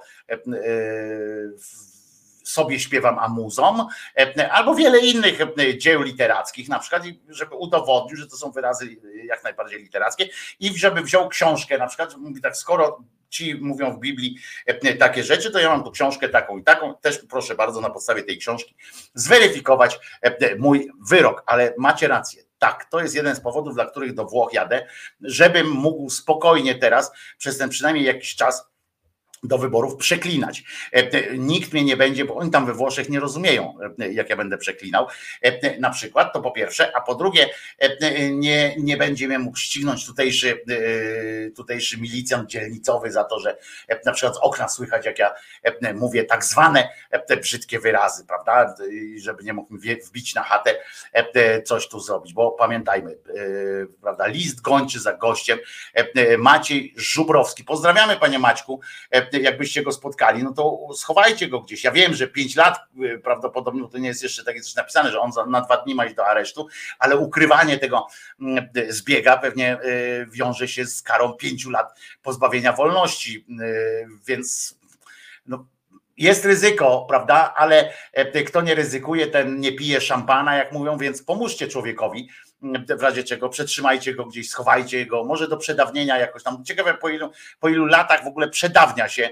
Sobie śpiewam amuzom, albo wiele innych dzieł literackich, na przykład, żeby udowodnił, że to są wyrazy jak najbardziej literackie i żeby wziął książkę, na przykład, mówi tak, skoro ci mówią w Biblii takie rzeczy, to ja mam tu książkę taką i taką, też proszę bardzo na podstawie tej książki zweryfikować mój wyrok, ale macie rację. Tak, to jest jeden z powodów, dla których do Włoch jadę, żebym mógł spokojnie teraz, przez ten przynajmniej jakiś czas do wyborów przeklinać. Nikt mnie nie będzie, bo oni tam we Włoszech nie rozumieją, jak ja będę przeklinał, na przykład, to po pierwsze, a po drugie nie będzie mnie mógł ścignąć tutejszy milicjant dzielnicowy za to, że na przykład z okna słychać, jak ja mówię tak zwane te brzydkie wyrazy, prawda, i żeby nie mógł mi wbić na chatę coś tu zrobić, bo pamiętajmy, prawda, list gończy za gościem, Maciej Żubrowski, pozdrawiamy panie Maćku, jakbyście go spotkali, no to schowajcie go gdzieś. Ja wiem, że 5 lat prawdopodobnie to nie jest jeszcze takie coś napisane, że on na 2 dni ma iść do aresztu, ale ukrywanie tego zbiega pewnie wiąże się z karą 5 lat pozbawienia wolności, więc no, jest ryzyko, prawda, ale kto nie ryzykuje, ten nie pije szampana, jak mówią, więc pomóżcie człowiekowi, w razie czego przetrzymajcie go gdzieś, schowajcie go, może do przedawnienia jakoś tam. Ciekawe po ilu latach w ogóle przedawnia się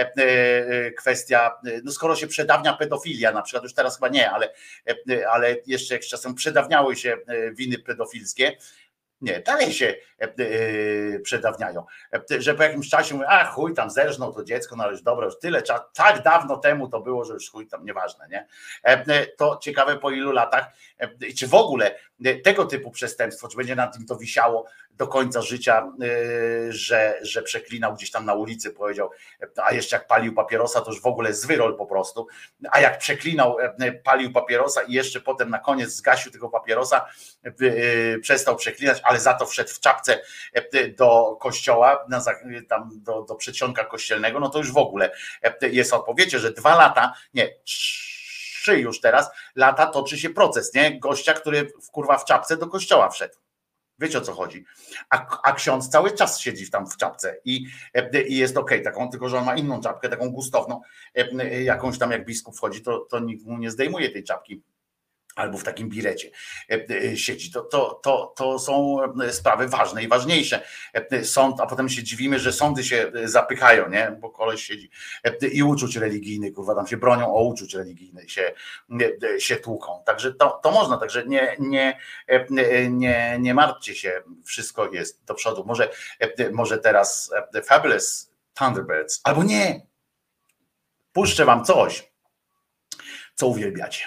kwestia, no skoro się przedawnia pedofilia, na przykład już teraz chyba nie, ale jeszcze jakiś czasem przedawniały się winy pedofilskie, nie, dalej się przedawniają, że po jakimś czasie mówię, a chuj tam zerżnął to dziecko, no ale już dobra, już tyle czasu, tak dawno temu to było, że już chuj tam, nieważne, nie? To ciekawe po ilu latach, czy w ogóle tego typu przestępstwo, czy będzie nad nim to wisiało do końca życia, że przeklinał gdzieś tam na ulicy, powiedział, a jeszcze jak palił papierosa, to już w ogóle zwyrol po prostu, a jak przeklinał, palił papierosa i jeszcze potem na koniec zgasił tego papierosa, przestał przeklinać, ale za to wszedł w czapce do kościoła, tam do przedsionka kościelnego, no to już w ogóle jest odpowiedź, że 2 lata, nie, 3 już teraz lata toczy się proces, nie? Gościa, który w czapce do kościoła wszedł. Wiecie, o co chodzi. A ksiądz cały czas siedzi tam w czapce i jest okej, taką, tylko że on ma inną czapkę, taką gustowną, jakąś tam jak biskup wchodzi, to nikt mu nie zdejmuje tej czapki. Albo w takim birecie siedzi. To są sprawy ważne i ważniejsze. Sąd, a potem się dziwimy, że sądy się zapychają, nie? Bo koleś siedzi i uczuć religijnych, kurwa, tam się bronią o uczuć religijnych, się tłuką. Także to można, także nie martwcie się, wszystko jest do przodu. Może teraz The Fabulous Thunderbirds, albo nie. Puszczę wam coś, co uwielbiacie.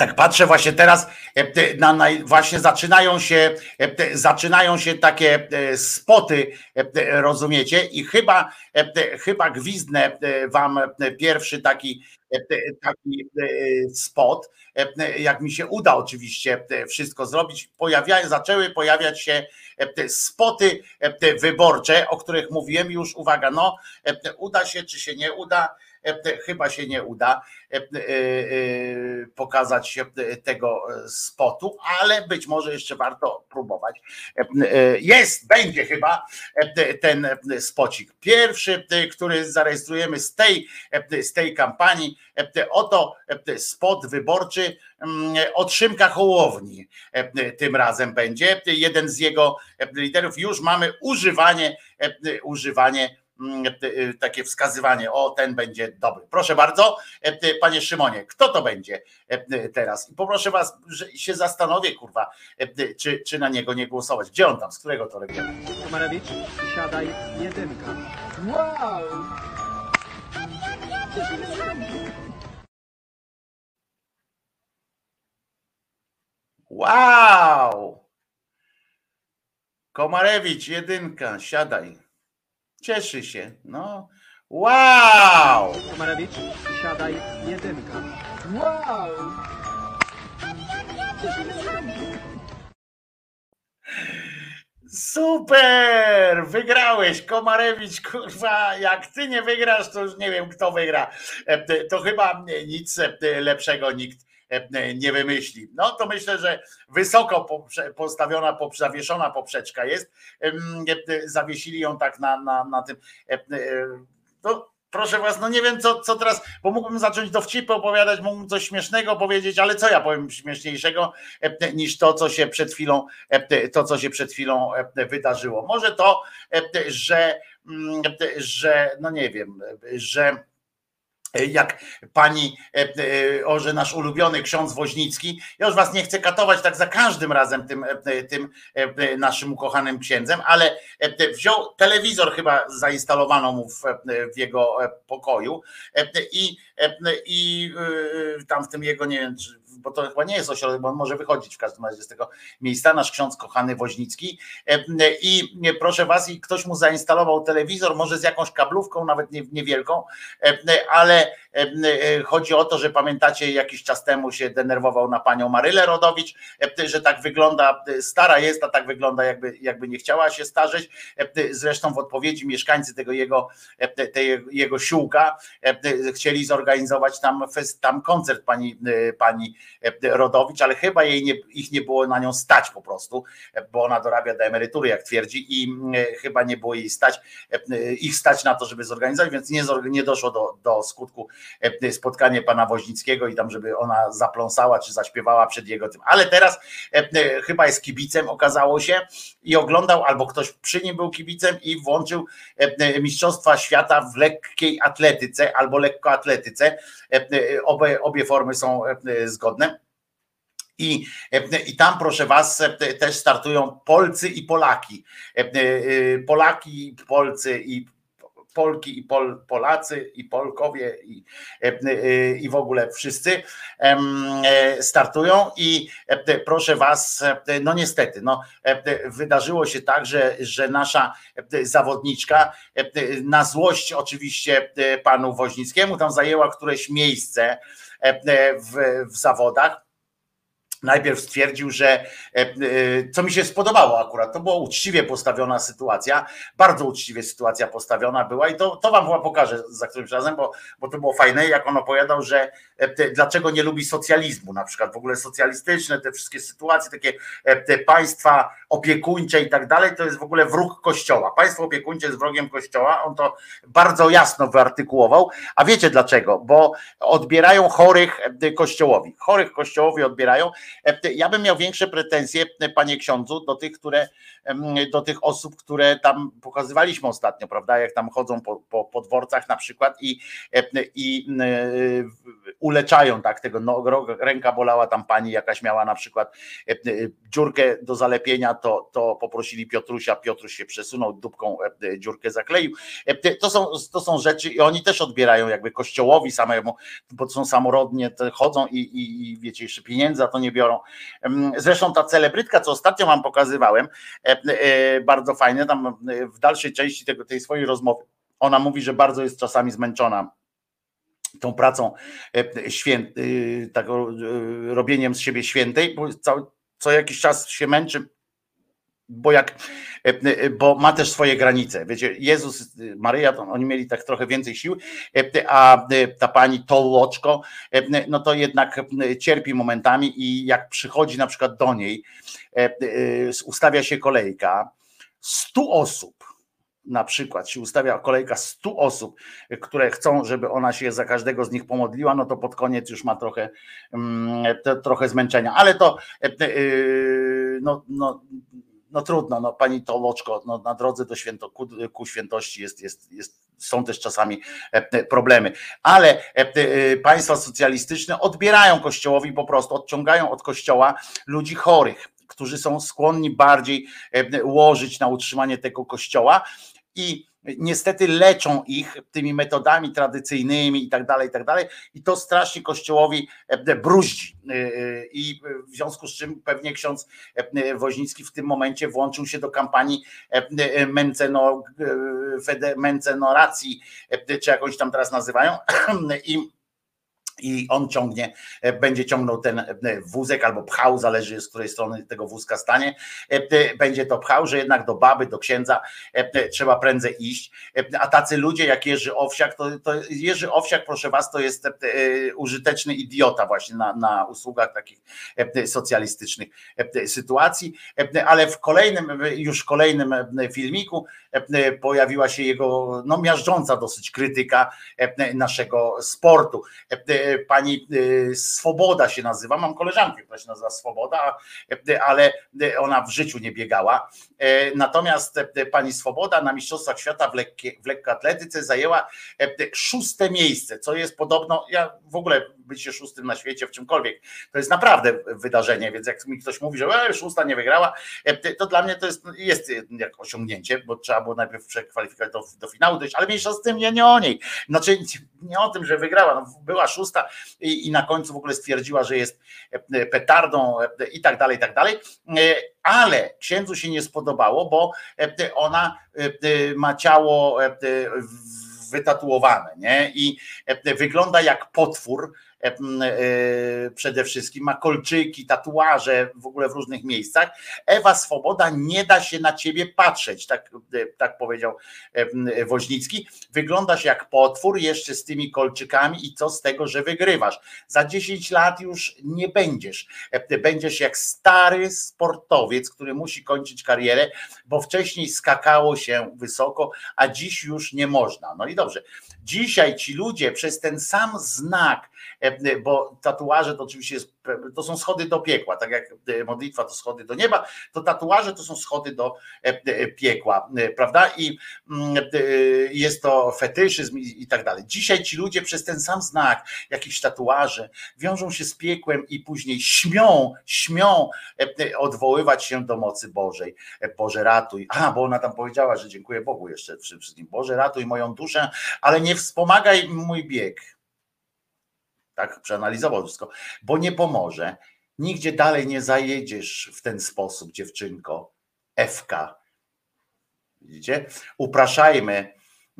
Tak patrzę właśnie teraz, właśnie zaczynają się takie spoty, rozumiecie? I chyba gwizdnę wam pierwszy taki spot, jak mi się uda oczywiście wszystko zrobić. Zaczęły pojawiać się spoty wyborcze, o których mówiłem już. Uwaga, no uda się czy się nie uda? Chyba się nie uda pokazać tego spotu, ale być może jeszcze warto próbować. Będzie chyba ten spocik. Pierwszy, który zarejestrujemy z tej kampanii, oto spot wyborczy od Szymka Hołowni. Tym razem będzie. Jeden z jego liderów. Już mamy używanie takie wskazywanie, o ten będzie dobry. Proszę bardzo, panie Szymonie, kto to będzie teraz? I poproszę was, że się zastanowię, kurwa, czy na niego nie głosować. Gdzie on tam, z którego to regionu? Komarewicz, siadaj, jedynka. Wow! Wow! Komarewicz, jedynka, siadaj. Cieszy się, no. Wow! Komarewicz, siadaj, jedynka. Wow! Super! Wygrałeś, Komarewicz, kurwa, jak ty nie wygrasz, to już nie wiem, kto wygra. To chyba nic lepszego nikt nie wymyśli. No to myślę, że wysoko postawiona, zawieszona poprzeczka jest. Zawiesili ją tak na tym. No, proszę was, no nie wiem co teraz, bo mógłbym zacząć dowcipy opowiadać, mógłbym coś śmiesznego powiedzieć, ale co ja powiem śmieszniejszego niż to, co się przed chwilą wydarzyło. Może to, że no nie wiem, że jak pani, że nasz ulubiony ksiądz Woźnicki, ja już was nie chcę katować tak za każdym razem tym naszym ukochanym księdzem, ale wziął telewizor, chyba zainstalowano mu w jego pokoju i tam w tym jego, nie wiem, bo to chyba nie jest ośrodek, bo on może wychodzić w każdym razie z tego miejsca, nasz ksiądz kochany Woźnicki, i proszę was, i ktoś mu zainstalował telewizor, może z jakąś kablówką, nawet niewielką, ale chodzi o to, że pamiętacie, jakiś czas temu się denerwował na panią Marylę Rodowicz, że tak wygląda, stara jest, a tak wygląda, jakby nie chciała się starzeć. Zresztą w odpowiedzi mieszkańcy tego jego siłka chcieli zorganizować tam koncert pani Rodowicz, ale chyba ich nie było na nią stać po prostu, bo ona dorabia do emerytury, jak twierdzi, i chyba nie było ich stać na to, żeby zorganizować, więc nie doszło do skutku spotkanie pana Woźnickiego i tam, żeby ona zapląsała czy zaśpiewała przed jego tym. Ale teraz chyba jest kibicem, okazało się, i oglądał, albo ktoś przy nim był kibicem i włączył Mistrzostwa Świata w lekkiej atletyce albo lekkoatletyce. Obie formy są zgodne. I tam, proszę was, też startują Polcy i Polaki. Polaki, Polcy i Polki i Polacy i Polkowie i w ogóle wszyscy startują i proszę was, no niestety, no, wydarzyło się tak, że nasza zawodniczka, na złość oczywiście panu Woźnickiemu, tam zajęła któreś miejsce w zawodach. Najpierw stwierdził, że co mi się spodobało akurat, to była uczciwie postawiona sytuacja, bardzo uczciwie sytuacja postawiona była i to wam chyba pokażę za którymś razem, bo to było fajne, jak on opowiadał, że dlaczego nie lubi socjalizmu, na przykład w ogóle socjalistyczne, te wszystkie sytuacje, takie te państwa opiekuńcze i tak dalej, to jest w ogóle wróg Kościoła. Państwo opiekuńcze jest wrogiem Kościoła, on to bardzo jasno wyartykułował, a wiecie dlaczego? Bo odbierają chorych Kościołowi. Chorych Kościołowi odbierają. Ja bym miał większe pretensje, panie ksiądzu, do tych, które do tych osób, które tam pokazywaliśmy ostatnio, prawda, jak tam chodzą po dworcach na przykład i uleczają tak tego, no, ręka bolała, tam pani jakaś miała na przykład dziurkę do zalepienia, to poprosili Piotrusia, Piotruś się przesunął, dupką dziurkę zakleił. To są rzeczy i oni też odbierają jakby kościołowi samemu, bo są samorodnie, chodzą i wiecie, jeszcze pieniędzy za to nie biorą. Zresztą ta celebrytka, co ostatnio wam pokazywałem, bardzo fajne, tam w dalszej części tej swojej rozmowy, ona mówi, że bardzo jest czasami zmęczona tą pracą robieniem z siebie świętej, bo co jakiś czas się męczy, bo ma też swoje granice. Wiecie, Jezus, Maryja, to oni mieli tak trochę więcej sił, a ta pani Tołoczko, no to jednak cierpi momentami i jak przychodzi na przykład do niej, ustawia się kolejka 100 osób, na przykład się ustawia kolejka 100 osób, które chcą, żeby ona się za każdego z nich pomodliła, no to pod koniec już ma trochę zmęczenia, ale to no trudno, no pani Tołoczko, no na drodze ku świętości są też czasami problemy, ale państwa socjalistyczne odbierają Kościołowi, po prostu odciągają od Kościoła ludzi chorych, którzy są skłonni bardziej łożyć na utrzymanie tego Kościoła i niestety leczą ich tymi metodami tradycyjnymi i tak dalej, i to strasznie Kościołowi bruździ. I w związku z czym pewnie ksiądz Woźnicki w tym momencie włączył się do kampanii mencenacji, czy jakąś tam teraz nazywają, i on będzie ciągnął ten wózek albo pchał, zależy z której strony tego wózka stanie, będzie to pchał, że jednak do baby, do księdza trzeba prędzej iść, a tacy ludzie jak Jerzy Owsiak, to Jerzy Owsiak, proszę was, to jest użyteczny idiota właśnie na usługach takich socjalistycznych sytuacji, ale w kolejnym filmiku pojawiła się jego miażdżąca dosyć krytyka naszego sportu. Pani Swoboda się nazywa, mam koleżankę, która się nazywa Swoboda, ale ona w życiu nie biegała. Natomiast pani Swoboda na Mistrzostwach Świata w lekkoatletyce zajęła 6. miejsce, co jest podobno, ja w ogóle bycie 6. na świecie w czymkolwiek, to jest naprawdę wydarzenie, więc jak mi ktoś mówi, że 6. nie wygrała, to dla mnie to jest jak osiągnięcie, bo trzeba było najpierw przekwalifikować do finału dojść, ale mniejsza z tym, nie o niej. Znaczy nie o tym, że wygrała, no, była 6. i na końcu w ogóle stwierdziła, że jest petardą i tak dalej, ale księdzu się nie spodobało, bo ona ma ciało wytatuowane, nie? I wygląda jak potwór. Przede wszystkim ma kolczyki, tatuaże w ogóle w różnych miejscach. Ewa Swoboda, nie da się na ciebie patrzeć, tak powiedział Woźnicki. Wyglądasz jak potwór, jeszcze z tymi kolczykami i co z tego, że wygrywasz. Za 10 lat już nie będziesz jak stary sportowiec, który musi kończyć karierę, bo wcześniej skakało się wysoko, a dziś już nie można. No i dobrze, dzisiaj ci ludzie przez ten sam znak, bo tatuaże to oczywiście to są schody do piekła, tak jak modlitwa to schody do nieba, to tatuaże to są schody do piekła, prawda? I jest to fetyszyzm i tak dalej. Dzisiaj ci ludzie przez ten sam znak, jakieś tatuaże, wiążą się z piekłem i później śmią odwoływać się do mocy Bożej. Boże, ratuj. Bo ona tam powiedziała, że dziękuję Bogu jeszcze wszystkim. Boże, ratuj moją duszę, ale nie wspomagaj mój bieg. Tak przeanalizował wszystko, bo nie pomoże. Nigdzie dalej nie zajedziesz w ten sposób, dziewczynko. Ewka. Widzicie? Upraszajmy,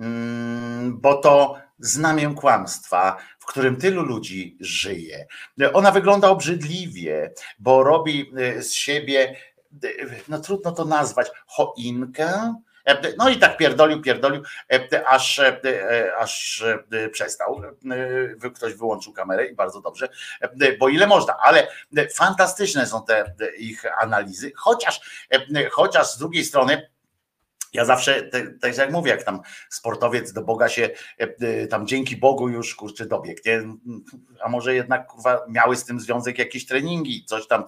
bo to znamię kłamstwa, w którym tylu ludzi żyje. Ona wygląda obrzydliwie, bo robi z siebie, no trudno to nazwać, choinkę. No i tak pierdolił, aż przestał. Ktoś wyłączył kamerę i bardzo dobrze, bo ile można, ale fantastyczne są te ich analizy, chociaż z drugiej strony Ja zawsze, tak jak mówię, jak tam sportowiec do Boga się, tam dzięki Bogu już kurczę dobiegł, nie? A może jednak kurwa miały z tym związek jakieś treningi, coś tam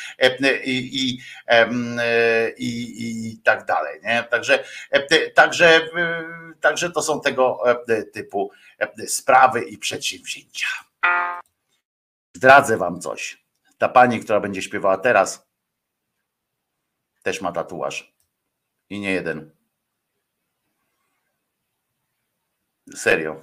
i tak dalej, nie? Także to są tego typu sprawy i przedsięwzięcia. Zdradzę wam coś. Ta pani, która będzie śpiewała teraz, też ma tatuaż. I nie jeden. Serio.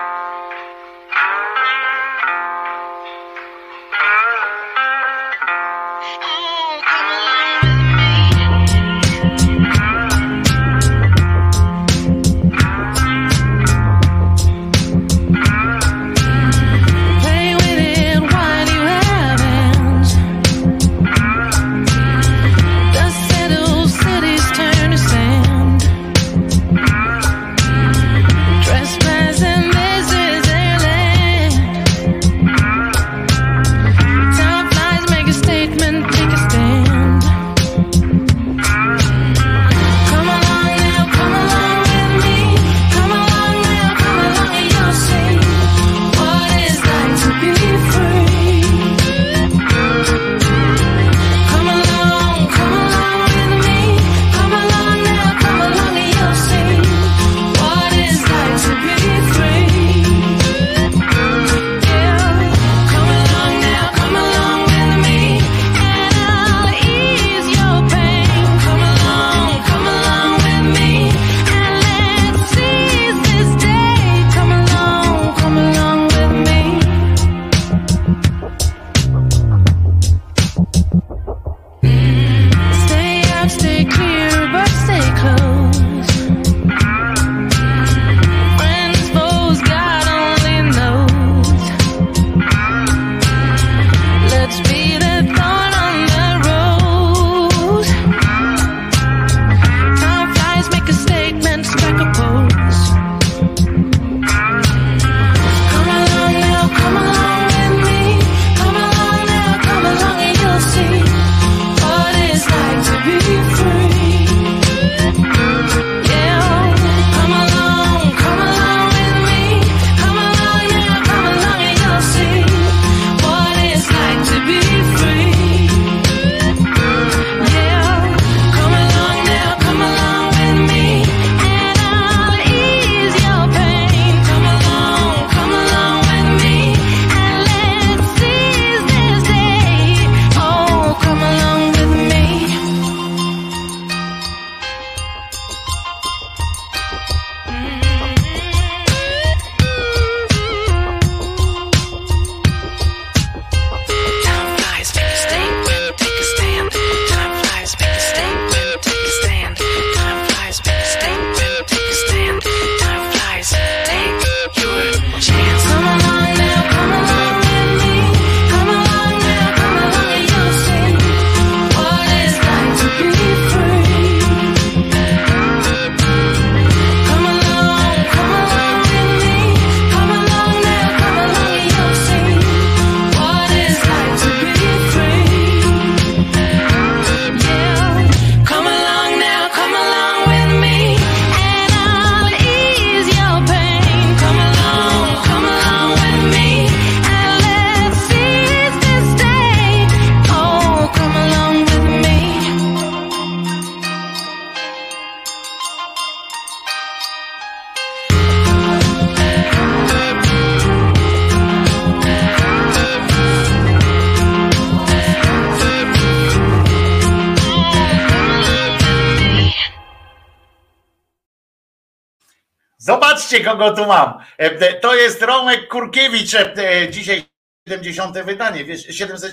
Zobaczcie, kogo tu mam. To jest Romek Kurkiewicz. Dzisiaj 70. wydanie, wiesz,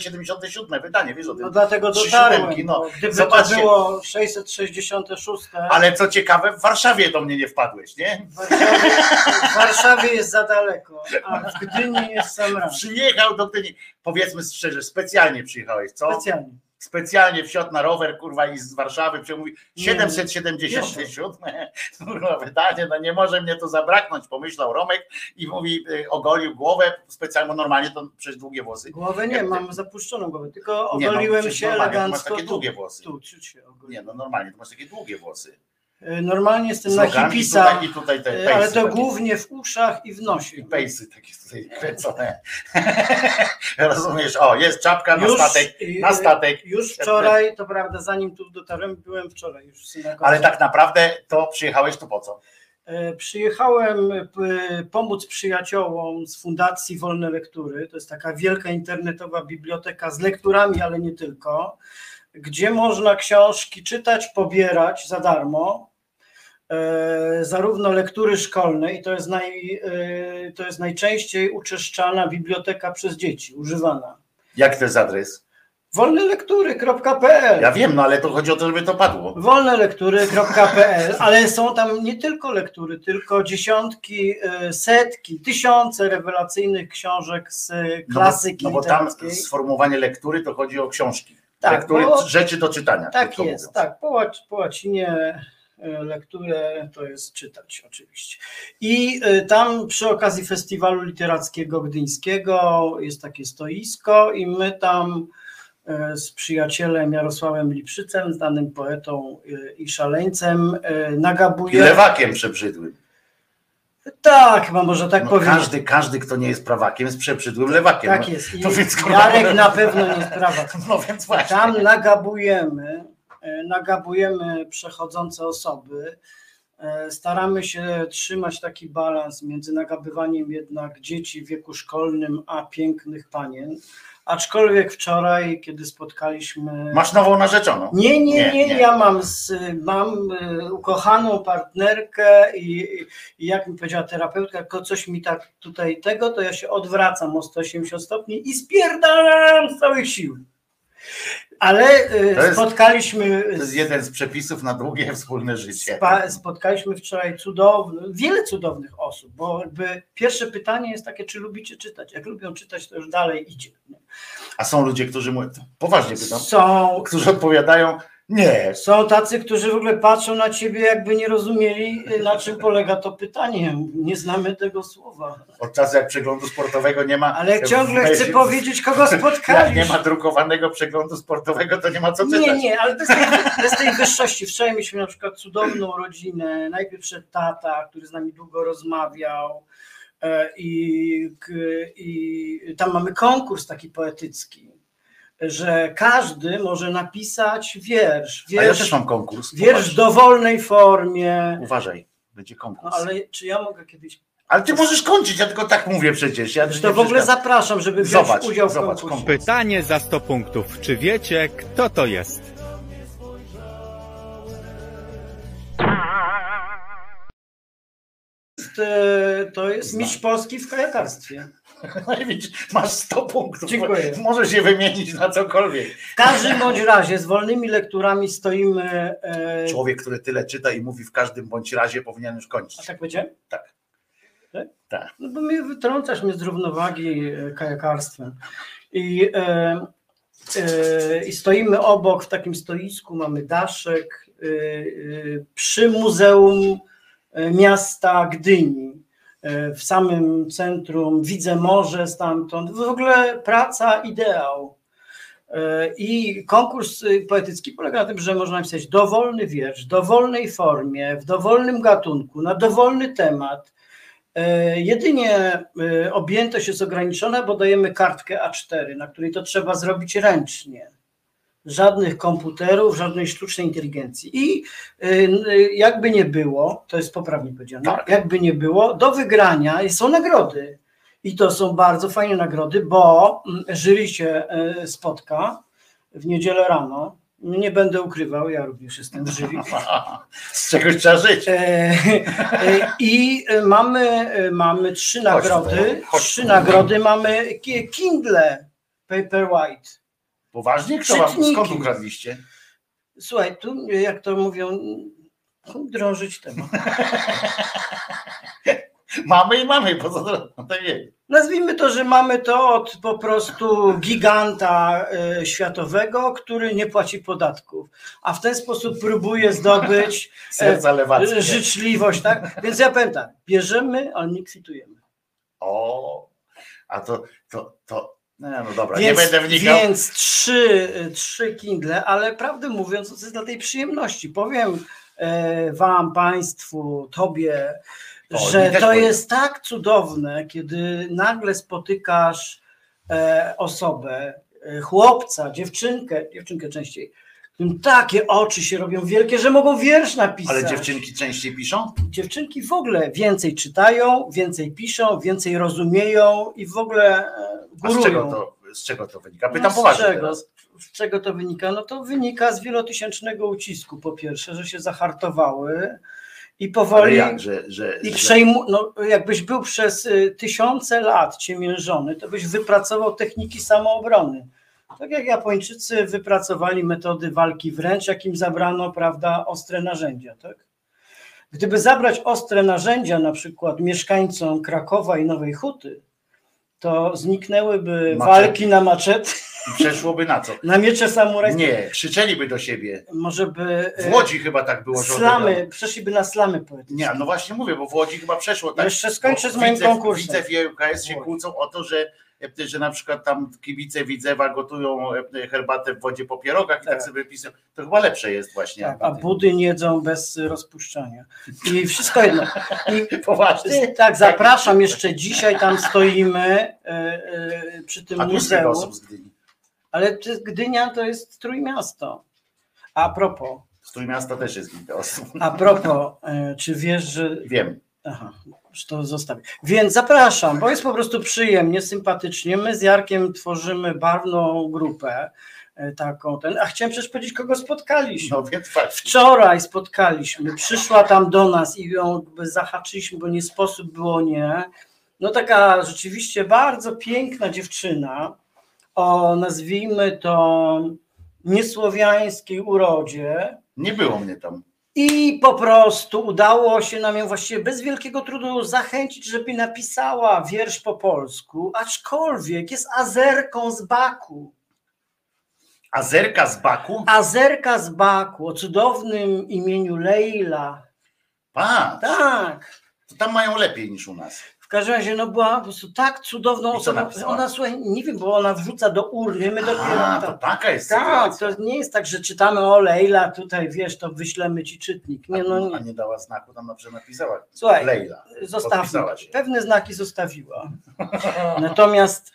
777 wydanie, wiesz o tym. No dlatego dotarłem, no, gdyby zobaczcie, to było 666. Ale co ciekawe, w Warszawie do mnie nie wpadłeś, nie? W Warszawie jest za daleko, a w Gdyni jest sam raz. Przyjechał do Gdyni, powiedzmy szczerze, specjalnie przyjechałeś, co? Specjalnie wsiadł na rower, kurwa, i z Warszawy mówi 777 kurwa, wydanie, no nie może mnie to zabraknąć, pomyślał Romek i mówi, ogolił głowę, specjalnie, normalnie to przez długie włosy. Głowę nie, mam zapuszczoną głowę, tylko ogoliłem się elegancko. Masz takie długie włosy. Nie, no normalnie, to masz takie długie włosy. Normalnie jestem na Slogami hipisach, i tutaj te ale pejsy to takie. głównie w uszach i w nosie. I pejsy takie tutaj kręcone. Rozumiesz? O, jest czapka na statek. Na statek. Już wczoraj, to prawda, zanim tu dotarłem, byłem wczoraj już w synagodze. Ale tak naprawdę to przyjechałeś tu po co? Przyjechałem pomóc przyjaciołom z Fundacji Wolne Lektury. To jest taka wielka internetowa biblioteka z lekturami, ale nie tylko, gdzie można książki czytać, pobierać za darmo, zarówno lektury szkolne, i to jest najczęściej uczeszczana biblioteka przez dzieci, używana. Jak to jest adres? wolnelektury.pl. Ja wiem, no ale to chodzi o to, żeby to padło. wolnelektury.pl, ale są tam nie tylko lektury, tylko dziesiątki, setki, tysiące rewelacyjnych książek z klasyki no bo tam literackiej. Sformułowanie lektury to chodzi o książki. Tak, lektury, bo, rzeczy do czytania. Tak jest, mówiąc. Tak. Po łacinie lekturę to jest czytać oczywiście. I tam przy okazji Festiwalu Literackiego Gdyńskiego jest takie stoisko i my tam z przyjacielem Jarosławem Lipszycem, znanym poetą i szaleńcem, nagabujemy. I lewakiem przebrzydłym. Tak, chyba można tak powiedzieć. Każdy, kto nie jest prawakiem, jest przebrzydłym lewakiem. Tak jest. I to więc, Jarek na pewno nie jest prawak. No więc właśnie. Tam nagabujemy przechodzące osoby. Staramy się trzymać taki balans między nagabywaniem jednak dzieci w wieku szkolnym, a pięknych panien. Aczkolwiek wczoraj, kiedy spotkaliśmy... Masz nową narzeczoną? Nie. Ja mam ukochaną partnerkę i jak mi powiedziała terapeutka, jak coś mi tak tutaj tego, to ja się odwracam o 180 stopni i spierdalam z całych sił. Ale spotkaliśmy... To jest jeden z przepisów na długie wspólne życie. Spotkaliśmy wczoraj wiele cudownych osób, bo jakby pierwsze pytanie jest takie, czy lubicie czytać? Jak lubią czytać, to już dalej idzie. A są ludzie, którzy mówią, poważnie pytam, którzy odpowiadają, nie. Są tacy, którzy w ogóle patrzą na ciebie, jakby nie rozumieli, na czym polega to pytanie. Nie znamy tego słowa. Od czasu jak przeglądu sportowego nie ma... Ale ciągle chcę powiedzieć, kogo spotkaliśmy. Jak nie ma drukowanego przeglądu sportowego, to nie ma co czytać. Nie, ale bez tej wyższości. Wczoraj mieliśmy na przykład cudowną rodzinę. Najpierw szedł tata, który z nami długo rozmawiał. I tam mamy konkurs taki poetycki, że każdy może napisać wiersz. A ja też mam konkurs. Wiersz w dowolnej formie. Uważaj, będzie konkurs. No, ale czy ja mogę kiedyś... Ale ty możesz kończyć, ja tylko tak mówię przecież. Ja to w ogóle zapraszam, żeby wziąć udział w konkursie. Pytanie za 100 punktów. Czy wiecie, kto to jest? To jest mistrz Polski w kajakarstwie. No i widzisz, masz 100 punktów. Dziękuję. Możesz je wymienić na cokolwiek. W każdym bądź razie z wolnymi lekturami stoimy... Człowiek, który tyle czyta i mówi w każdym bądź razie, powinien już kończyć. A tak powiedziałem? Tak. Tak. No bo wytrącasz mnie z równowagi kajakarstwem. I stoimy obok w takim stoisku, mamy daszek przy Muzeum Miasta Gdyni. W samym centrum, widzę morze stamtąd, w ogóle praca, ideał. I konkurs poetycki polega na tym, że można napisać dowolny wiersz, w dowolnej formie, w dowolnym gatunku, na dowolny temat. Jedynie objętość jest ograniczona, bo dajemy kartkę A4, na której to trzeba zrobić ręcznie. Żadnych komputerów, żadnej sztucznej inteligencji. I jakby nie było, to jest poprawnie powiedziane, tak. Jakby nie było, do wygrania są nagrody. I to są bardzo fajne nagrody, bo jury się spotka w niedzielę rano. Nie będę ukrywał, ja również jestem w jury. Z czegoś trzeba żyć. I mamy 3 nagrody. 3 nagrody mamy Kindle Paperwhite. Poważnie? Skąd ukradliście? Słuchaj, tu jak to mówią, drążyć temat. Mamy, po co to jest? Nazwijmy to, że mamy to od po prostu giganta światowego, który nie płaci podatków, a w ten sposób próbuje zdobyć życzliwość, tak? Więc ja powiem tak, bierzemy, ale nie kwitujemy. O, a to no dobra, nie będę wnikał. Więc 3 Kindle, ale prawdę mówiąc, to jest dla tej przyjemności. Powiem wam, państwu, tobie, O, że mi też to powiem. jest tak cudowne, kiedy nagle spotykasz osobę, chłopca, dziewczynkę częściej, którym takie oczy się robią wielkie, że mogą wiersz napisać. Ale dziewczynki częściej piszą? Dziewczynki w ogóle więcej czytają, więcej piszą, więcej rozumieją i w ogóle górują. Z czego to wynika? Pytam poważnie teraz. Z czego to wynika? No to wynika z wielotysięcznego ucisku, po pierwsze, że się zahartowały i powoli... Ale jak, no, jakbyś był przez tysiące lat ciemiężony, to byś wypracował techniki samoobrony. Tak jak Japończycy wypracowali metody walki wręcz, jakim zabrano, prawda, ostre narzędzia. Tak? Gdyby zabrać ostre narzędzia na przykład mieszkańcom Krakowa i Nowej Huty, to zniknęłyby walki na maczety. I przeszłoby na co? Na miecze samurajskie. Nie, krzyczeliby do siebie. Może by... W Łodzi chyba tak było. Slamy, przeszliby na slamy poetyczne. Nie, no właśnie mówię, bo w Łodzi chyba przeszło tak. Jeszcze skończę z moim konkursem. Widzew i ŁKS się kłócą o to, że na przykład tam kibice Widzewa gotują herbatę w wodzie po pierogach i tak sobie pisują. To chyba lepsze jest właśnie. Tak, a budyń jedzą bez rozpuszczania. I wszystko jedno. I poważnie. Tak, zapraszam jeszcze dzisiaj, tam stoimy przy tym muzeum. Osób z Gdyni. Ale Gdynia to jest Trójmiasto. A propos. Z Trójmiasta też jest kilka osób. A propos, czy wiesz, że... Wiem. Aha, już to zostawię. Więc zapraszam, bo jest po prostu przyjemnie, sympatycznie. My z Jarkiem tworzymy barwną grupę taką. A chciałem przecież powiedzieć, kogo spotkaliśmy. No więc fakt. Wczoraj spotkaliśmy, przyszła tam do nas i ją zahaczyliśmy, bo nie sposób było nie. No taka rzeczywiście bardzo piękna dziewczyna o, nazwijmy to, niesłowiańskiej urodzie. Nie było mnie tam. I po prostu udało się nam ją właściwie bez wielkiego trudu zachęcić, żeby napisała wiersz po polsku, aczkolwiek jest Azerką z Baku. Azerka z Baku? Azerka z Baku, o cudownym imieniu Leila. A, tak. To tam mają lepiej niż u nas. W każdym razie no była po prostu tak cudowną osobą. Ona, słuchaj, nie wiem, bo ona wrzuca do urny, my dopiero... to taka jest tak, sytuacja. to nie jest tak, że czytamy o Leila, tutaj wiesz, to wyślemy ci czytnik. Nie, no nie. A nie dała znaku, tam na przykład napisała. Słuchaj, Leila. zostawmy. Pewne znaki zostawiła. Natomiast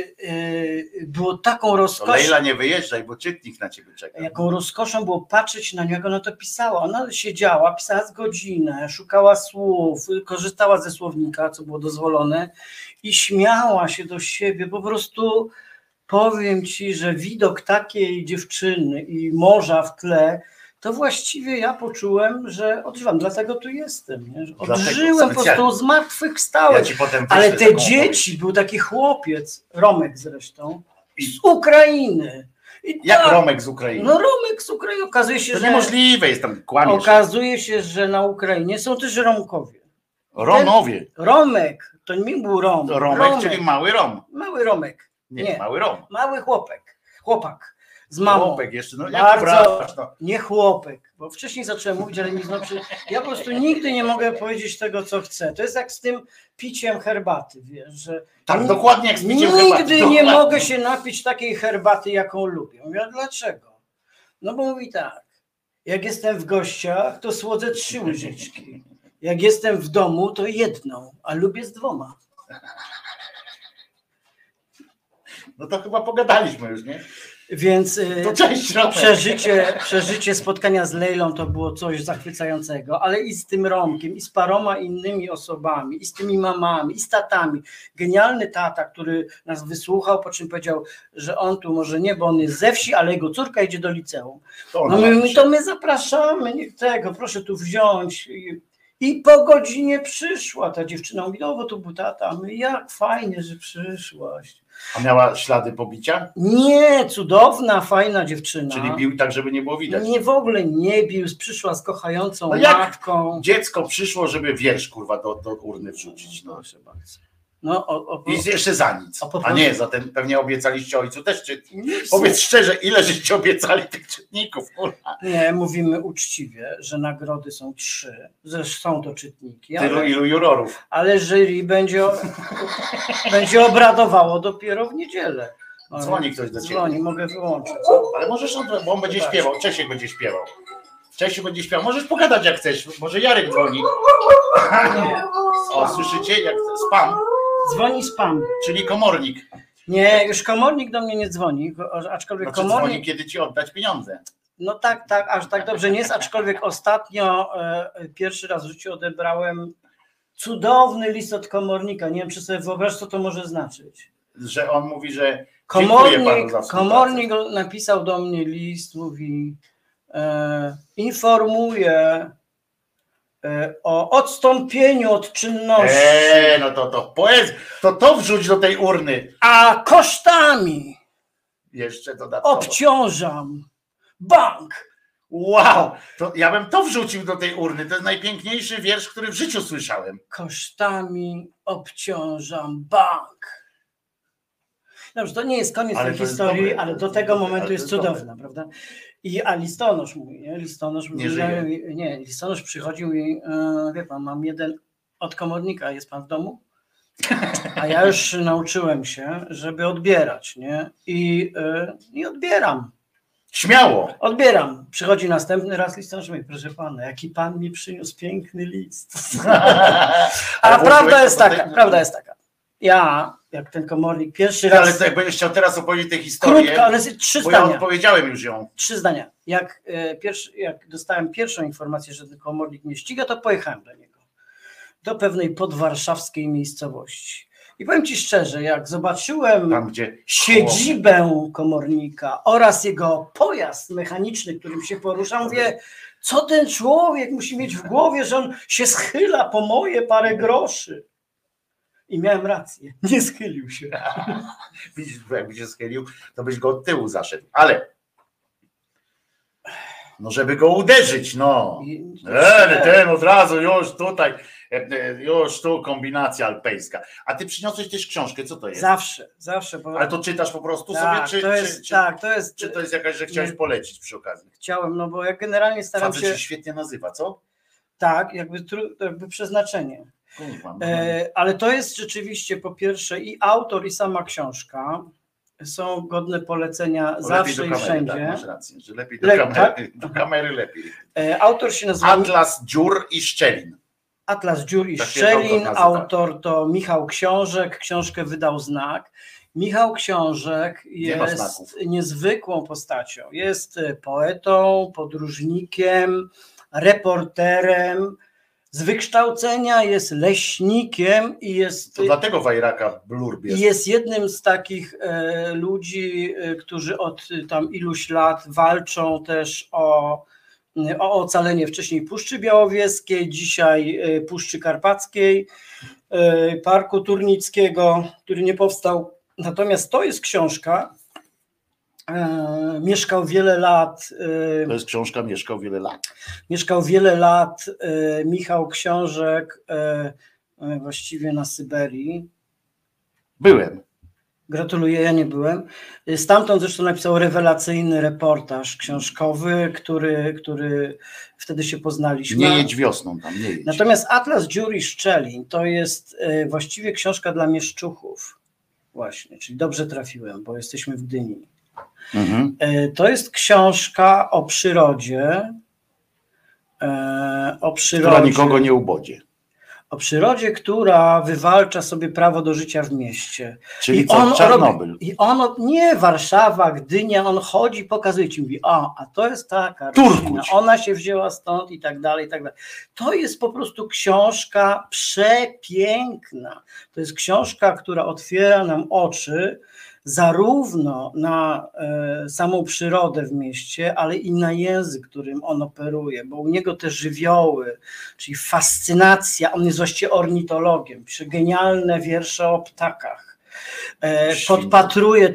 było taką rozkoszą. Leila, nie wyjeżdżaj, bo czytnik na ciebie czeka. Jaką rozkoszą było patrzeć na nią, jak ona to pisała. Ona siedziała, pisała z godzinę, szukała słów, korzystała ze słownika, co było dozwolone i śmiała się do siebie. Po prostu powiem ci, że widok takiej dziewczyny i morza w tle, to właściwie ja poczułem, że odżywam, dlatego tu jestem. Nie? Odżyłem po prostu, zmartwychwstałem. Ale te dzieci, był taki chłopiec, Romek zresztą, z Ukrainy. Jak Romek z Ukrainy? No Romek z Ukrainy, okazuje się, to że... niemożliwe jest, tam kłamiesz. Okazuje się, że na Ukrainie są też Romkowie. Romowie. Romek, to nie był Rom. Romek, czyli mały Rom. Mały Romek. Nie, mały Rom. Mały chłopak. Z mamą. Chłopek jeszcze, no bardzo, nie chłopek, bo wcześniej zacząłem mówić, ale nie znaczy, ja po prostu nigdy nie mogę powiedzieć tego, co chcę. To jest jak z tym piciem herbaty, wiesz, że tak, dokładnie jak z piciem herbaty. Nigdy nie mogę się napić takiej herbaty, jaką lubię. Mówię, a dlaczego? No bo mówi tak, jak jestem w gościach, to słodzę 3 łyżeczki. Jak jestem w domu, to 1, a lubię z 2. No to chyba pogadaliśmy już, nie? Więc to cześć, przeżycie spotkania z Leilą to było coś zachwycającego, ale i z tym Romkiem, i z paroma innymi osobami, i z tymi mamami, i z tatami. Genialny tata, który nas wysłuchał, po czym powiedział, że on tu może nie, bo on jest ze wsi, ale jego córka idzie do liceum. No my zapraszamy, niech tego, proszę tu wziąć. I po godzinie przyszła ta dziewczyna, mówi, no bo tu był tata, my jak fajnie, że przyszłaś. A miała ślady pobicia? Nie, cudowna, fajna dziewczyna. Czyli bił tak, żeby nie było widać? Nie, w ogóle nie bił, przyszła z kochającą matką. Dziecko przyszło, żeby wiersz, kurwa, do urny wrzucić. No. Proszę bardzo. No, I jeszcze za nic. A nie, za ten pewnie obiecaliście ojcu też czytnik. Powiedz szczerze, ile żeście obiecali tych czytników? Kurwa. Nie, mówimy uczciwie, że nagrody są 3. Zresztą są to czytniki. Ilu jurorów? Ale jury będzie obradowało dopiero w niedzielę. Dzwoni ktoś do ciebie. Dzwoni, mogę wyłączyć. Ale możesz, bo on będzie śpiewał, Czesiek będzie śpiewał. Czesiu będzie śpiał. Możesz pogadać jak chcesz. Może Jarek dzwoni. O, słyszycie? Jak spam. Dzwoni spam. Czyli komornik. Nie, już komornik do mnie nie dzwoni, aczkolwiek Znaczy komornik... dzwoni, kiedy ci oddać pieniądze. No tak, aż tak dobrze nie jest, aczkolwiek ostatnio pierwszy raz w życiu odebrałem cudowny list od komornika. Nie wiem, czy sobie wyobraź, co to może znaczyć. Że on mówi, że dziękuję panu za współpracę. Komornik napisał do mnie list, mówi informuje o odstąpieniu od czynności. No to wrzuć do tej urny. A kosztami jeszcze dodatkowo obciążam bank. Wow, to ja bym to wrzucił do tej urny. To jest najpiękniejszy wiersz, który w życiu słyszałem. Kosztami obciążam bank. Dobrze, to nie jest koniec tej historii, ale do tego momentu jest cudowna, prawda? A listonosz mówi, nie? Listonosz przychodził i wie pan, mam jeden od komornika, jest pan w domu? A ja już nauczyłem się, żeby odbierać, nie? I odbieram. Śmiało. Odbieram. Przychodzi następny raz listonosz, mówi, proszę pana, jaki pan mi przyniósł piękny list. A prawda jest taka. Ja, jak ten komornik pierwszy raz... Ale to jak będziesz chciał teraz opowiedzieć tę historię, krótko, ale 3 bo zdania. ja odpowiedziałem już ją. 3 zdania. Jak dostałem pierwszą informację, że ten komornik mnie ściga, to pojechałem do niego. Do pewnej podwarszawskiej miejscowości. I powiem ci szczerze, jak zobaczyłem tam, gdzie siedzibę komornika oraz jego pojazd mechaniczny, którym się porusza, mówię, co ten człowiek musi mieć w głowie, że on się schyla po moje parę groszy. I miałem rację, nie schylił się. Widzisz, jakby się schylił, to byś go od tyłu zaszedł. Ale no żeby go uderzyć, no. Ten od razu już tu kombinacja alpejska. A ty przyniosłeś też książkę, co to jest? Zawsze. Ale to czytasz po prostu tak, sobie, czy to jest jakaś, że chciałeś polecić przy okazji? Chciałem, no bo ja generalnie staram się... Facet się świetnie nazywa, co? Tak, jakby przeznaczenie. Ale to jest rzeczywiście po pierwsze i autor, i sama książka są godne polecenia zawsze i wszędzie. Tak, masz rację, że lepiej do kamery lepiej. Autor się nazywa Atlas Dziur i Szczelin. Atlas Dziur i Szczelin, autor to Michał Książek, książkę wydał Znak. Michał Książek jest niezwykłą postacią. Jest poetą, podróżnikiem, reporterem. Z wykształcenia jest leśnikiem i jest... To dlatego Wajraka blurb jest. Jest jednym z takich ludzi, którzy od tam iluś lat walczą też o ocalenie wcześniej Puszczy Białowieskiej, dzisiaj Puszczy Karpackiej, Parku Turnickiego, który nie powstał. Natomiast to jest książka, mieszkał wiele lat. To jest książka Mieszkał wiele lat. Mieszkał wiele lat Michał Książek, właściwie na Syberii. Byłem. Gratuluję, ja nie byłem. Stamtąd zresztą napisał rewelacyjny reportaż książkowy, który wtedy się poznaliśmy. Nie jedź wiosną tam, nie jedź. Natomiast Atlas Dziur i Szczelin to jest właściwie książka dla mieszczuchów. Właśnie, czyli dobrze trafiłem, bo jesteśmy w Gdyni. Mhm. To jest książka o przyrodzie. Która nikogo nie ubodzi. O przyrodzie, która wywalcza sobie prawo do życia w mieście. Czyli Czarnobyl. Nie Warszawa, Gdynia, on chodzi, pokazuje ci, mówi, a to jest taka roślina, ona się wzięła stąd i tak dalej, i tak dalej. To jest po prostu książka przepiękna. To jest książka, która otwiera nam oczy zarówno na samą przyrodę w mieście, ale i na język, którym on operuje, bo u niego te żywioły, czyli fascynacja, on jest właściwie ornitologiem, pisze genialne wiersze o ptakach, podpatruje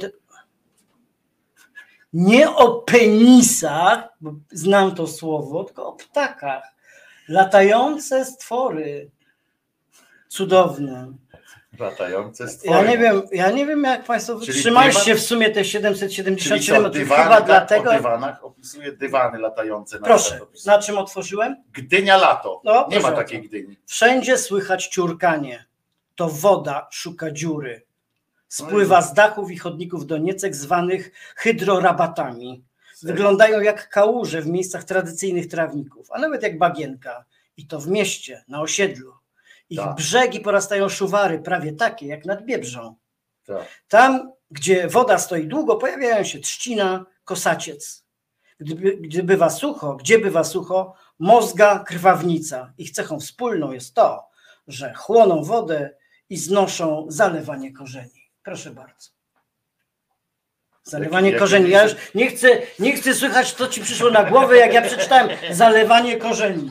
nie o penisach, bo znam to słowo, tylko o ptakach, latające stwory, cudowne. Latające stwory. Ja nie wiem jak Państwo wytrzymaliście w sumie te 777 odcinków. Chyba dlatego. O dywanach opisuje dywany latające. Proszę, na czym otworzyłem? Gdynia lato. No, nie ma takiej Gdyni. Wszędzie słychać ciurkanie. To woda szuka dziury. Spływa z dachów i chodników Doniecek zwanych hydrorabatami. Wyglądają jak kałuże w miejscach tradycyjnych trawników, a nawet jak bagienka. I to w mieście, na osiedlu. Ich brzegi porastają szuwary, prawie takie jak nad Biebrzą. Tam, gdzie woda stoi długo, pojawiają się trzcina, kosaciec. Gdzie bywa sucho, mozga krwawnica. Ich cechą wspólną jest to, że chłoną wodę i znoszą zalewanie korzeni. Proszę bardzo. Zalewanie korzeni. Ja już nie chcę słychać, co ci przyszło na głowę, jak ja przeczytałem zalewanie korzeni.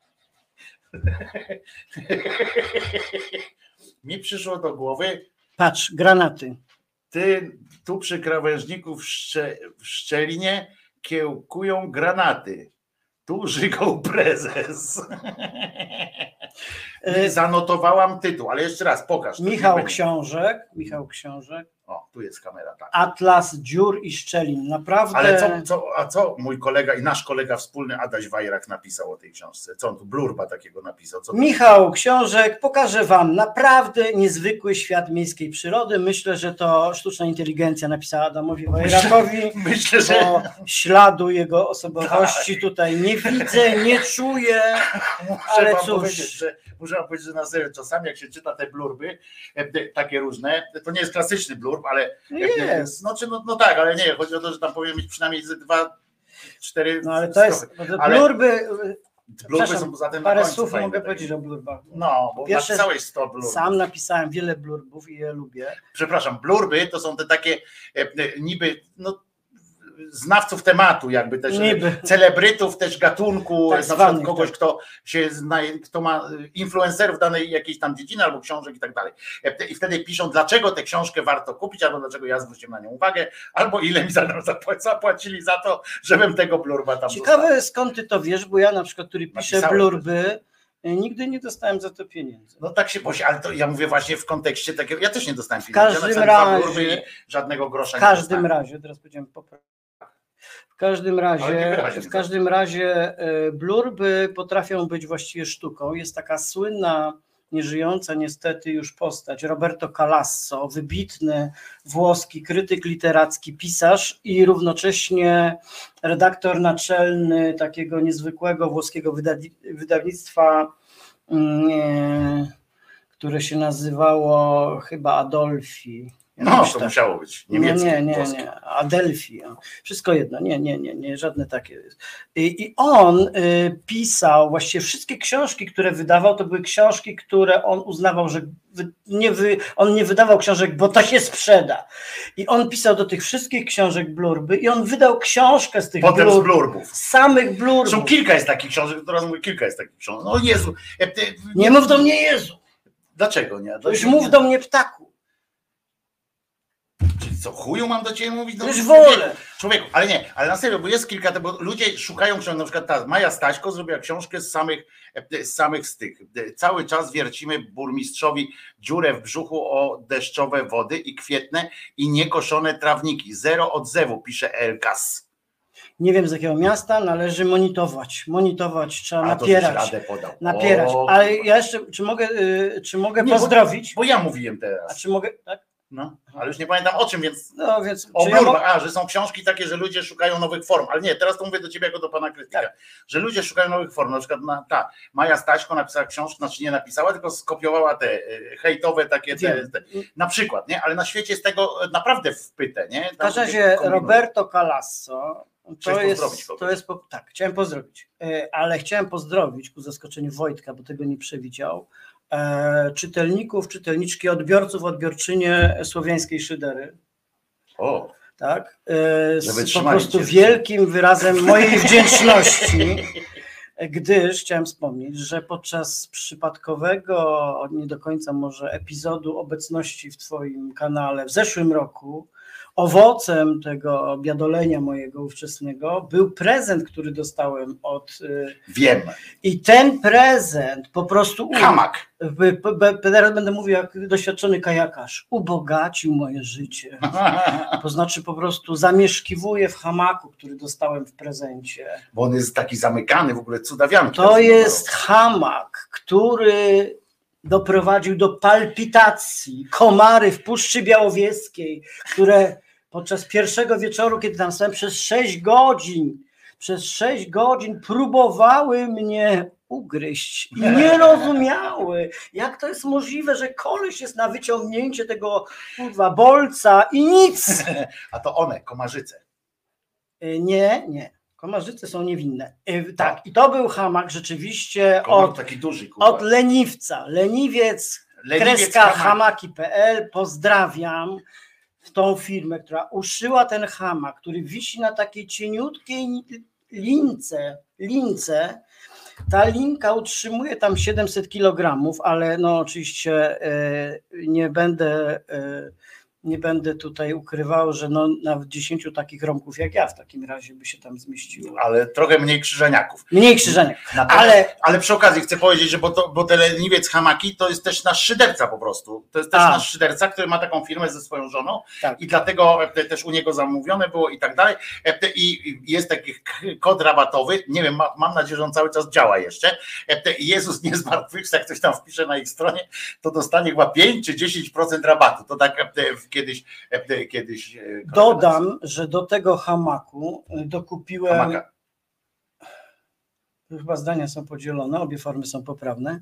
Mi przyszło do głowy. Patrz, granaty. Ty tu przy krawężniku w Szczelinie kiełkują granaty. Tu żygał prezes. Zanotowałam tytuł, ale jeszcze raz pokaż. Michał Książek. O, tu jest kamera, tak. Atlas dziur i szczelin. Naprawdę. Ale co mój kolega i nasz kolega wspólny Adaś Wajrak napisał o tej książce? Co on tu blurba takiego napisał? Michał Książek pokaże wam naprawdę niezwykły świat miejskiej przyrody. Myślę, że to sztuczna inteligencja napisała Adamowi Wajrakowi. Myślę, że bo śladu jego osobowości tutaj nie widzę, nie czuję. Ale cóż. Muszę wam powiedzieć, że na serio, czasami jak się czyta te blurby, takie różne, to nie jest klasyczny blurb, ale jest. No tak, ale nie, chodzi o to, że tam powinien mieć przynajmniej 2-4. No ale to jest blurby są poza tym parę słów mogę powiedzieć o blurbach. No, bo napisałeś 100 blurbów. Sam napisałem wiele blurbów i je lubię. Przepraszam, blurby to są te takie niby, znawców tematu, jakby też celebrytów też gatunku, tak na przykład kogoś, kto ma influencerów danej jakiejś tam dziedziny albo książek i tak dalej. I wtedy piszą, dlaczego tę książkę warto kupić, albo dlaczego ja zwróciłem na nią uwagę, albo ile mi zapłacili za to, żebym tego blurba tam Ciekawe dostał. Skąd ty to wiesz, bo ja na przykład, który piszę blurby, nigdy nie dostałem za to pieniędzy. No tak się posie, ale to ja mówię właśnie w kontekście takiego, ja też nie dostałem pieniędzy. W każdym razie, żadnego grosza nie dostałem. W każdym razie, teraz powiedziałem W każdym razie blurby potrafią być właściwie sztuką. Jest taka słynna, nieżyjąca niestety już postać, Roberto Calasso, wybitny włoski krytyk literacki, pisarz i równocześnie redaktor naczelny takiego niezwykłego włoskiego wydawnictwa, które się nazywało chyba Adolfi. No, to musiało być niemieckie. Nie. Adelphi. Wszystko jedno. Nie, żadne takie. I on pisał właściwie wszystkie książki, które wydawał, to były książki, które on uznawał, że on nie wydawał książek, bo to się sprzeda. I on pisał do tych wszystkich książek blurby i on wydał książkę z tych blurbów. Samych blurbów. Zresztą kilka jest takich książek, teraz mówię, kilka jest takich książek. No Jezu. Nie mów do mnie Jezu. Dlaczego nie? Już mów do mnie ptaku. Czyli co, chuju mam do ciebie mówić? No, już wolę. Człowieku, ale na serio, bo jest kilka, bo ludzie szukają książek, na przykład ta Maja Staśko zrobiła książkę z samych z tych. Cały czas wiercimy burmistrzowi dziurę w brzuchu o deszczowe wody i kwietne i niekoszone trawniki. Zero odzewu, pisze Elkas. Nie wiem z jakiego miasta, należy monitorować, trzeba napierać. Napierać. Ale ja jeszcze, czy mogę pozdrowić? Bo ja mówiłem teraz. A czy mogę, tak? No, ale już nie pamiętam o czym, więc o blurbach, że są książki takie, że ludzie szukają nowych form, ale nie, teraz to mówię do ciebie jako do pana krytyka, że ludzie szukają nowych form, na przykład ta Maja Staśko napisała książkę, znaczy nie napisała, tylko skopiowała te hejtowe takie, na przykład, nie, ale na świecie jest tego naprawdę wpyte, nie? W każdym razie Roberto Calasso, tak, chciałem pozdrowić, ale chciałem pozdrowić ku zaskoczeniu Wojtka, bo tego nie przewidział, czytelników, czytelniczki, odbiorców, odbiorczynie słowiańskiej szydery. O, tak, po prostu wielkim wyrazem mojej wdzięczności, gdyż chciałem wspomnieć, że podczas przypadkowego, nie do końca może epizodu obecności w twoim kanale w zeszłym roku, owocem tego biadolenia mojego ówczesnego był prezent, który dostałem od... Wiem. I ten prezent po prostu... Hamak. Teraz będę mówił jak doświadczony kajakarz. Ubogacił moje życie. To znaczy po prostu zamieszkiwuję w hamaku, który dostałem w prezencie. Bo on jest taki zamykany, w ogóle cudawianki. To jest hamak, który doprowadził do palpitacji komary w Puszczy Białowieskiej, które podczas pierwszego wieczoru, kiedy tam stałem przez 6 godzin próbowały mnie ugryźć i nie rozumiały, jak to jest możliwe, że koleś jest na wyciągnięcie tego kurwa bolca i nic. A to one, komarzyce. Nie. Komarzyce są niewinne. Tak, i to był hamak rzeczywiście taki duży, od leniwca. Leniwiec hamaki.pl. Pozdrawiam tą firmę, która uszyła ten hamak, który wisi na takiej cieniutkiej lince. Ta linka utrzymuje tam 700 kg, ale no oczywiście nie będę tutaj ukrywał, że no nawet 10 takich rąków jak ja w takim razie by się tam zmieściło. Ale trochę mniej krzyżeniaków. Ale przy okazji chcę powiedzieć, że bo ten leniwiec hamaki to jest też nasz szyderca po prostu. To jest też nasz szyderca, który ma taką firmę ze swoją żoną i dlatego też u niego zamówione było i tak dalej. I jest taki kod rabatowy, nie wiem, mam nadzieję, że on cały czas działa jeszcze. Jezus nie zmartwychwstał, jak ktoś tam wpisze na ich stronie, to dostanie chyba 5 czy 10% rabatu. To tak kiedyś dodam, że do tego hamaku dokupiłem. Chyba zdania są podzielone, obie formy są poprawne.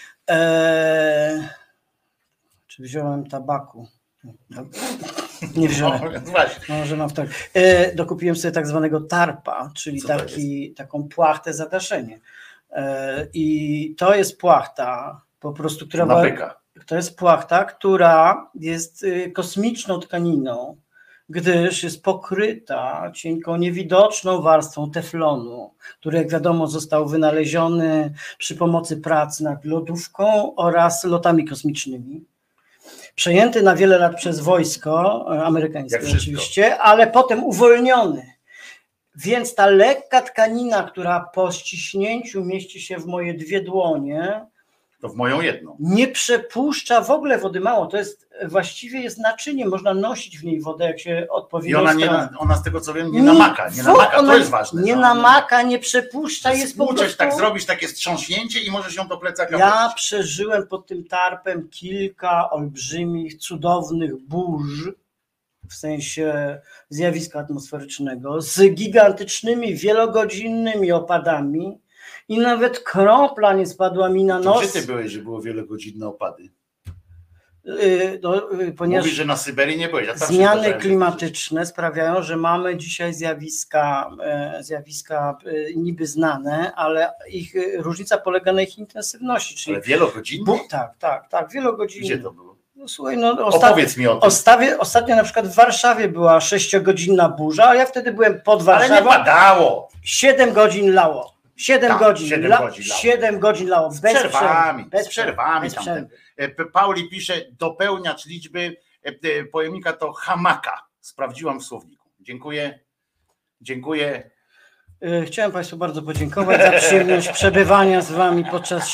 Czy wziąłem tabaku? Nie wziąłem. Może mam tak. Dokupiłem sobie tak zwanego tarpa, czyli taką płachtę zadaszenie. I to jest płachta po prostu, która to jest płachta, która jest kosmiczną tkaniną, gdyż jest pokryta cienką, niewidoczną warstwą teflonu, który jak wiadomo został wynaleziony przy pomocy prac nad lodówką oraz lotami kosmicznymi. Przejęty na wiele lat przez wojsko amerykańskie oczywiście, ale potem uwolniony. Więc ta lekka tkanina, która po ściśnięciu mieści się w moje 2 dłonie, to w moją jedną. Nie przepuszcza w ogóle wody mało. To jest właściwie jest naczynie, można nosić w niej wodę, jak się odpowiednio. I ona z tego co wiem nie namaka. To jest ważne. Nie namaka, nie przepuszcza, jest po prostu. Tak zrobisz takie wstrząśnięcie i możesz ją do plecaka Ja przeżyłem pod tym tarpem kilka olbrzymich, cudownych burz, w sensie zjawiska atmosferycznego, z gigantycznymi, wielogodzinnymi opadami. I nawet kropla nie spadła mi na nos. Gdzie ty byłeś, że było wielogodzinne opady? Ponieważ mówisz, że na Syberii nie byłeś. Zmiany klimatyczne sprawiają, że mamy dzisiaj zjawiska niby znane, ale ich różnica polega na ich intensywności. Czyli ale wielogodzinne? Tak, wielogodzinne. Gdzie to było? No, słuchaj, opowiedz mi o tym. Ostatnio na przykład w Warszawie była 6-godzinna burza, a ja wtedy byłem pod Warszawą. Ale nie padało. 7 godzin lało. 7 godzin lało. Bez przerwami. Pauli pisze, dopełniacz liczby pojemnika to hamaka. Sprawdziłam w słowniku. Dziękuję. Chciałem Państwu bardzo podziękować za przyjemność przebywania z Wami podczas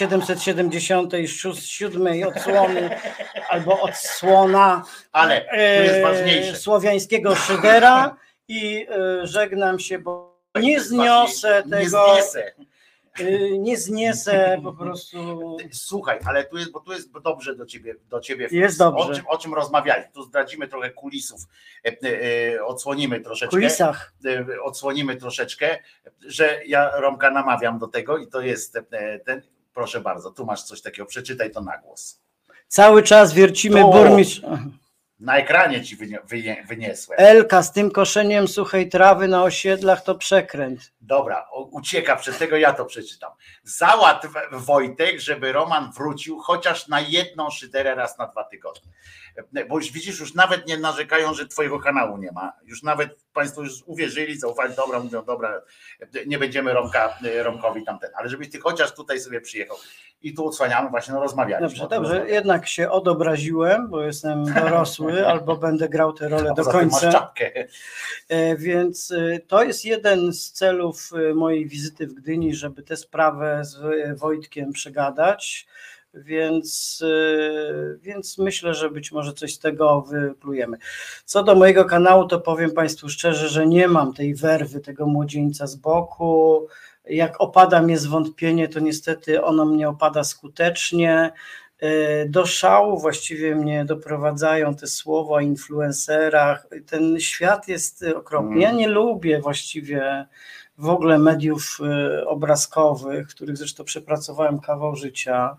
777 odsłony albo odsłona ale to jest ważniejsze. Słowiańskiego szydera i żegnam się, bo nie zniosę tego. Nie zniesę po prostu. Słuchaj, ale tu jest dobrze do ciebie jest dobrze. O czym rozmawialiśmy. Tu zdradzimy trochę kulisów, odsłonimy troszeczkę. Kulisach. Odsłonimy troszeczkę, że ja Romka namawiam do tego i to jest ten. Proszę bardzo, tu masz coś takiego, przeczytaj to na głos. Cały czas wiercimy burmistrz. Na ekranie ci wyniesłem. Elka z tym koszeniem suchej trawy na osiedlach to przekręt. Dobra, ucieka przed tego, ja to przeczytam. Załatw Wojtek, żeby Roman wrócił chociaż na jedną szyderę raz na 2 tygodnie. Bo już widzisz, już nawet nie narzekają, że twojego kanału nie ma. Już nawet państwo już uwierzyli, zaufali, dobra, mówią, dobra, nie będziemy Romkowi tamten. Ale żebyś ty chociaż tutaj sobie przyjechał. I tu odsłaniamy, właśnie rozmawialiśmy. Dobrze, jednak się odobraziłem, bo jestem dorosły, albo będę grał tę rolę do końca. Masz czapkę. Więc to jest jeden z celów mojej wizyty w Gdyni, żeby tę sprawę z Wojtkiem przegadać. Więc myślę, że być może coś z tego wyplujemy. Co do mojego kanału, to powiem Państwu szczerze, że nie mam tej werwy, tego młodzieńca z boku. Jak opada mnie zwątpienie, to niestety ono mnie opada skutecznie. Do szału właściwie mnie doprowadzają te słowa o influencerach. Ten świat jest okropny. Ja nie lubię właściwie w ogóle mediów obrazkowych, w których zresztą przepracowałem kawał życia.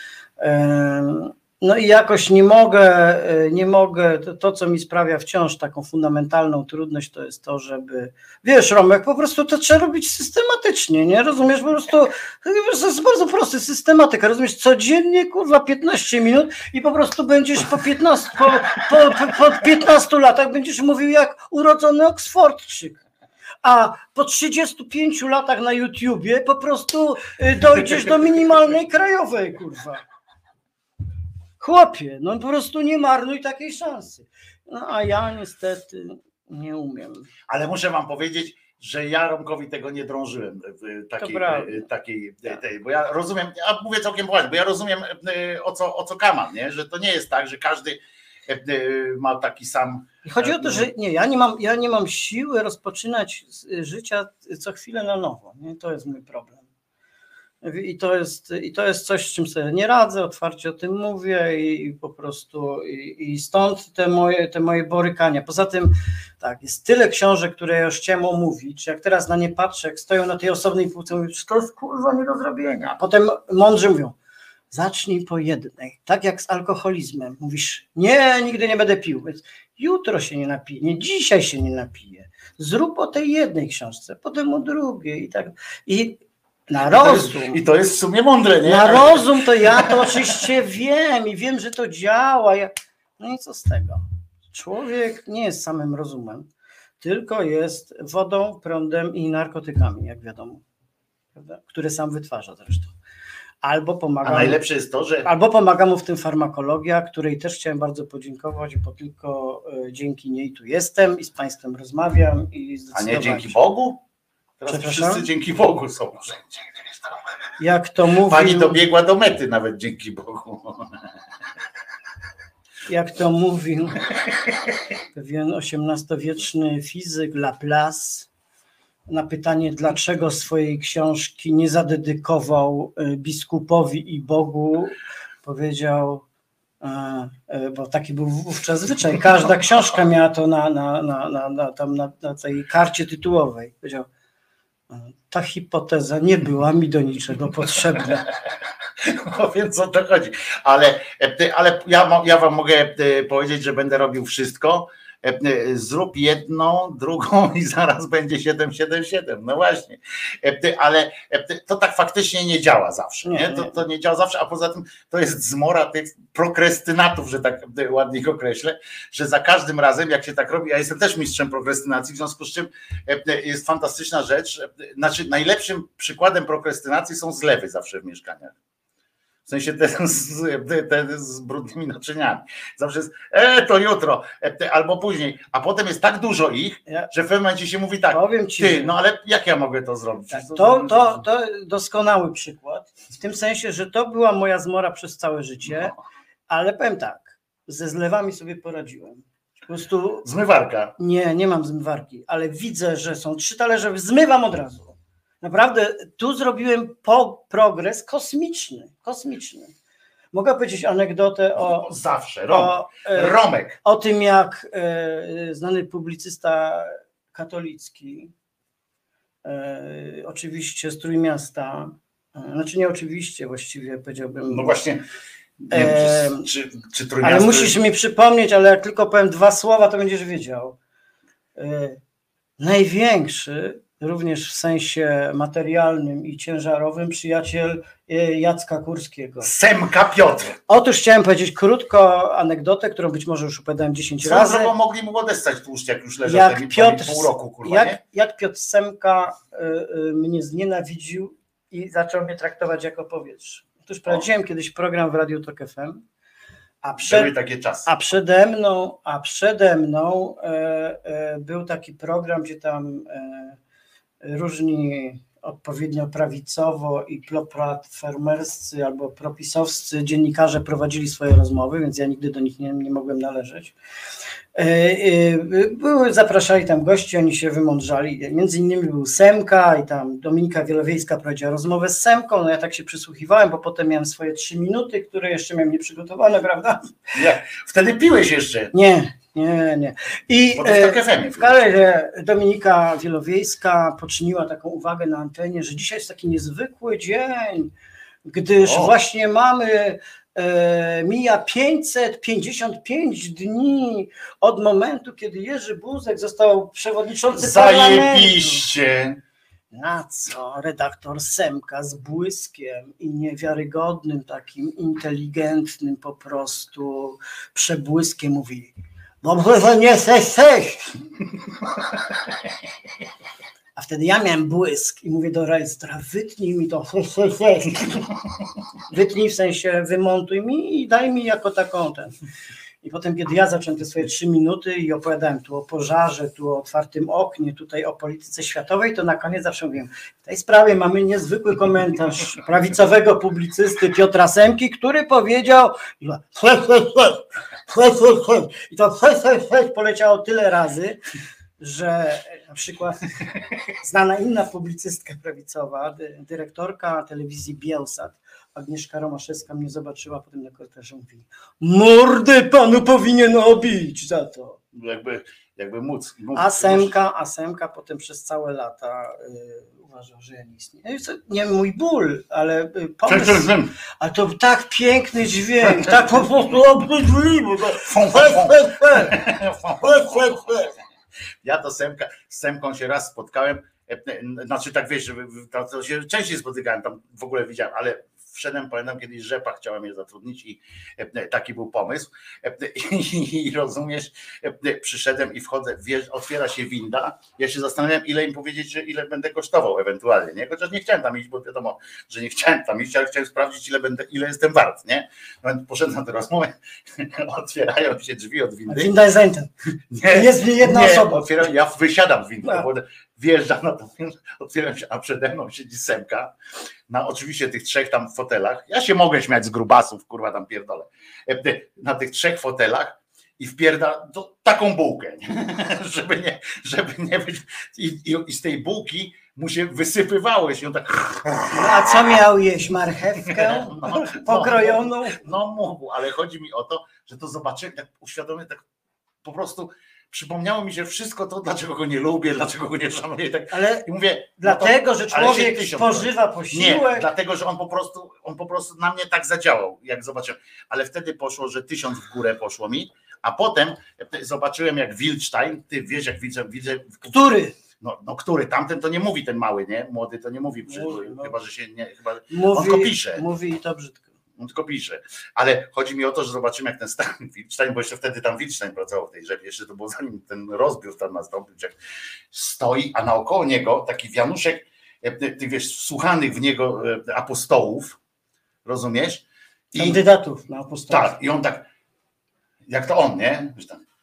No i jakoś nie mogę, to co mi sprawia wciąż taką fundamentalną trudność, to jest to, żeby, wiesz Romek, po prostu to trzeba robić systematycznie, nie? Rozumiesz, po prostu to jest bardzo prosty, systematyka, rozumiesz, codziennie, kurwa, 15 minut i po prostu będziesz po 15 latach będziesz mówił jak urodzony Oksfordczyk. A po 35 latach na YouTubie po prostu dojdziesz do minimalnej krajowej, kurwa. Chłopie, no po prostu nie marnuj takiej szansy. No a ja niestety nie umiem. Ale muszę wam powiedzieć, że ja Romkowi tego nie drążyłem w takiej bo ja rozumiem, a mówię całkiem poważnie, bo ja rozumiem o co kaman, nie? Że to nie jest tak, że każdy ma taki sam. I chodzi o to, że nie, ja nie mam siły rozpoczynać życia co chwilę na nowo. Nie? To jest mój problem. I to jest coś, z czym sobie nie radzę, otwarcie o tym mówię i po prostu i stąd te moje borykania. Poza tym tak, jest tyle książek, które ja już chciałem omówić, jak teraz na nie patrzę, jak stoją na tej osobnej półce, mówię, to jest kurwa nie do zrobienia. A potem mądrzy mówią, zacznij po jednej, tak jak z alkoholizmem. Mówisz, nie, nigdy nie będę pił, więc jutro się nie napiję, nie, dzisiaj się nie napiję. Zrób o tej jednej książce, potem o drugiej i tak. Na rozum. I to jest w sumie mądre, nie? Na rozum to ja to oczywiście wiem i wiem, że to działa. No i co z tego? Człowiek nie jest samym rozumem, tylko jest wodą, prądem i narkotykami, jak wiadomo, prawda? Które sam wytwarza zresztą. Albo pomaga. A najlepsze jest to, że. Albo pomaga mu w tym farmakologia, której też chciałem bardzo podziękować, bo tylko dzięki niej tu jestem i z Państwem rozmawiam. A nie dzięki Bogu? Teraz wszyscy dzięki Bogu są. Jak to mówił... Pani dobiegła do mety nawet dzięki Bogu. Jak to mówił pewien XVIII-wieczny fizyk Laplace na pytanie, dlaczego swojej książki nie zadedykował biskupowi i Bogu, powiedział, bo taki był wówczas zwyczaj, każda książka miała to na tej karcie tytułowej. Powiedział, ta hipoteza nie była mi do niczego potrzebna. No więc o to chodzi. Ale ja wam mogę powiedzieć, że będę robił wszystko. Zrób jedną, drugą i zaraz będzie 777. No właśnie. Ale to tak faktycznie nie działa zawsze. Nie? To nie działa zawsze, a poza tym to jest zmora tych prokrestynatów, że tak ładnie ich określę, że za każdym razem, jak się tak robi, ja jestem też mistrzem prokrestynacji, w związku z czym jest fantastyczna rzecz. Znaczy, najlepszym przykładem prokrestynacji są zlewy zawsze w mieszkaniach. W sensie ten z brudnymi naczyniami. Zawsze jest, to jutro, albo później. A potem jest tak dużo ich, że w pewnym momencie się mówi tak, powiem ci, ty, no ale jak ja mogę to zrobić? Tak, to doskonały przykład. W tym sensie, że to była moja zmora przez całe życie, ale powiem tak, ze zlewami sobie poradziłem. Po prostu... Zmywarka. Nie mam zmywarki, ale widzę, że są 3 talerze, zmywam od razu. Naprawdę, tu zrobiłem progres kosmiczny. Mogę powiedzieć anegdotę o... Zawsze, Romek. O tym, jak znany publicysta katolicki, oczywiście z Trójmiasta, znaczy nie oczywiście, właściwie powiedziałbym... No właśnie, nie wiem, czy Trójmiasto... Ale musisz mi przypomnieć, ale jak tylko powiem 2 słowa, to będziesz wiedział. Największy, również w sensie materialnym i ciężarowym, przyjaciel Jacka Kurskiego. Semka Piotr. Otóż chciałem powiedzieć krótko anegdotę, którą być może już opowiadałem 10 razy. Bo mogli mu odessać tłuszcz, jak już leżał pół roku. Kurwa, jak Piotr Semka mnie znienawidził i zaczął mnie traktować jako powietrze. Otóż prowadziłem kiedyś program w Radiu Tok FM, były takie czasy. A przede mną był taki program, gdzie tam różni odpowiednio prawicowo i proplatformerscy albo propisowscy dziennikarze prowadzili swoje rozmowy, więc ja nigdy do nich nie mogłem należeć. Zapraszali tam gości, oni się wymądrzali, między innymi był Semka i tam Dominika Wielowiejska prowadziła rozmowę z Semką, no ja tak się przysłuchiwałem, bo potem miałem swoje 3 minuty, które jeszcze miałem nieprzygotowane, prawda? Nie, wtedy piłeś jeszcze. Nie. I w razie Dominika Wielowiejska poczyniła taką uwagę na antenie, że dzisiaj jest taki niezwykły dzień, gdyż właśnie mija 555 dni od momentu, kiedy Jerzy Buzek został przewodniczącym parlamentu. Zajebiście! Na co redaktor Semka z błyskiem i niewiarygodnym, takim inteligentnym po prostu przebłyskiem mówi: dobrze, że nie jesteś. A wtedy ja miałem błysk i mówię do rejestra: wytnij mi to. Wytnij, w sensie wymontuj mi i daj mi jako taką ten. I potem, kiedy ja zacząłem te swoje 3 minuty i opowiadałem tu o pożarze, tu o otwartym oknie, tutaj o polityce światowej, to na koniec zawsze mówiłem: w tej sprawie mamy niezwykły komentarz prawicowego publicysty Piotra Semki, który powiedział, i to poleciało tyle razy, że na przykład znana inna publicystka prawicowa, dyrektorka telewizji Bielsat, Agnieszka Romaszewska, mnie zobaczyła potem na korytarzu, mówi: mordę panu powinien obić za to. Jakby móc. A Semka potem przez całe lata uważał, że ja nie istnieję. Nie mój ból, ale pomysł. Ale to tak piękny dźwięk, tak po prostu obrzydliwy. Ja to z Semką się raz spotkałem, znaczy tak wiesz, to się częściej spotykałem, tam w ogóle widziałem, ale wszedłem, pamiętam, kiedyś Rzepa chciała mnie zatrudnić i taki był pomysł i rozumiesz, przyszedłem i wchodzę, otwiera się winda, ja się zastanawiam, ile im powiedzieć, że ile będę kosztował ewentualnie, nie? Chociaż nie chciałem tam iść, bo wiadomo, że nie chciałem tam iść, ale chciałem sprawdzić, ile jestem wart, nie? No, poszedłem na tę rozmowę, otwierają się drzwi od windy. Winda jest zajęta. Jest w niej jedna osoba. Ja wysiadam z windy, wjeżdżam na to, otwieram się, a przede mną siedzi Semka, na oczywiście tych 3 tam fotelach. Ja się mogę śmiać z grubasów, kurwa tam pierdolę. Na tych 3 fotelach i wpierda taką bułkę, żeby nie być. I z tej bułki mu się wysypywało się tak. A co miał jeść? Marchewkę pokrojoną? No mógł, ale chodzi mi o to, że to zobaczyłem, tak uświadomiłem, tak po prostu przypomniało mi się wszystko to, dlaczego go nie lubię, dlaczego go nie szanuję. Tak. Ale i mówię, dlatego, że człowiek spożywa posiłek. Nie, dlatego, że on po prostu na mnie tak zadziałał, jak zobaczyłem. Ale wtedy poszło, że 1000 w górę poszło mi, a potem zobaczyłem, jak Wildstein, ty wiesz, jak widzę. Który? No który, tamten to nie mówi, ten mały, nie? Młody to nie mówi, chyba że się nie, chyba mówi, on tylko pisze. Mówi to brzydko. On tylko pisze, ale chodzi mi o to, że zobaczymy, jak ten Wildstein, bo jeszcze wtedy tam Wildstein pracował w tej Rzepie, jeszcze to było zanim ten rozbiór tam nastąpił, jak stoi, a naokoło niego taki wianuszek, ty wiesz, słuchanych w niego apostołów, rozumiesz? Kandydatów na apostołów. Tak, i on tak, jak to on, nie?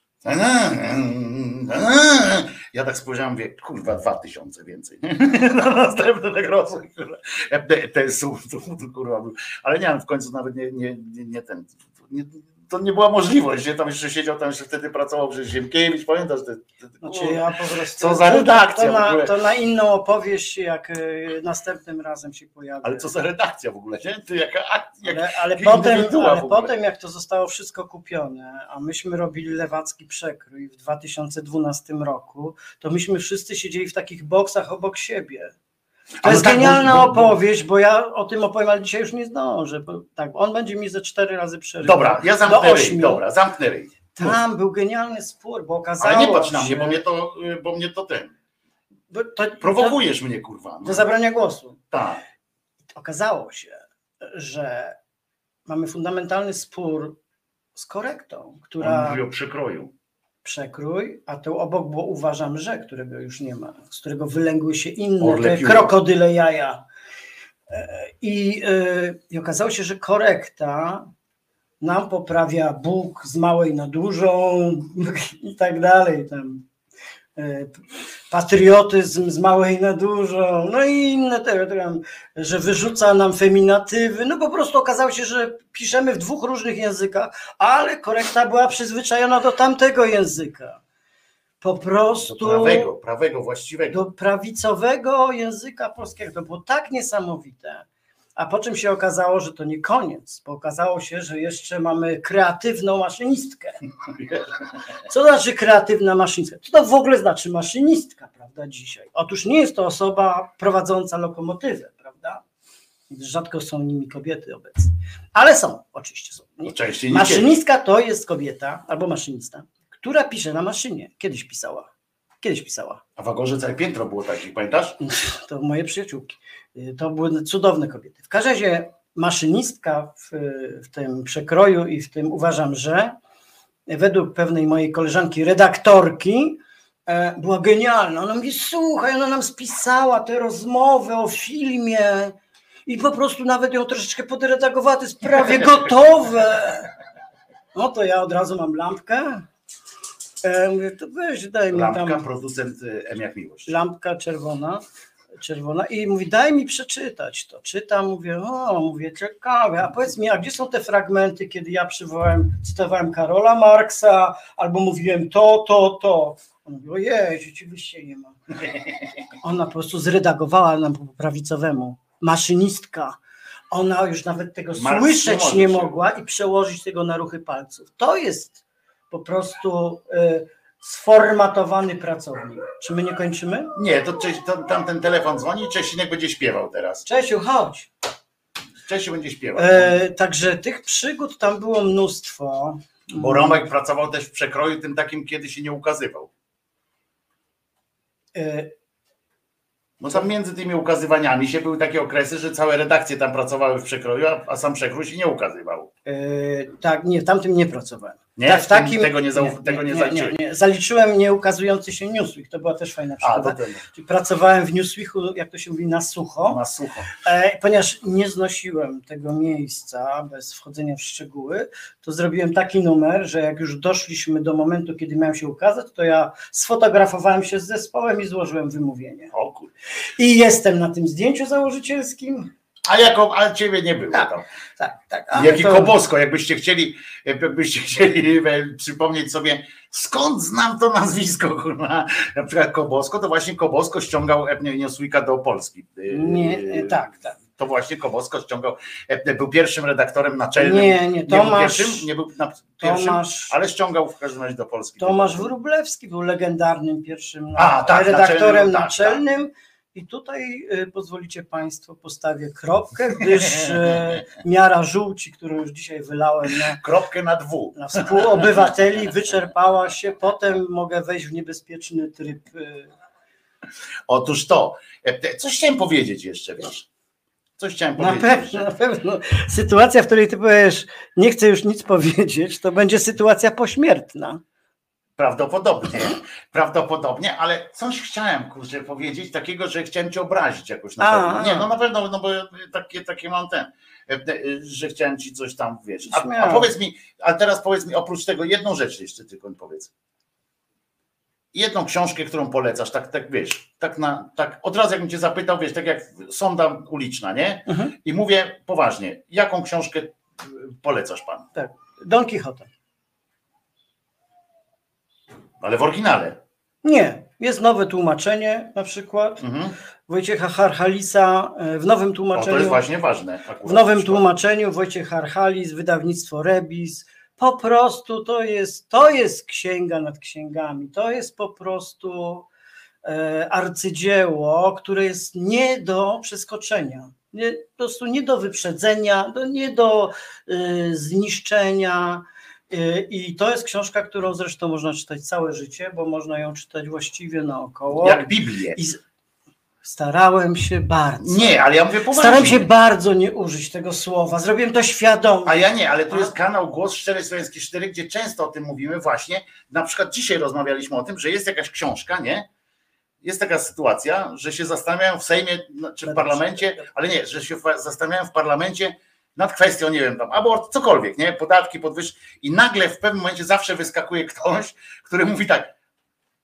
Ja tak spojrzałem, mówię, kurwa, 2000 więcej. Na następny tak rosły, ten słów, kurwa, ale nie, w końcu nawet nie ten, to nie była możliwość, nie? Tam jeszcze siedział, tam jeszcze wtedy pracował przez Ziemkiewicz, pamiętasz? Znaczy ja po prostu, co za redakcja to na inną opowieść, jak następnym razem się pojawi. Ale co za redakcja w ogóle, nie? To ale potem jak to zostało wszystko kupione, a myśmy robili lewacki przekrój w 2012 roku, to myśmy wszyscy siedzieli w takich boksach obok siebie. To jest genialna opowieść, bo ja o tym opowiem, ale dzisiaj już nie zdążę. Bo tak, on będzie mi ze 4 razy przerywał. Dobra, ja zamknę ryj. Tam był genialny spór, bo okazało się... Ale nie patrz na mnie, bo mnie to ten... Prowokujesz mnie, kurwa. Do zabrania głosu. Tak. Okazało się, że mamy fundamentalny spór z korektą, która... On mówi o przekroju. Przekrój, a to obok było Uważam, że, którego już nie ma, z którego wylęgły się inne te krokodyle jaja. I okazało się, że korekta nam poprawia Bóg z małej na dużą i tak dalej. Tam patriotyzm z małej na dużą, no i inne że wyrzuca nam feminatywy, no po prostu okazało się, że piszemy w 2 różnych językach, ale korekta była przyzwyczajona do tamtego języka. Po prostu do prawego, właściwego. Do prawicowego języka polskiego. To było tak niesamowite. A po czym się okazało, że to nie koniec, bo okazało się, że jeszcze mamy kreatywną maszynistkę. Co znaczy kreatywna maszynistka? Co to w ogóle znaczy maszynistka, prawda, dzisiaj? Otóż nie jest to osoba prowadząca lokomotywę, prawda? Rzadko są nimi kobiety obecnie. Ale są, oczywiście są. Maszynistka to jest kobieta, albo maszynista, która pisze na maszynie. Kiedyś pisała. A w Agorze całe piętro było takich, pamiętasz? To moje przyjaciółki. To były cudowne kobiety. W każdym razie maszynistka w tym przekroju i w tym uważam, że według pewnej mojej koleżanki redaktorki była genialna. Ona mówi, słuchaj, ona nam spisała te rozmowy o filmie i po prostu nawet ją troszeczkę podredagowała, to jest prawie gotowe. No to ja od razu mam lampkę. Mówię, to weź, daj mi Lampka, tam. producent M jak miłość. Lampka czerwona i mówi, daj mi przeczytać to. Czytam, mówię, ciekawe, a powiedz mi, a gdzie są te fragmenty, kiedy ja cytowałem Karola Marksa, albo mówiłem to. On mówi, ojej, rzeczywiście nie ma. Ona po prostu zredagowała nam po prawicowemu. Maszynistka. Ona już nawet tego słyszeć nie mogła i przełożyć tego na ruchy palców. To jest po prostu sformatowany pracownik. Czy my nie kończymy? Nie, to tam ten telefon dzwoni i Czesinek będzie śpiewał teraz. Czesiu, chodź. Czesiu będzie śpiewał. Także tych przygód tam było mnóstwo. Bo Romek pracował też w przekroju tym takim, kiedy się nie ukazywał. No tam między tymi ukazywaniami się były takie okresy, że całe redakcje tam pracowały w przekroju, a sam przekrój się nie ukazywał. Tak, nie, w tamtym nie pracowałem. Nie? Tak, w takim, tego nie zaliczyłem. Nie. Zaliczyłem nieukazujący się Newsweek, to była też fajna przygoda. Czyli pracowałem w Newsweeku, jak to się mówi, na sucho. Na sucho. Ponieważ nie znosiłem tego miejsca bez wchodzenia w szczegóły, to zrobiłem taki numer, że jak już doszliśmy do momentu, kiedy miałem się ukazać, to ja sfotografowałem się z zespołem i złożyłem wymówienie. O kur... I jestem na tym zdjęciu założycielskim. Ale ciebie nie było tam. Tak. Jaki Kobosko, jakbyście chcieli przypomnieć sobie, skąd znam to nazwisko, kurwa, na przykład Kobosko, to właśnie Kobosko ściągał Newsweeka do Polski. Tak. To właśnie Kobosko ściągał, był pierwszym redaktorem naczelnym. Nie, Tomasz, nie był pierwszym, ale ściągał w każdym razie do Polski. Tomasz Wróblewski był legendarnym pierwszym redaktorem naczelnym. I tutaj pozwolicie Państwo postawię kropkę, gdyż miara żółci, którą już dzisiaj wylałem kropkę na współobywateli wyczerpała się, potem mogę wejść w niebezpieczny tryb. Otóż to, coś chciałem powiedzieć jeszcze, wiesz. Coś chciałem powiedzieć. Na pewno. Sytuacja, w której ty powiesz, nie chcę już nic powiedzieć, to będzie sytuacja pośmiertna. Prawdopodobnie, ale coś chciałem, kurczę, powiedzieć takiego, że chciałem cię obrazić jakoś na pewno. Nie, no na pewno, no bo takie mam że chciałem ci coś tam, wiesz. A powiedz mi, a teraz powiedz mi, oprócz tego jedną rzecz jeszcze tylko powiedz. Jedną książkę, którą polecasz, tak wiesz, tak od razu jakbym cię zapytał, wiesz, tak jak sonda uliczna, nie? I mówię poważnie, jaką książkę polecasz pan? Tak, Don Quixote. Ale w oryginale? Nie, jest nowe tłumaczenie na przykład Wojciecha Harchalisa w nowym tłumaczeniu. To jest właśnie ważne. W nowym tłumaczeniu Wojciech Harchalis, wydawnictwo Rebis. Po prostu to jest księga nad księgami. To jest po prostu arcydzieło, które jest nie do przeskoczenia. Po prostu nie do wyprzedzenia, nie do zniszczenia. I to jest książka, którą zresztą można czytać całe życie, bo można ją czytać właściwie naokoło. Jak Biblię. Starałem się bardzo. Nie, ale ja mówię poważnie. Starałem się bardzo nie użyć tego słowa. Zrobiłem to świadomie. A ja nie, ale tu jest kanał Głos Szczery Słowiański 4, gdzie często o tym mówimy właśnie. Na przykład dzisiaj rozmawialiśmy o tym, że jest jakaś książka, nie? Jest taka sytuacja, że się zastanawiają w Sejmie, czy w parlamencie, ale nie, że się zastanawiają w parlamencie nad kwestią, nie wiem, tam abort, cokolwiek, nie? Podatki, podwyżki i nagle w pewnym momencie zawsze wyskakuje ktoś, który mówi tak: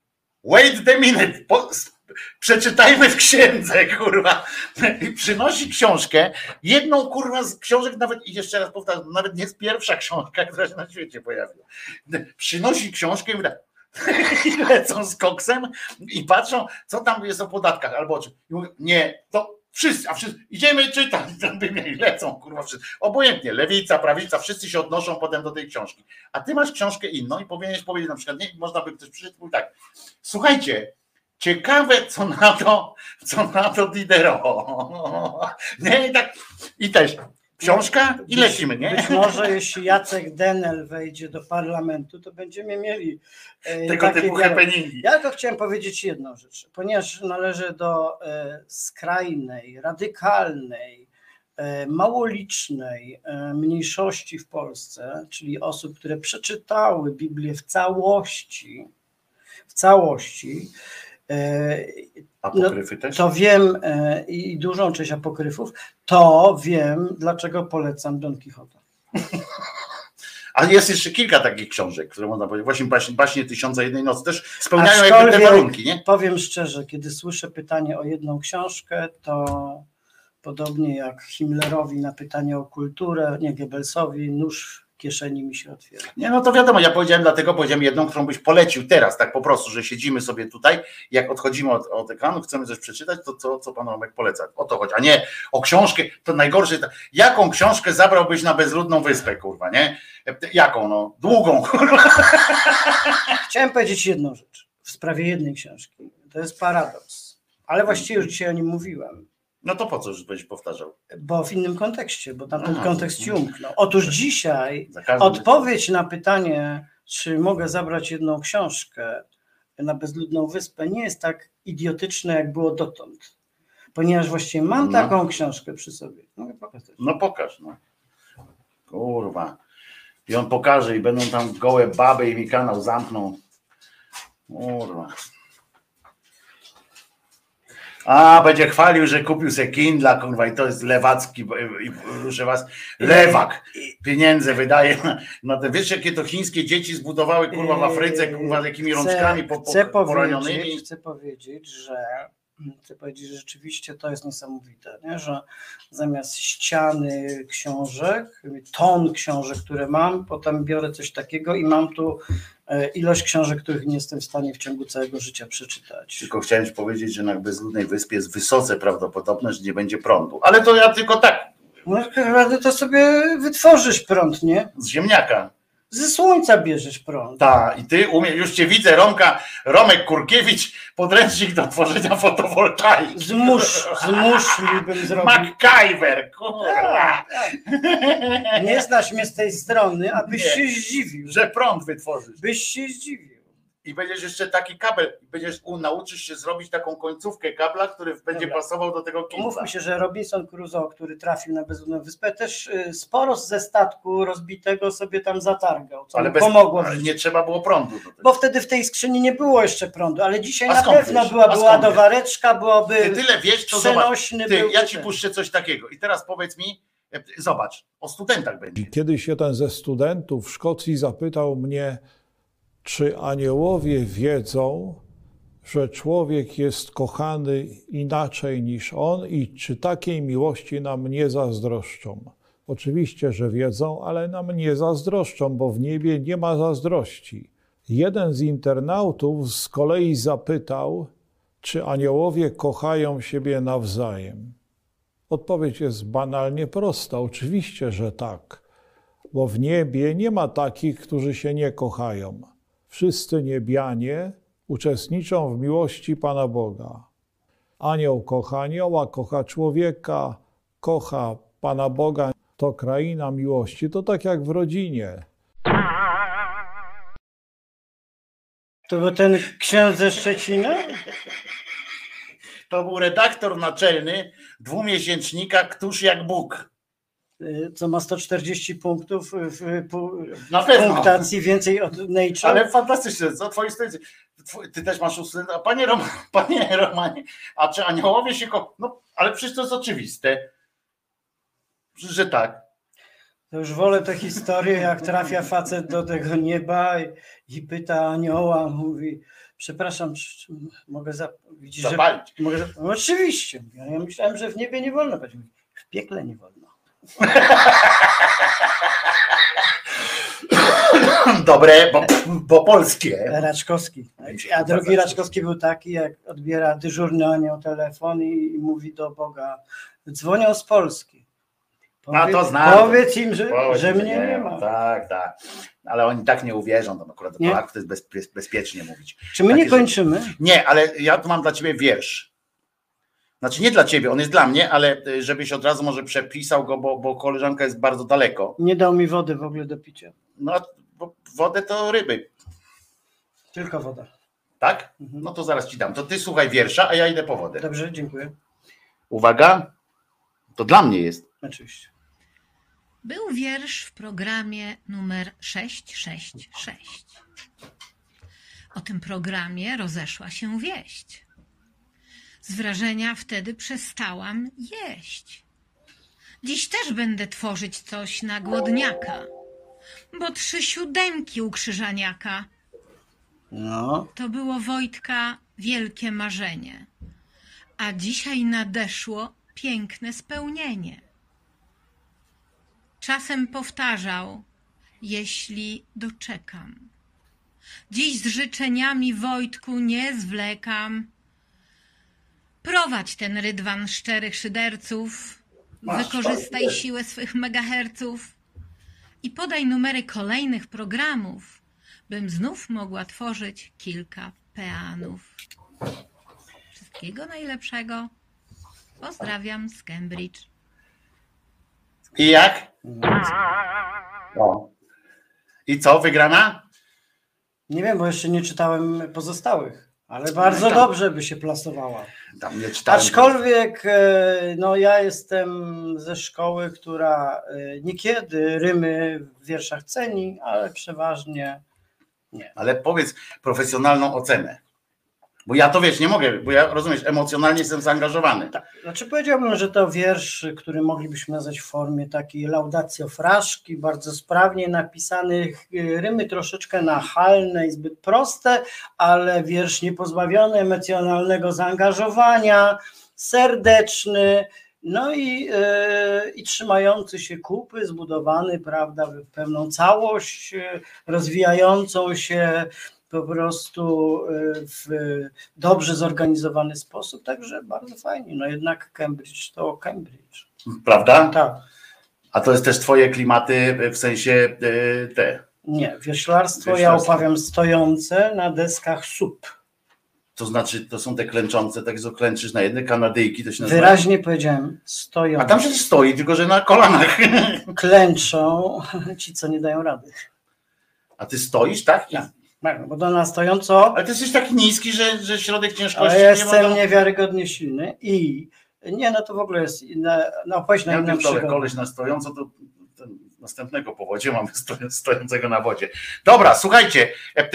wait a minute, przeczytajmy w księdze, kurwa. I przynosi książkę, jedną, kurwa, z książek, nawet, i jeszcze raz powtarzam, nawet nie jest pierwsza książka, która się na świecie pojawiła. Przynosi książkę i mówi, i lecą z koksem i patrzą, co tam jest o podatkach, albo o czym. I mówią, nie, to wszyscy, idziemy czytać, i lecą, kurwa, wszyscy. Obojętnie, lewica, prawica, wszyscy się odnoszą potem do tej książki. A ty masz książkę inną i powinieneś powiedzieć na przykład, nie, można by ktoś przyszedł, tak, słuchajcie, ciekawe, co na to Diderot. Nie, i tak, i też książka i lecimy, nie? Być może jeśli Jacek Denel wejdzie do parlamentu, to będziemy mieli tego typu happeningi. Ja tylko chciałem powiedzieć jedną rzecz, ponieważ należę do skrajnej, radykalnej, małolicznej mniejszości w Polsce, czyli osób, które przeczytały Biblię w całości, Apokryfy też? To wiem i dużą część apokryfów, to wiem, dlaczego polecam Don Quixota. A jest jeszcze kilka takich książek, które można powiedzieć, właśnie Baśnie Tysiąca Jednej Nocy też spełniają jakby te warunki, nie? Powiem szczerze, kiedy słyszę pytanie o jedną książkę, to podobnie jak Himmlerowi na pytanie o kulturę, nie Goebbelsowi, nóż w kieszeni mi się otwiera. Nie, no to wiadomo, ja powiedziałem jedną, którą byś polecił teraz, tak po prostu, że siedzimy sobie tutaj, jak odchodzimy od ekranu, chcemy coś przeczytać, to co pan Romek poleca? O to chodzi, a nie o książkę, to najgorsze, jaką książkę zabrałbyś na bezludną wyspę, kurwa, nie? Jaką, no? Długą, kurwa. Chciałem powiedzieć jedną rzecz w sprawie jednej książki. To jest paradoks, ale właściwie już dzisiaj o nim mówiłem. No to po co już będziesz powtarzał? Bo w innym kontekście, bo tam ten kontekst ci umknął. Otóż dzisiaj odpowiedź na pytanie, czy mogę zabrać jedną książkę na bezludną wyspę, nie jest tak idiotyczne, jak było dotąd. Ponieważ właściwie mam taką książkę przy sobie. Mogę pokazać. No pokaż, no. Kurwa. I on pokaże i będą tam gołe baby i mi kanał zamkną. Kurwa. A, będzie chwalił, że kupił sobie Kindla, kurwa, i to jest lewacki, i proszę was, lewak, pieniądze wydaje na te, wiesz, jakie to chińskie dzieci zbudowały, kurwa, w Afryce, kurwa, z jakimi rączkami poranionymi. Chcę powiedzieć, że rzeczywiście to jest niesamowite, nie? Że zamiast ściany książek, ton książek, które mam, potem biorę coś takiego i mam tu ilość książek, których nie jestem w stanie w ciągu całego życia przeczytać. Tylko chciałem ci powiedzieć, że na bezludnej wyspie jest wysoce prawdopodobne, że nie będzie prądu. Ale to ja tylko tak. No to sobie wytworzysz prąd, nie? Z ziemniaka. Ze słońca bierzesz prąd. Tak, i ty już cię widzę, Romek Kurkiewicz, podręcznik do tworzenia fotowoltaiki. Zmuszliłbym zrobić. MacGyver, kurwa. Nie znasz mnie z tej strony, abyś się zdziwił. Że prąd wytworzysz. Byś się zdziwił. I będziesz jeszcze taki kabel, nauczysz się zrobić taką końcówkę kabla, który będzie pasował do tego Kindla. Mówmy się, że Robinson Crusoe, który trafił na bezludną wyspę, też sporo ze statku rozbitego sobie tam zatargał, co mu pomogło. Ale nie trzeba było prądu. Bo wtedy w tej skrzyni nie było jeszcze prądu, ale dzisiaj na pewno byłaby ładowareczka, byłoby ty tyle wiesz, co przenośny. Ja ci puszczę coś takiego. I teraz powiedz mi, zobacz, o studentach będzie. Kiedyś jeden ze studentów w Szkocji zapytał mnie, czy aniołowie wiedzą, że człowiek jest kochany inaczej niż on i czy takiej miłości nam nie zazdroszczą? Oczywiście, że wiedzą, ale nam nie zazdroszczą, bo w niebie nie ma zazdrości. Jeden z internautów z kolei zapytał, czy aniołowie kochają siebie nawzajem. Odpowiedź jest banalnie prosta. Oczywiście, że tak, bo w niebie nie ma takich, którzy się nie kochają. Wszyscy niebianie uczestniczą w miłości Pana Boga. Anioł kocha anioła, kocha człowieka, kocha Pana Boga. To kraina miłości, to tak jak w rodzinie. To był ten ksiądz ze Szczecina? To był redaktor naczelny dwumiesięcznika Któż jak Bóg. Co ma 140 punktów w punktacji, więcej od Nature. Ale fantastycznie, co twoi studenci. Ty też masz studenta. Panie Romanie, a czy aniołowie się kochają? No, ale przecież to jest oczywiste, że tak. To już wolę tę historię, jak trafia facet do tego nieba i pyta anioła, mówi, Przepraszam, czy mogę widzisz, zapalić? Że mogę no oczywiście. Ja myślałem, że w niebie nie wolno. W piekle nie wolno. Dobre, bo polskie. Raczkowski. A drugi Raczkowski był taki, jak odbiera dyżurny anioł telefon i mówi do Boga, dzwonią z Polski. To znam. Powiedz im, że mnie nie ma. Tak. Ale oni tak nie uwierzą, tam akurat do Polaków to jest bezpiecznie mówić. Czy my nie kończymy? Nie, ale ja tu mam dla ciebie wiersz. Znaczy nie dla ciebie, on jest dla mnie, ale żebyś od razu może przepisał go, bo koleżanka jest bardzo daleko. Nie dał mi wody w ogóle do picia. No, bo wodę to ryby. Tylko woda. Tak? No to zaraz ci dam. To ty słuchaj wiersza, a ja idę po wodę. Dobrze, dziękuję. Uwaga, to dla mnie jest. Oczywiście. Był wiersz w programie numer 666. O tym programie rozeszła się wieść. Z wrażenia wtedy przestałam jeść. Dziś też będę tworzyć coś na głodniaka, bo 3 siódemki u Krzyżaniaka. No. To było Wojtka wielkie marzenie, a dzisiaj nadeszło piękne spełnienie. Czasem powtarzał, jeśli doczekam. Dziś z życzeniami, Wojtku, nie zwlekam. Prowadź ten rydwan szczerych szyderców, wykorzystaj siłę swych megaherców i podaj numery kolejnych programów, bym znów mogła tworzyć kilka peanów. Wszystkiego najlepszego. Pozdrawiam z Cambridge. I jak? No. I co, wygrana? Nie wiem, bo jeszcze nie czytałem pozostałych, ale bardzo dobrze by się plasowała. Tam nie czytałem. Aczkolwiek no, ja jestem ze szkoły, która niekiedy rymy w wierszach ceni, ale przeważnie nie. Ale powiedz profesjonalną ocenę. Bo ja to wiesz, nie mogę, bo ja rozumiesz, emocjonalnie jestem zaangażowany. Tak, znaczy powiedziałbym, że to wiersz, który moglibyśmy nazwać w formie takiej laudatio fraszki, bardzo sprawnie napisany, rymy troszeczkę nachalne i zbyt proste, ale wiersz niepozbawiony emocjonalnego zaangażowania, serdeczny, no i trzymający się kupy, zbudowany, prawda, w pewną całość, rozwijającą się po prostu w dobrze zorganizowany sposób, także bardzo fajnie. No jednak Cambridge to Cambridge. Prawda? Tak. A to jest też twoje klimaty w sensie te? Nie, wioślarstwo ja uprawiam stojące na deskach SUP. To znaczy, to są te klęczące, tak co klęczysz na jednej, kanadyjki to się nazywa? Wyraźnie powiedziałem, stojące. A tam się stoi, tylko że na kolanach. Klęczą ci, co nie dają rady. A ty stoisz, tak? Ja. Tak, bo to na stojąco. Ale ty jesteś taki niski, że środek ciężkości ale nie jestem ma. Niewiarygodnie silny i nie, no to w ogóle jest opowieść na inną przygodę. Koleś na stojąco, to następnego po wodzie mamy stojącego na wodzie. Dobra, słuchajcie,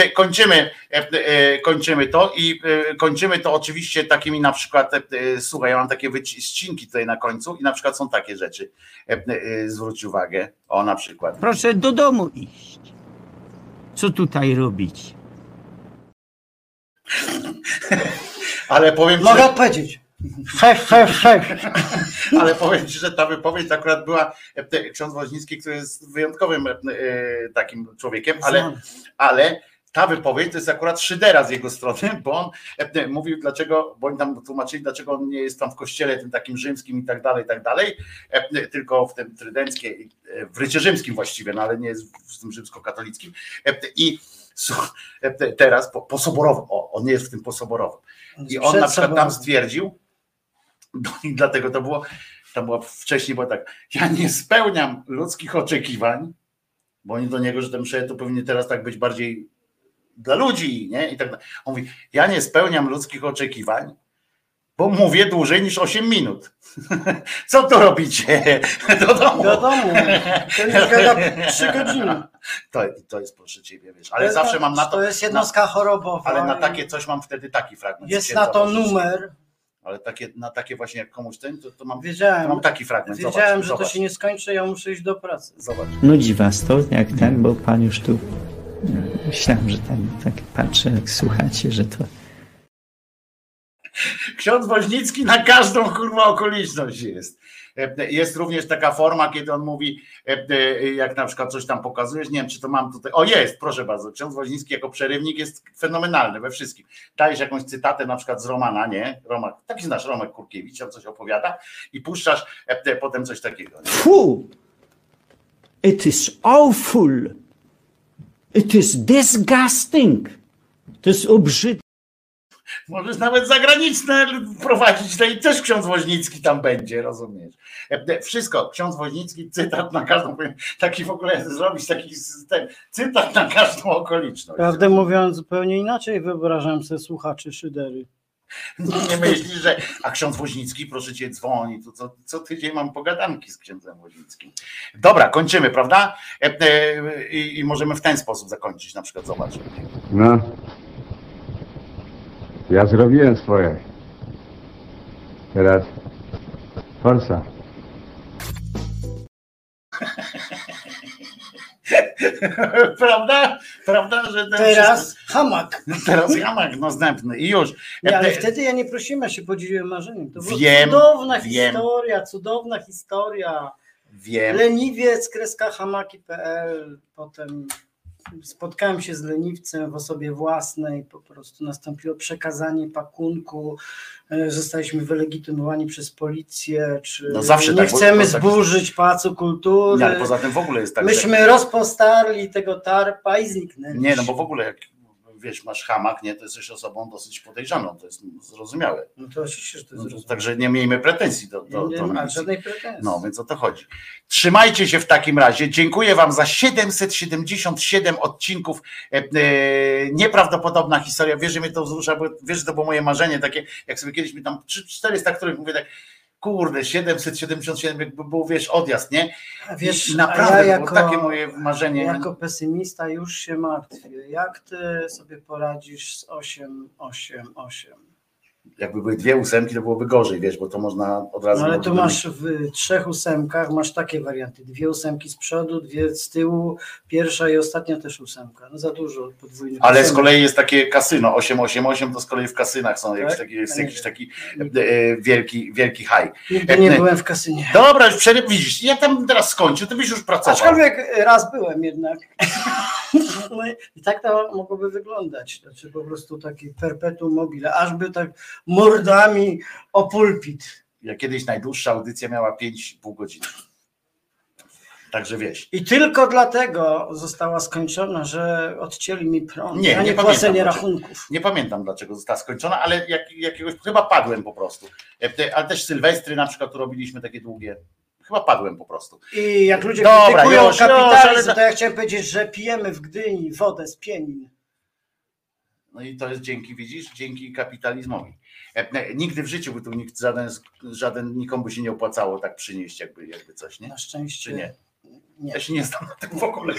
kończymy to i kończymy to oczywiście takimi na przykład, słuchaj, ja mam takie wycinki tutaj na końcu i na przykład są takie rzeczy. Zwróć uwagę, o na przykład. Proszę do domu iść. Co tutaj robić? Ale powiem ci, mogę odpowiedzieć. Ale powiem ci, że ta wypowiedź akurat była ksiądz Woźnicki, który jest wyjątkowym takim człowiekiem, ale ta wypowiedź to jest akurat szydera z jego strony, bo on mówił dlaczego, bo oni tam tłumaczyli, dlaczego on nie jest tam w kościele tym takim rzymskim i tak dalej, tylko w tym trydenckim, w rycie rzymskim właściwie, no ale nie jest w tym rzymskokatolickim. I teraz po soborowym, on nie jest w tym posoborowym. I on na przykład tam stwierdził, no i dlatego to było wcześniej, było tak, ja nie spełniam ludzkich oczekiwań, bo oni do niego, że ten msze to powinien teraz tak być bardziej dla ludzi, nie? I tak dalej. On mówi, ja nie spełniam ludzkich oczekiwań, bo mówię dłużej niż 8 minut. Co tu robicie? Do domu. Do domu. To jest gada 3 godziny. To jest proszę ciebie, wiesz. Ale zawsze mam na to. To jest jednostka chorobowa. Ale na takie coś mam wtedy taki fragment. Jest na to numer. Ale na takie właśnie jak komuś to mam, wiedziałem, to mam taki fragment. Wiedziałem, że to się nie skończy, ja muszę iść do pracy. Zobacz. Nudzi was to, jak ten, bo pan już tu Myślałem, że tak patrzę, jak słuchacie, że to... Ksiądz Woźnicki na każdą kurwa okoliczność jest. Jest również taka forma, kiedy on mówi, jak na przykład coś tam pokazujesz, nie wiem, czy to mam tutaj, o jest, proszę bardzo, ksiądz Woźnicki jako przerywnik jest fenomenalny we wszystkim. Dajesz jakąś cytatę na przykład z Romana, nie? Taki znasz, Romek Kurkiewicz, tam coś opowiada i puszczasz potem coś takiego. Nie? Fu! It is awful! It is disgusting! To jest obrzydliwe. Możesz nawet zagraniczne prowadzić, i też ksiądz Woźnicki tam będzie, rozumiesz? Wszystko, ksiądz Woźnicki, cytat na każdą, taki w ogóle zrobić taki cytat na każdą okoliczność. Prawdę mówiąc, zupełnie inaczej wyobrażam sobie słuchaczy szydery. Nie myślisz, że a ksiądz Woźnicki, proszę cię, dzwoni, to co tydzień mam pogadanki z księdzem Woźnickim. Dobra, kończymy, prawda? I możemy w ten sposób zakończyć, na przykład, zobacz. No. Ja zrobiłem swoje. Teraz forsa. Prawda? Że teraz hamak. Teraz hamak następny i już. Nie, ale wtedy ja nie prosiłem, ja się podzieliłem marzeniem. To była cudowna historia. Wiem. Leniwiec-hamaki.pl. Potem spotkałem się z leniwcem w osobie własnej, po prostu nastąpiło przekazanie pakunku, zostaliśmy wylegitymowani przez policję, czy no zawsze nie tak, chcemy zburzyć Pałacu Kultury. Nie, ale poza tym w ogóle jest tak. Myśmy rozpostarli tego tarpa i zniknęli. Nie, no bo w ogóle jak wiesz, masz hamak, nie, to jesteś osobą dosyć podejrzaną, to jest zrozumiałe. No to oczywiście, że to jest zrozumiałe. Także nie miejmy pretensji do nie ma żadnej pretensji. No, więc o to chodzi. Trzymajcie się w takim razie. Dziękuję wam za 777 odcinków. Nieprawdopodobna historia. Wiesz, że mnie to wzrusza, bo wiesz, że to było moje marzenie takie, jak sobie kiedyś mi tam 400, których mówię tak, kurde, 777 jakby był, wiesz, odjazd, nie? A wiesz, i naprawdę ja jako, było takie moje marzenie. Jako pesymista już się martwię. Jak ty sobie poradzisz z 888? Jakby były 2 ósemki, to byłoby gorzej, wiesz, bo to można od razu... No ale tu masz w 3 ósemkach, masz takie warianty. 2 ósemki z przodu, 2 z tyłu, pierwsza i ostatnia też ósemka. No za dużo podwójnych. Ale z kolei jest takie kasyno, 888 to z kolei w kasynach są, tak? Jest jakiś taki wielki high. Nigdy nie byłem w kasynie. Dobra, już widzisz, ja tam teraz skończył, ty byś już pracował. Aczkolwiek raz byłem jednak. No i tak to mogłoby wyglądać. Znaczy po prostu taki perpetuum mobile, aż by tak mordami o pulpit. Ja kiedyś najdłuższa audycja miała 5,5 godziny. Także wiesz. I tylko dlatego została skończona, że odcięli mi prąd, nie płacenie rachunków. Nie pamiętam, dlaczego została skończona, ale jakiegoś chyba padłem po prostu. Ale też Sylwestry na przykład tu robiliśmy takie długie. Chyba padłem po prostu. I jak ludzie krytykują kapitalizm, to ja chciałem powiedzieć, że pijemy w Gdyni wodę z pienin. No i to jest dzięki kapitalizmowi. Nigdy w życiu by tu żaden nikomu by się nie opłacało tak przynieść, jakby coś, nie? Na szczęście. Czy nie? Ja się nie znam na tym w ogóle.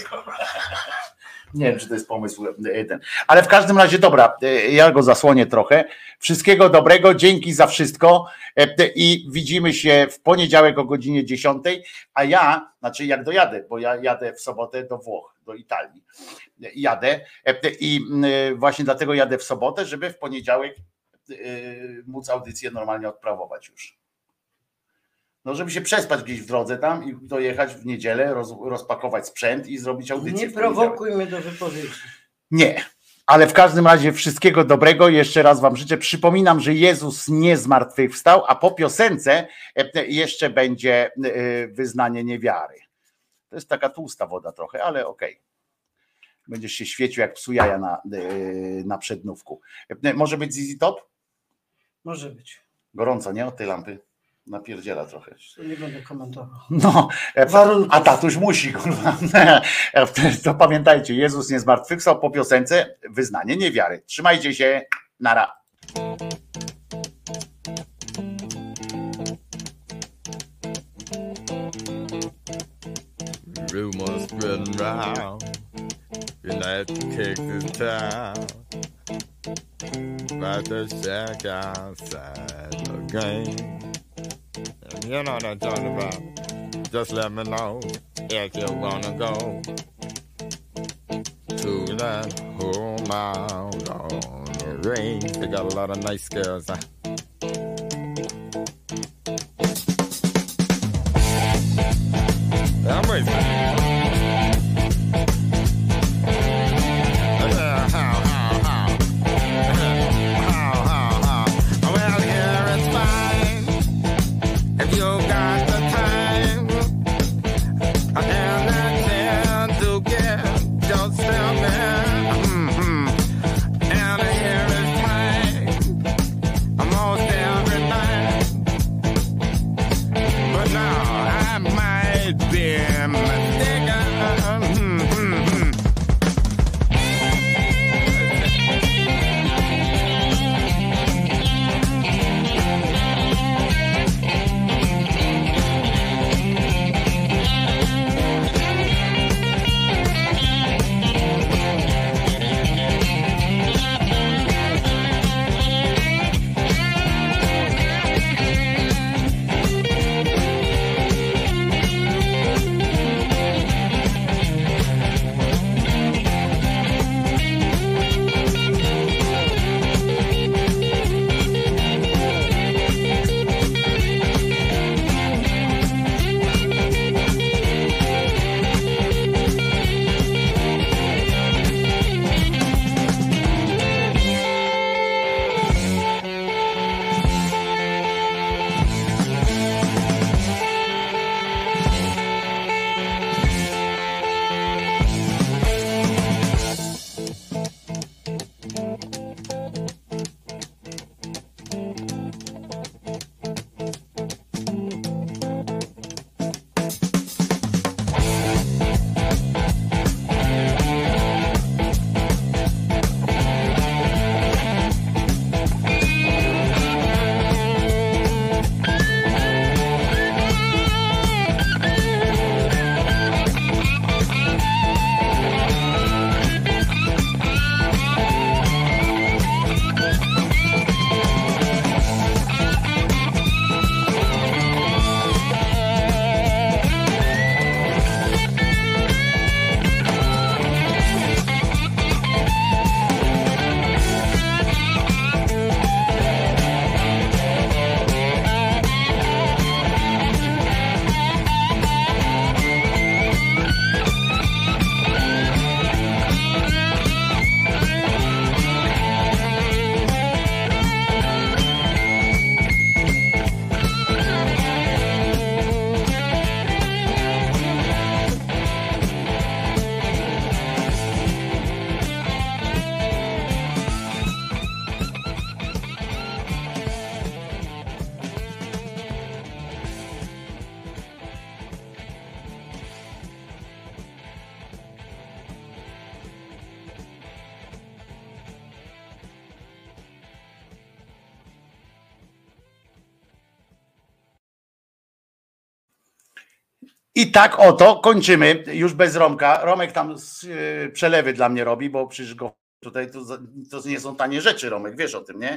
Nie wiem, czy to jest pomysł ten. Ale w każdym razie, dobra, ja go zasłonię trochę. Wszystkiego dobrego, dzięki za wszystko i widzimy się w poniedziałek o godzinie 10, a ja, znaczy jak dojadę, bo ja jadę w sobotę do Włoch, do Italii. Jadę i właśnie dlatego jadę w sobotę, żeby w poniedziałek móc audycję normalnie odprawować już. No, żeby się przespać gdzieś w drodze tam i dojechać w niedzielę, rozpakować sprzęt i zrobić audycję. Nie prowokuj mnie do wypowiedzi. Nie, ale w każdym razie wszystkiego dobrego. Jeszcze raz wam życzę. Przypominam, że Jezus nie zmartwychwstał, a po piosence jeszcze będzie wyznanie niewiary. To jest taka tłusta woda trochę, ale okej. Będziesz się świecił jak psu jaja na przednówku. Może być ZZ Top? Może być. Gorąco, nie? Od tej lampy. Napierdziela trochę. To nie będę komentował. No, a tatuś musi, kurwa. To pamiętajcie, Jezus nie zmartwychwstał, po piosence wyznanie niewiary. Trzymajcie się, nara. Rumors spreading round United Texas town about the shack outside the game. And you know what I'm talking about. Just let me know if you wanna go to that whole mile on the range. They got a lot of nice girls. I'm waiting. Well, here it's fine if you got the time and the chance to get yourself in. And here is time almost every night. But now I might be mistaken. I tak oto kończymy już bez Romka. Romek tam przelewy dla mnie robi, bo przecież go tutaj to nie są tanie rzeczy, Romek, wiesz o tym, nie?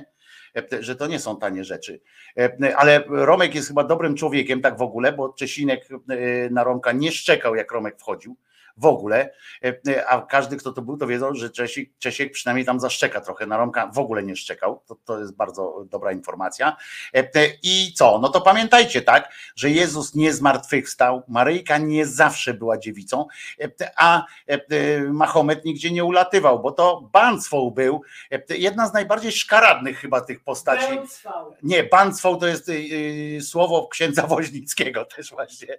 Że to nie są tanie rzeczy. Ale Romek jest chyba dobrym człowiekiem, tak w ogóle, bo Czesinek na Romka nie szczekał, jak Romek wchodził. W ogóle, a każdy, kto to był, to wiedzą, że Czesiek przynajmniej tam zaszczeka trochę, na Romka w ogóle nie szczekał, to jest bardzo dobra informacja. I co? No to pamiętajcie, tak, że Jezus nie zmartwychwstał, Maryjka nie zawsze była dziewicą, a Mahomet nigdzie nie ulatywał, bo to Bandzwał był, jedna z najbardziej szkaradnych chyba tych postaci. Nie, Bandzwał to jest słowo księdza Woźnickiego też właśnie,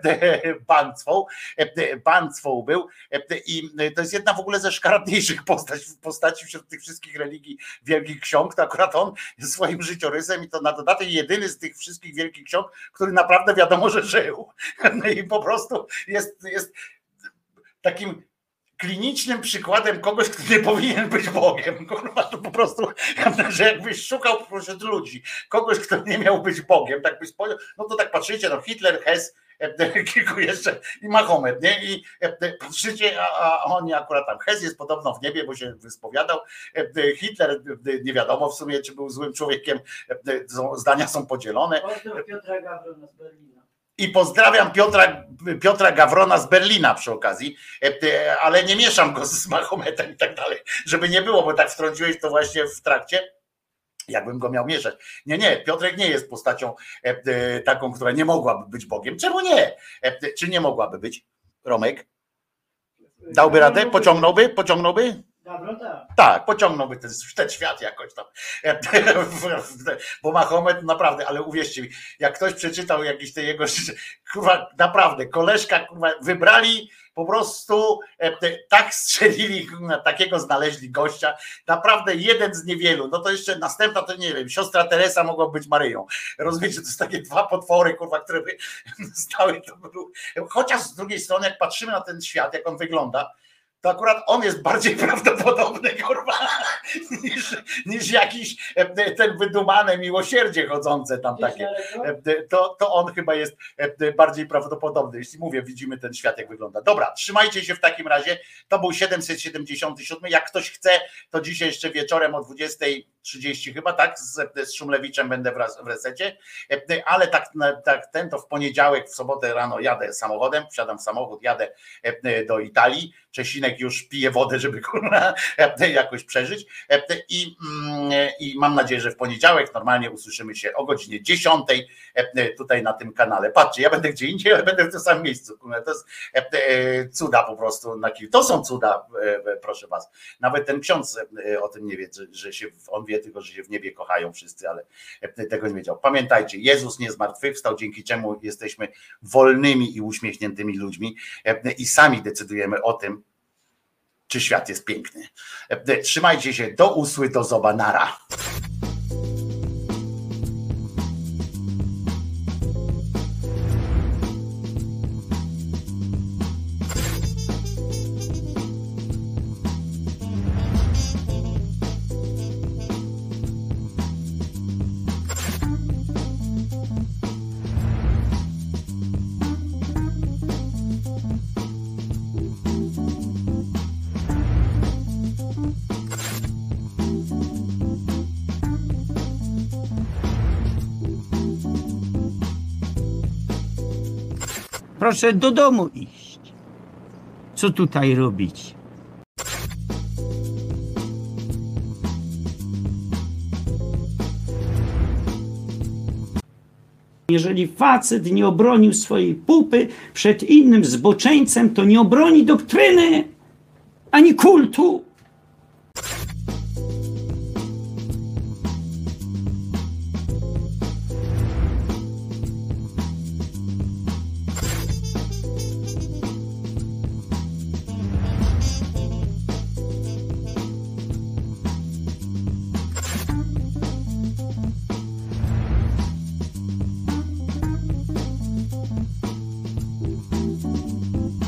Bandzwał był i to jest jedna w ogóle ze szkaradniejszych postaci wśród tych wszystkich religii wielkich ksiąg, to akurat on jest swoim życiorysem i to na dodatek jedyny z tych wszystkich wielkich ksiąg, który naprawdę wiadomo, że żył. I po prostu jest takim klinicznym przykładem kogoś, kto nie powinien być Bogiem. Kurwa, to po prostu, że jakbyś szukał pośród ludzi kogoś, kto nie miał być Bogiem, tak byś powiedział, no to tak patrzycie, no Hitler, Hess, kilku jeszcze i Mahomet, nie? I patrzycie, a oni akurat tam, Hess jest podobno w niebie, bo się wyspowiadał, Hitler nie wiadomo w sumie, czy był złym człowiekiem, zdania są podzielone. Piotra Gawrona z Berlina. I pozdrawiam Piotra Gawrona z Berlina przy okazji, ale nie mieszam go z Mahometem i tak dalej, żeby nie było, bo tak wtrąciłeś to właśnie w trakcie, jakbym go miał mieszać. Nie, Piotrek nie jest postacią taką, która nie mogłaby być Bogiem. Czemu nie? Czy nie mogłaby być? Romek? Dałby radę? Pociągnąłby? Tak, pociągnąłby ten świat jakoś tam. Bo Mahomet naprawdę, ale uwierzcie mi, jak ktoś przeczytał jakieś te jego, kurwa, naprawdę, koleżka, kurwa, wybrali po prostu, tak strzelili, takiego znaleźli gościa, naprawdę jeden z niewielu, no to jeszcze następna, to nie wiem, siostra Teresa mogła być Maryją. Rozumiecie, to jest takie dwa potwory, kurwa, które by stały, to by był, chociaż z drugiej strony, jak patrzymy na ten świat, jak on wygląda, to akurat on jest bardziej prawdopodobny, kurwa, niż jakiś ten wydumane miłosierdzie chodzące tam takie. To on chyba jest bardziej prawdopodobny. Jeśli mówię, widzimy ten świat, jak wygląda. Dobra, trzymajcie się w takim razie. To był 777. Jak ktoś chce, to dzisiaj jeszcze wieczorem o 20:30 chyba, tak, z Szumlewiczem będę w Resecie, ale tak to w poniedziałek, w sobotę rano jadę samochodem, wsiadam w samochód, jadę do Italii. Czesinek już pije wodę, żeby kurwa jakoś przeżyć i mam nadzieję, że w poniedziałek normalnie usłyszymy się o godzinie 10 tutaj na tym kanale. Patrzcie, ja będę gdzie indziej, ale będę w tym samym miejscu. To jest cuda po prostu. To są cuda, proszę was. Nawet ten ksiądz o tym nie wie, że się, on wie tylko, że się w niebie kochają wszyscy, ale tego nie wiedział. Pamiętajcie, Jezus nie zmartwychwstał, dzięki czemu jesteśmy wolnymi i uśmiechniętymi ludźmi i sami decydujemy o tym, czy świat jest piękny. Trzymajcie się, do usły, do zobanara. Proszę do domu iść. Co tutaj robić? Jeżeli facet nie obronił swojej pupy przed innym zboczeńcem, to nie obroni doktryny ani kultu.